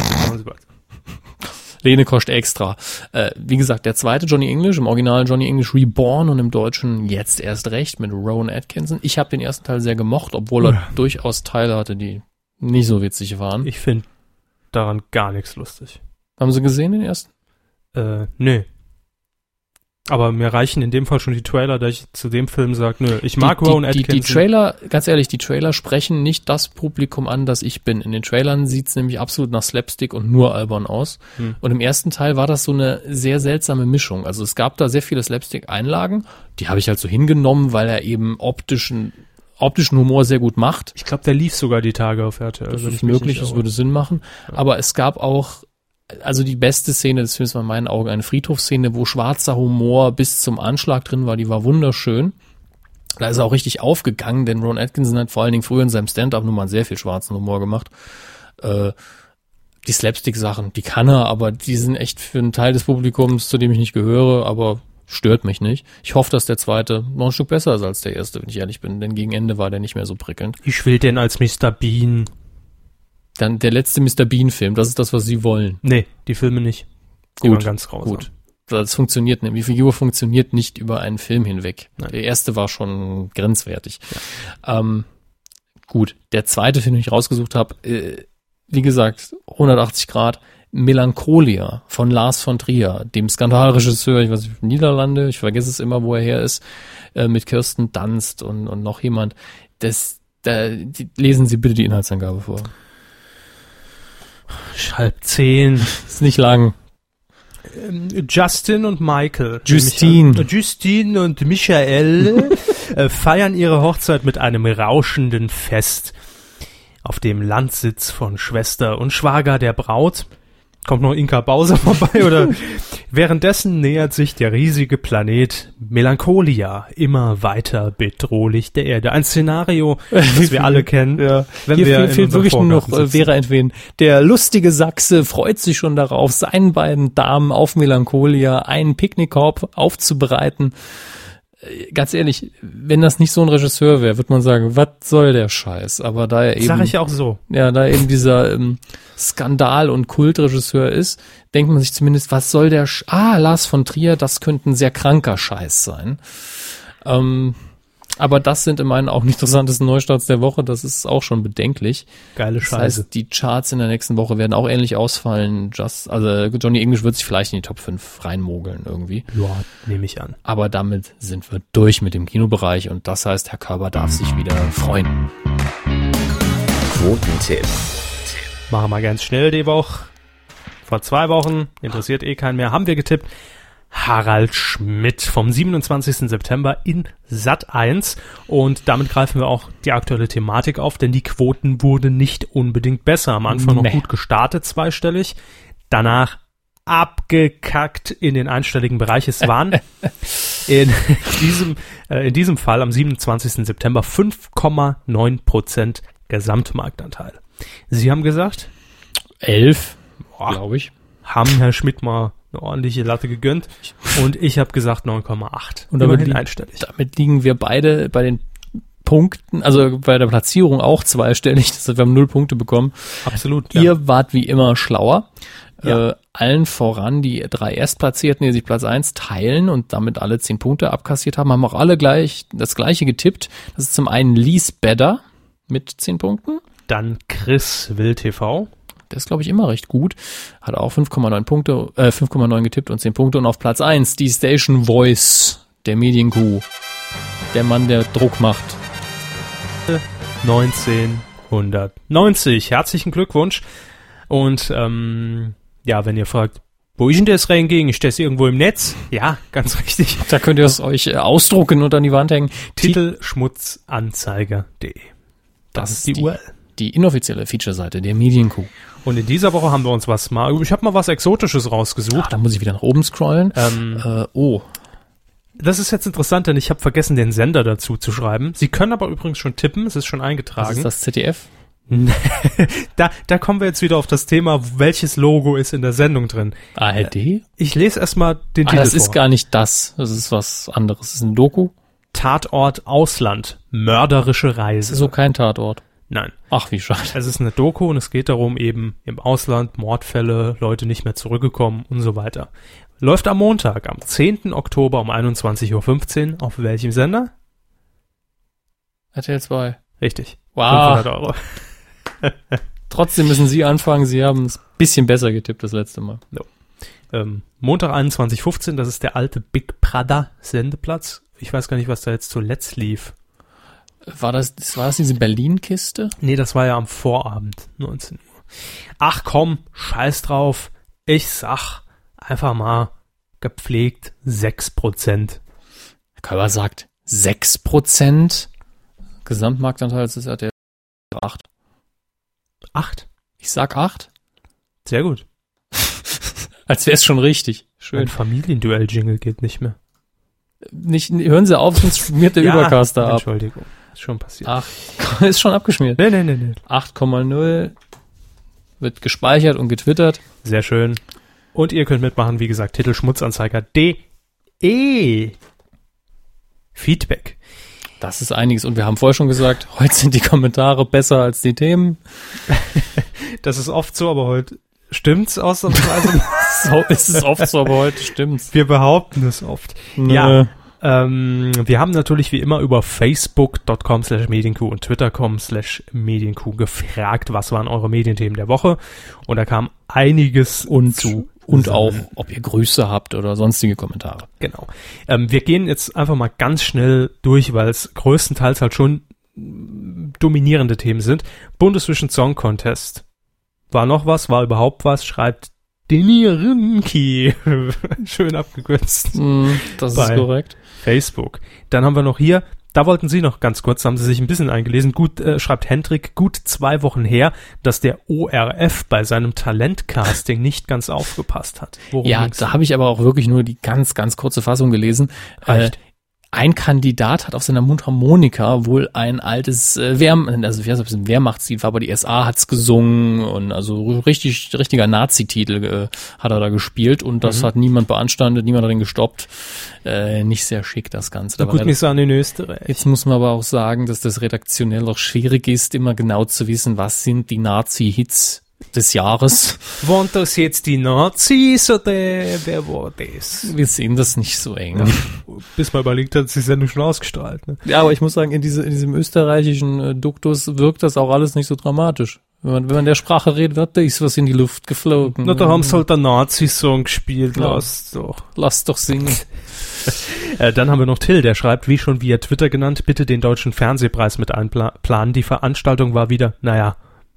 B: Lehne kostet extra. Wie gesagt, der zweite Johnny English, im Original Johnny English Reborn und im Deutschen jetzt erst recht mit Rowan Atkinson. Ich habe den ersten Teil sehr gemocht, obwohl er durchaus Teile hatte, die nicht so witzig waren.
A: Ich finde daran gar nichts lustig.
B: Haben Sie gesehen, den ersten?
A: Nö. Aber mir reichen in dem Fall schon die Trailer, da ich zu dem Film sage, nö, ich mag Rowan Atkinson.
B: Die Trailer, ganz ehrlich, die Trailer sprechen nicht das Publikum an, das ich bin. In den Trailern sieht's nämlich absolut nach Slapstick und nur albern aus. Und im ersten Teil war das so eine sehr seltsame Mischung. Also es gab da sehr viele Slapstick-Einlagen, die habe ich halt so hingenommen, weil er eben optischen Humor sehr gut macht.
A: Ich glaube, der lief sogar die Tage auf RTL.
B: Das ist möglich, das würde Sinn machen. Ja. Aber es gab auch, also die beste Szene des Films war in meinen Augen eine Friedhofsszene, wo schwarzer Humor bis zum Anschlag drin war, die war wunderschön. Da ist er auch richtig aufgegangen, denn Rowan Atkinson hat vor allen Dingen früher in seinem Stand-Up-Nummern sehr viel schwarzen Humor gemacht. Die Slapstick-Sachen, die kann er, aber die sind echt für einen Teil des Publikums, zu dem ich nicht gehöre, aber stört mich nicht. Ich hoffe, dass der zweite noch ein Stück besser ist als der erste, wenn ich ehrlich bin, denn gegen Ende war der nicht mehr so prickelnd.
A: Ich will den als Mr. Bean.
B: Dann der letzte Mr. Bean-Film, das ist das, was Sie wollen.
A: Nee, die Filme nicht. Die
B: gut,
A: waren ganz grausam. Gut.
B: Das funktioniert nicht. Die Figur funktioniert nicht über einen Film hinweg.
A: Nein.
B: Der erste war schon grenzwertig. Ja. Gut, der zweite Film, den ich rausgesucht habe, wie gesagt, 180 Grad, Melancholia von Lars von Trier, dem Skandalregisseur, ich weiß nicht, Niederlande, ich vergesse es immer, wo er her ist, mit Kirsten Dunst und noch jemand. Lesen Sie bitte die Inhaltsangabe vor.
A: 9:30.
B: Ist nicht lang.
A: Justin und Michael.
B: Justine
A: und Michael feiern ihre Hochzeit mit einem rauschenden Fest auf dem Landsitz von Schwester und Schwager der Braut. Kommt noch Inka Bauser vorbei oder? Währenddessen nähert sich der riesige Planet Melancholia immer weiter bedrohlich der Erde. Ein Szenario, das wir alle kennen.
B: Ja.
A: Wenn
B: Hier
A: wir
B: fehlt wirklich nur noch Vera Entwen. Der lustige Sachse freut sich schon darauf, seinen beiden Damen auf Melancholia einen Picknickkorb aufzubereiten. Ganz ehrlich, wenn das nicht so ein Regisseur wäre, würde man sagen, was soll der Scheiß? Aber da er eben,
A: sag ich auch so.
B: Ja, da eben dieser Skandal- und Kultregisseur ist, denkt man sich zumindest, was soll der Lars von Trier, das könnte ein sehr kranker Scheiß sein. Aber das sind in meinen Augen die interessantesten Neustarts der Woche, das ist auch schon bedenklich.
A: Geile Scheiße.
B: Das heißt, die Charts in der nächsten Woche werden auch ähnlich ausfallen. Also Johnny English wird sich vielleicht in die Top 5 reinmogeln irgendwie.
A: Ja, nehme ich an.
B: Aber damit sind wir durch mit dem Kinobereich und das heißt, Herr Körber darf sich wieder freuen.
C: Quotentipp.
A: Machen wir ganz schnell die Woche. Vor 2 Wochen, interessiert keinen mehr, haben wir getippt. Harald Schmidt vom 27. September in Sat.1 und damit greifen wir auch die aktuelle Thematik auf, denn die Quoten wurden nicht unbedingt besser. Am Anfang noch gut gestartet, zweistellig, danach abgekackt in den einstelligen Bereich. Es waren in diesem Fall am 27. September 5,9% Gesamtmarktanteil. Sie haben gesagt?
B: 11, glaube ich.
A: Haben Herr Schmidt mal eine ordentliche Latte gegönnt und ich habe gesagt 9,8.
B: Und damit liegen wir beide bei den Punkten, also bei der Platzierung auch zweistellig, das heißt, wir haben 0 Punkte bekommen.
A: Absolut.
B: Ihr wart wie immer schlauer.
A: Ja.
B: Allen voran die 3 Erstplatzierten, die sich Platz 1 teilen und damit alle 10 Punkte abkassiert haben auch alle gleich das gleiche getippt. Das ist zum einen Lies Bedder mit 10 Punkten.
A: Dann Chris Will TV.
B: Der ist, glaube ich, immer recht gut. Hat auch 5,9 getippt und 10 Punkte. Und auf Platz 1 die Station Voice, der Medienkuh. Der Mann, der Druck macht.
A: 1990. Herzlichen Glückwunsch. Und wenn ihr fragt, wo ist denn das Ranking? Ist das irgendwo im Netz? Ja, ganz richtig.
B: Da könnt ihr es euch ausdrucken und an die Wand hängen.
A: Titelschmutzanzeiger.de. Das ist die URL.
B: Die inoffizielle Feature-Seite der Medienkuh.
A: Und in dieser Woche haben wir uns ich habe mal was Exotisches rausgesucht.
B: Da muss ich wieder nach oben scrollen.
A: Das ist jetzt interessant, denn ich habe vergessen, den Sender dazu zu schreiben. Sie können aber übrigens schon tippen, es ist schon eingetragen.
B: Das ist das ZDF?
A: Da kommen wir jetzt wieder auf das Thema, welches Logo ist in der Sendung drin.
B: ARD?
A: Ich lese erstmal den Titel
B: das
A: vor.
B: Ist gar nicht das ist was anderes. Das ist ein Doku.
A: Tatort Ausland, mörderische Reise.
B: Das ist so kein Tatort.
A: Nein.
B: Ach, wie schade.
A: Es ist eine Doku und es geht darum, eben im Ausland, Mordfälle, Leute nicht mehr zurückgekommen und so weiter. Läuft am Montag, am 10. Oktober um 21.15 Uhr. Auf welchem Sender?
B: RTL 2.
A: Richtig.
B: Wow.
A: 500 Euro.
B: Trotzdem müssen Sie anfangen. Sie haben es ein bisschen besser getippt das letzte Mal.
A: No. Montag 21.15 Uhr, das ist der alte Big Brother Sendeplatz. Ich weiß gar nicht, was da jetzt zuletzt lief.
B: War das diese Berlin-Kiste?
A: Nee, das war ja am Vorabend, 19 Uhr. Ach komm, scheiß drauf. Ich sag einfach mal gepflegt 6%.
B: Körber sagt 6%. Gesamtmarktanteil ist RTL 8.
A: 8?
B: Ich sag 8.
A: Sehr gut.
B: Als wäre es schon richtig. Schön.
A: Ein Familienduell-Jingle geht nicht mehr.
B: Hören Sie auf, sonst schmiert der Übercaster ab.
A: Entschuldigung, ist schon passiert.
B: Ach, ist schon abgeschmiert.
A: Nee.
B: 8,0 wird gespeichert und getwittert.
A: Sehr schön. Und ihr könnt mitmachen, wie gesagt, Titelschmutzanzeiger.de. Feedback.
B: Das ist einiges. Und wir haben vorher schon gesagt, heute sind die Kommentare besser als die Themen.
A: Das ist oft so, aber heute Stimmt's ausnahmsweise?
B: So ist es oft so, aber heute stimmt's.
A: Wir behaupten es oft.
B: Nee.
A: Ja. Wir haben natürlich wie immer über facebook.com/medienkuh und twitter.com/medienkuh gefragt, was waren eure Medienthemen der Woche, und da kam einiges zu.
B: Und auch, ob ihr Grüße habt oder sonstige Kommentare.
A: Genau. Wir gehen jetzt einfach mal ganz schnell durch, weil es größtenteils halt schon dominierende Themen sind. Bundesvision Song Contest. War noch was? War überhaupt was? Schreibt Denirinki. Schön abgekürzt.
B: Das ist korrekt.
A: Facebook. Dann haben wir noch hier, da wollten Sie noch ganz kurz, da haben Sie sich ein bisschen eingelesen, schreibt Hendrik, gut 2 Wochen her, dass der ORF bei seinem Talentcasting nicht ganz aufgepasst hat.
B: Worum ging's? Da habe ich aber auch wirklich nur die ganz, ganz kurze Fassung gelesen. Ein Kandidat hat auf seiner Mundharmonika wohl ein altes Wehrmachtslied war, aber die SA hat's gesungen und also richtiger Nazi-Titel hat er da gespielt und das hat niemand beanstandet, niemand hat ihn gestoppt. Nicht sehr schick, das Ganze.
A: Da gut, nicht so an in Österreich.
B: Jetzt muss man aber auch sagen, dass das redaktionell auch schwierig ist, immer genau zu wissen, was sind die Nazi-Hits des Jahres.
A: Waren das jetzt die Nazis oder wer war das?
B: Wir sehen das nicht so eng.
A: Ja, bis man überlegt hat, ist die Sendung schon ausgestrahlt. Ne?
B: Ja, aber ich muss sagen, in diesem österreichischen Duktus wirkt das auch alles nicht so dramatisch. Wenn man der Sprache redet, da ist was in die Luft geflogen.
A: Na, da haben sie halt einen Nazi-Song gespielt. Ja.
B: Lass doch singen.
A: Dann haben wir noch Till, der schreibt, wie schon via Twitter genannt, bitte den Deutschen Fernsehpreis mit einplanen. Die Veranstaltung war wieder, naja.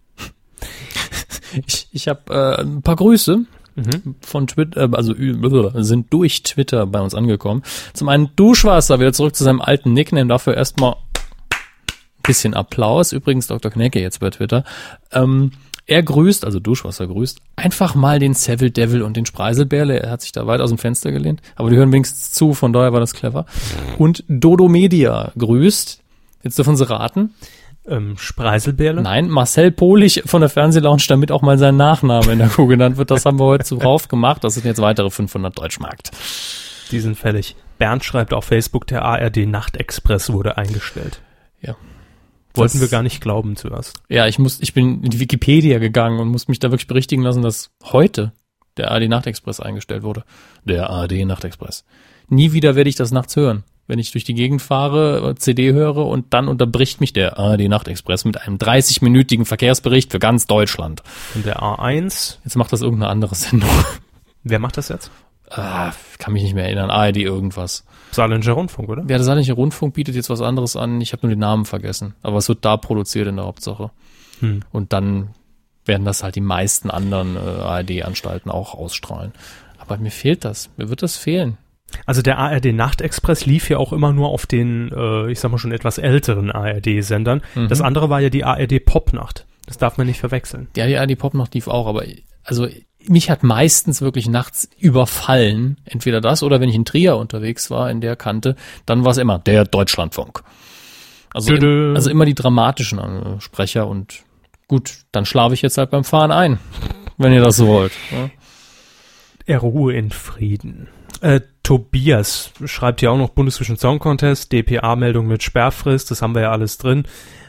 B: Ich habe ein paar Grüße von Twitter, sind durch Twitter bei uns angekommen. Zum einen Duschwasser, wieder zurück zu seinem alten Nickname, dafür erstmal ein bisschen Applaus. Übrigens Dr. Knecke jetzt bei Twitter. Er grüßt, also Duschwasser grüßt, einfach mal den Seville Devil und den Spreiselbärle. Er hat sich da weit aus dem Fenster gelehnt, aber die hören wenigstens zu, von daher war das clever. Und Dodo Media grüßt, jetzt dürfen Sie raten.
A: Spreiselbärle?
B: Nein, Marcel Pohlich von der Fernsehlounge, damit auch mal sein Nachname in der Kuh genannt wird. Das haben wir heute drauf gemacht. Das sind jetzt weitere 500 Deutschmark.
A: Die sind fällig. Bernd schreibt auf Facebook, der ARD Nachtexpress wurde eingestellt.
B: Ja.
A: Wollten wir gar nicht glauben zuerst.
B: Ja, ich bin in die Wikipedia gegangen und musste mich da wirklich berichtigen lassen, dass heute der ARD Nachtexpress eingestellt wurde. Der ARD Nachtexpress. Nie wieder werde ich das nachts hören. Wenn ich durch die Gegend fahre, CD höre und dann unterbricht mich der ARD Nachtexpress mit einem 30-minütigen Verkehrsbericht für ganz Deutschland.
A: Und der A1?
B: Jetzt macht das irgendeine andere Sendung.
A: Wer macht das jetzt?
B: Kann mich nicht mehr erinnern. ARD irgendwas.
A: Saarländischer Rundfunk, oder?
B: Ja, der Saarländische Rundfunk bietet jetzt was anderes an. Ich habe nur den Namen vergessen. Aber es wird da produziert in der Hauptsache. Und dann werden das halt die meisten anderen ARD-Anstalten auch ausstrahlen. Aber mir fehlt das. Mir wird das fehlen.
A: Also der ARD Nachtexpress lief ja auch immer nur auf den, ich sag mal schon etwas älteren ARD-Sendern. Das andere war ja die ARD Popnacht. Das darf man nicht verwechseln.
B: Ja, die ARD Popnacht lief auch, aber also mich hat meistens wirklich nachts überfallen. Entweder das oder wenn ich in Trier unterwegs war, in der Kante, dann war es immer der Deutschlandfunk. Also immer die dramatischen Sprecher und gut, dann schlafe ich jetzt halt beim Fahren ein, wenn ihr das so wollt. Ja.
A: Er ruhe in Frieden. Tobias schreibt ja auch noch Bundesvision Song Contest, DPA-Meldung mit Sperrfrist, das haben wir ja alles drin.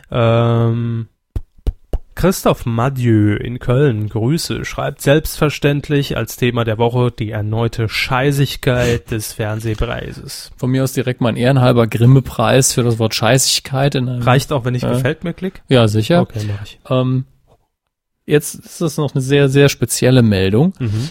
A: Christoph Madieu in Köln, Grüße, schreibt selbstverständlich als Thema der Woche die erneute Scheißigkeit des Fernsehpreises.
B: Von mir aus direkt mal ein ehrenhalber Grimme-Preis für das Wort Scheißigkeit.
A: Reicht auch, wenn ich gefällt mir klick?
B: Ja, sicher.
A: Okay, mach ich.
B: Jetzt ist das noch eine sehr, sehr spezielle Meldung.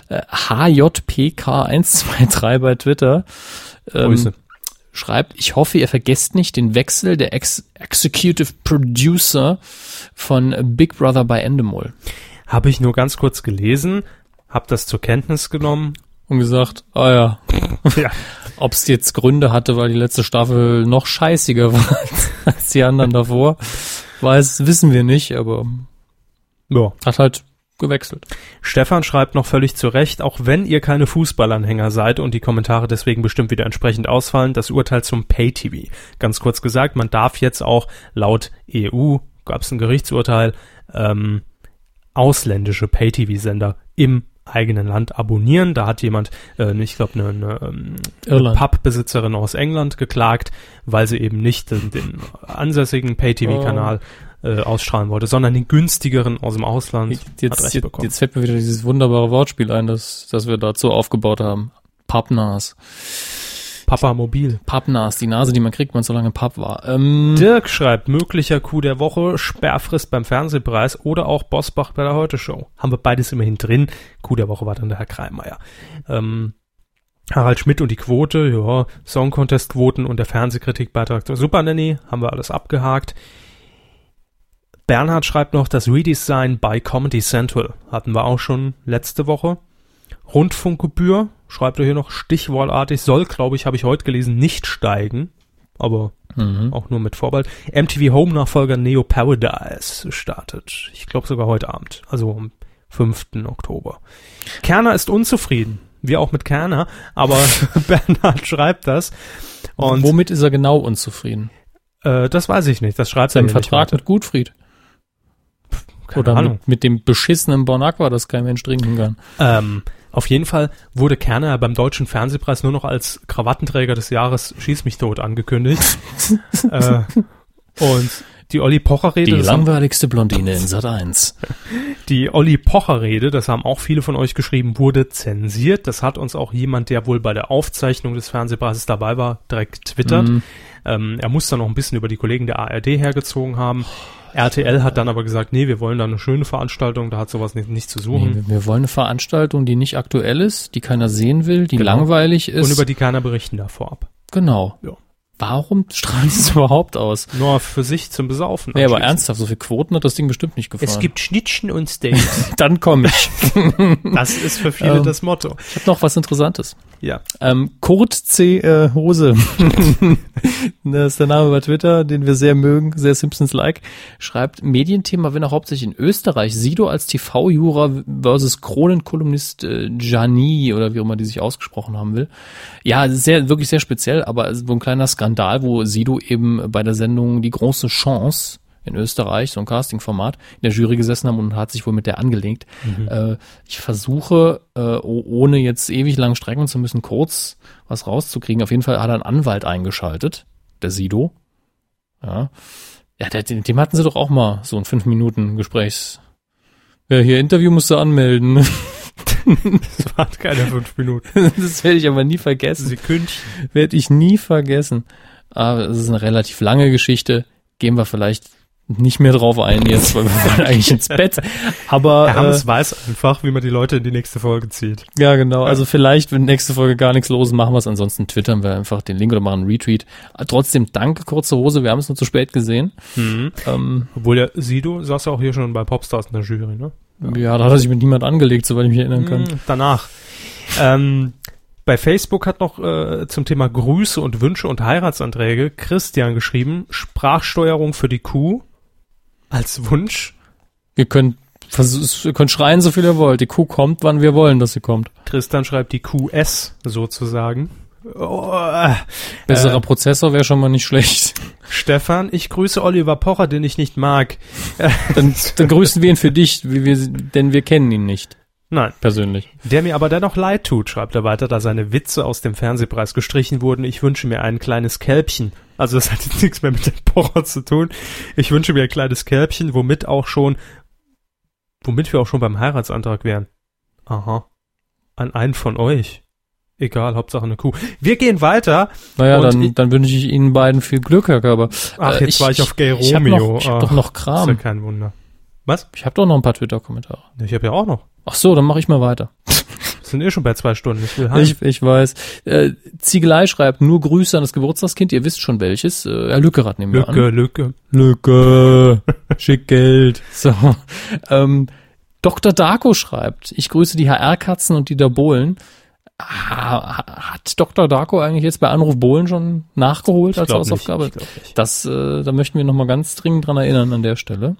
B: HJPK123 bei Twitter schreibt, ich hoffe, ihr vergesst nicht den Wechsel der Executive Producer von Big Brother bei Endemol.
A: Habe ich nur ganz kurz gelesen, habe das zur Kenntnis genommen.
B: Und gesagt, ja. Ob es jetzt Gründe hatte, weil die letzte Staffel noch scheißiger war als die anderen davor, wissen wir nicht, aber ja, hat halt gewechselt.
A: Stefan schreibt noch völlig zu Recht, auch wenn ihr keine Fußballanhänger seid und die Kommentare deswegen bestimmt wieder entsprechend ausfallen, das Urteil zum Pay-TV. Ganz kurz gesagt, man darf jetzt auch laut EU, gab es ein Gerichtsurteil, ausländische Pay-TV-Sender im eigenen Land abonnieren. Da hat jemand, ich glaube, eine Pubbesitzerin aus England geklagt, weil sie eben nicht den ansässigen Pay-TV-Kanal ausstrahlen wollte, sondern den günstigeren aus dem Ausland.
B: Jetzt fällt mir wieder dieses wunderbare Wortspiel ein, das wir dazu aufgebaut haben. Pappnas.
A: Papamobil.
B: Pappnas, die Nase, die man kriegt, wenn man so lange Papp war.
A: Dirk schreibt, möglicher Coup der Woche, Sperrfrist beim Fernsehpreis oder auch Bosbach bei der Heute-Show. Haben wir beides immerhin drin. Coup der Woche war dann der Herr Kreimeier. Harald Schmidt und die Quote, ja, Song-Contest-Quoten und der Fernsehkritikbeitrag zur Super Nanny, haben wir alles abgehakt. Bernhard schreibt noch, das Redesign bei Comedy Central hatten wir auch schon letzte Woche. Rundfunkgebühr, schreibt er hier noch, stichwortartig, soll, glaube ich, habe ich heute gelesen, nicht steigen, aber auch nur mit Vorbehalt. MTV Home-Nachfolger Neo Paradise startet, ich glaube sogar heute Abend, also am 5. Oktober. Kerner ist unzufrieden. Wir auch mit Kerner, aber Bernhard schreibt das.
B: Und womit ist er genau unzufrieden?
A: Das weiß ich nicht, das schreibt er
B: nicht. Sein Vertrag mit Gutfried. Keine Ahnung. Mit dem beschissenen Bon Aqua, das kein Mensch trinken kann.
A: Auf jeden Fall wurde Kerner beim Deutschen Fernsehpreis nur noch als Krawattenträger des Jahres Schieß mich tot angekündigt. Und die Olli Pocher-Rede.
B: Die langweiligste Blondine in Sat.1.
A: Die Olli Pocher-Rede, das haben auch viele von euch geschrieben, wurde zensiert. Das hat uns auch jemand, der wohl bei der Aufzeichnung des Fernsehpreises dabei war, direkt getwittert. Er muss dann noch ein bisschen über die Kollegen der ARD hergezogen haben. RTL hat dann aber gesagt, nee, wir wollen da eine schöne Veranstaltung, da hat sowas nicht zu suchen.
B: Nee, wir wollen eine Veranstaltung, die nicht aktuell ist, die keiner sehen will, die langweilig ist.
A: Und über die keiner berichten da vorab.
B: Genau. Ja. Warum strahlen sie es überhaupt aus?
A: Nur für sich zum Besaufen.
B: Nee, aber ernsthaft, so viel Quoten hat das Ding bestimmt nicht gefallen.
A: Es gibt Schnittchen und Steaks.
B: Dann komme ich.
A: Das ist für viele das Motto.
B: Ich habe noch was Interessantes.
A: Ja.
B: Kurt C. Hose. Das ist der Name bei Twitter, den wir sehr mögen, sehr Simpsons-like. Schreibt, Medienthema, wenn auch hauptsächlich in Österreich. Sido als TV-Jura versus Kronenkolumnist Gianni oder wie auch immer die sich ausgesprochen haben will. Ja, wirklich sehr speziell, aber so ein kleiner Skandal, wo Sido eben bei der Sendung Die große Chance in Österreich, so ein Casting-Format, in der Jury gesessen haben und hat sich wohl mit der angelegt. Ich versuche, ohne jetzt ewig lang strecken zu müssen, kurz was rauszukriegen. Auf jeden Fall hat er einen Anwalt eingeschaltet, der Sido. Ja, dem hatten sie doch auch mal so ein 5-Minuten-Gesprächs. Ja, hier Interview musst du anmelden.
A: Das waren keine 5 Minuten.
B: Das werde ich aber nie vergessen.
A: Sekündchen.
B: Werde ich nie vergessen. Aber es ist eine relativ lange Geschichte. Gehen wir vielleicht nicht mehr drauf ein jetzt, weil wir wollen eigentlich ins Bett. Aber
A: Herr Hammes weiß einfach, wie man die Leute in die nächste Folge zieht.
B: Ja, genau. Also vielleicht, wenn nächste Folge gar nichts los ist, machen wir es. Ansonsten twittern wir einfach den Link oder machen einen Retweet. Trotzdem danke, kurze Hose. Wir haben es nur zu spät gesehen.
A: Obwohl der Sido saß ja auch hier schon bei Popstars in der Jury, ne?
B: Ja, da hat er sich mit niemand angelegt, soweit ich mich erinnern kann.
A: Danach. Bei Facebook hat noch zum Thema Grüße und Wünsche und Heiratsanträge Christian geschrieben, Sprachsteuerung für die Kuh als Wunsch.
B: Ihr könnt schreien, so viel ihr wollt. Die Kuh kommt, wann wir wollen, dass sie kommt.
A: Christian schreibt die QS sozusagen.
B: Besserer Prozessor wäre schon mal nicht schlecht.
A: Stefan, ich grüße Oliver Pocher, den ich nicht mag.
B: Dann grüßen wir ihn für dich, denn wir kennen ihn nicht.
A: Nein.
B: Persönlich.
A: Der mir aber dennoch leid tut, schreibt er weiter, da seine Witze aus dem Fernsehpreis gestrichen wurden. Ich wünsche mir ein kleines Kälbchen. Also das hat jetzt nichts mehr mit dem Pocher zu tun. Ich wünsche mir ein kleines Kälbchen, womit wir auch schon beim Heiratsantrag wären. Aha. An einen von euch. Egal, Hauptsache eine Kuh. Wir gehen weiter.
B: Naja, dann wünsche ich Ihnen beiden viel Glück, Herr Körber.
A: Ach, jetzt war ich auf Gay Romeo.
B: Ich hab doch noch Kram.
A: Ist ja kein Wunder. Was?
B: Ich habe doch noch ein paar Twitter-Kommentare.
A: Ich habe ja auch noch.
B: Ach so, dann mache ich mal weiter.
A: Sind schon bei 2 Stunden. Ich will heim.
B: Ich weiß. Ziegelei schreibt, nur Grüße an das Geburtstagskind. Ihr wisst schon welches. Herr Lückerath nehmen wir an. Lücke. Schick Geld. So. Dr. Darko schreibt, ich grüße die HR-Katzen und die der Bohlen. Hat Dr. Darko eigentlich jetzt bei Anruf Bohlen schon nachgeholt als Hausaufgabe?
A: Nicht.
B: Da möchten wir nochmal ganz dringend dran erinnern an der Stelle.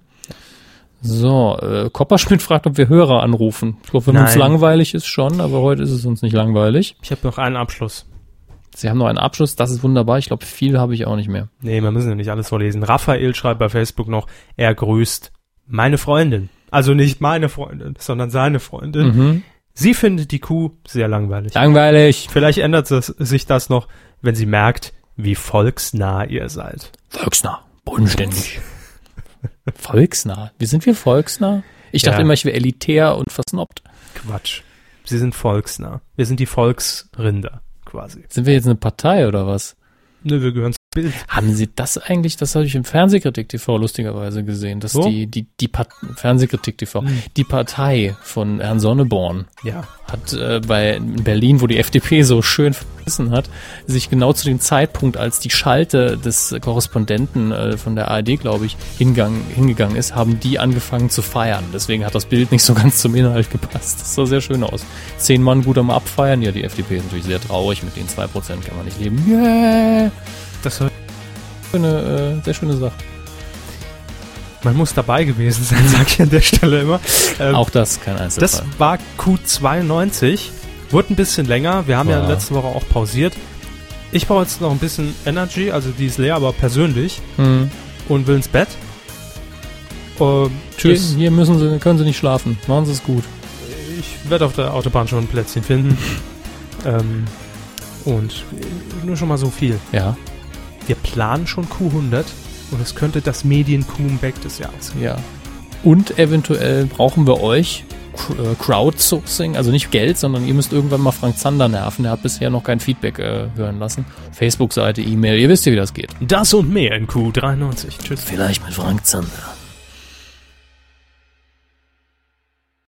B: So, Kopperschmidt fragt, ob wir Hörer anrufen. Ich glaube, wenn uns langweilig ist schon, aber heute ist es uns nicht langweilig.
A: Ich habe noch einen Abschluss.
B: Sie haben noch einen Abschluss, das ist wunderbar. Ich glaube, viel habe ich auch nicht mehr.
A: Nee, wir müssen ja nicht alles vorlesen. Raphael schreibt bei Facebook noch, er grüßt meine Freundin. Also nicht meine Freundin, sondern seine Freundin. Sie findet die Kuh sehr langweilig.
B: Langweilig.
A: Vielleicht ändert sich das noch, wenn sie merkt, wie volksnah ihr seid.
B: Volksnah, bodenständig. Volksnah? Wie sind wir volksnah? Ich dachte immer, ich wäre elitär und versnobbt.
A: Quatsch. Sie sind volksnah. Wir sind die Volksrinder, quasi.
B: Sind wir jetzt eine Partei oder was?
A: Nö, wir gehören zum Bild.
B: Haben Sie das eigentlich, das habe ich im Fernsehkritik TV lustigerweise gesehen, dass Fernsehkritik TV, die Partei von Herrn Sonneborn hat in Berlin, wo die FDP so schön verrissen hat, sich genau zu dem Zeitpunkt, als die Schalte des Korrespondenten von der ARD, glaube ich, hingegangen ist, haben die angefangen zu feiern. Deswegen hat das Bild nicht so ganz zum Inhalt gepasst. Das sah sehr schön aus. 10 Mann gut am Abfeiern. Ja, die FDP ist natürlich sehr traurig. Mit den 2% kann man nicht leben. Yeah! Das war eine sehr schöne Sache.
A: Man muss dabei gewesen sein, sag ich an der Stelle immer.
B: Auch das kein Einzelfall.
A: Das war Q92. Wurde ein bisschen länger. Wir haben ja letzte Woche auch pausiert. Ich brauche jetzt noch ein bisschen Energy, also die ist leer, aber persönlich. Und will ins Bett.
B: Tschüss. Hier können Sie nicht schlafen. Machen Sie es gut.
A: Ich werde auf der Autobahn schon ein Plätzchen finden. Und nur schon mal so viel.
B: Ja.
A: Wir planen schon Q100 und es könnte das Medien-Comeback des Jahres sein.
B: Ja. Und eventuell brauchen wir euch Crowdsourcing, also nicht Geld, sondern ihr müsst irgendwann mal Frank Zander nerven. Der hat bisher noch kein Feedback hören lassen. Facebook-Seite, E-Mail, ihr wisst ja, wie das geht.
A: Das und mehr in Q93. Tschüss.
B: Vielleicht mit Frank Zander.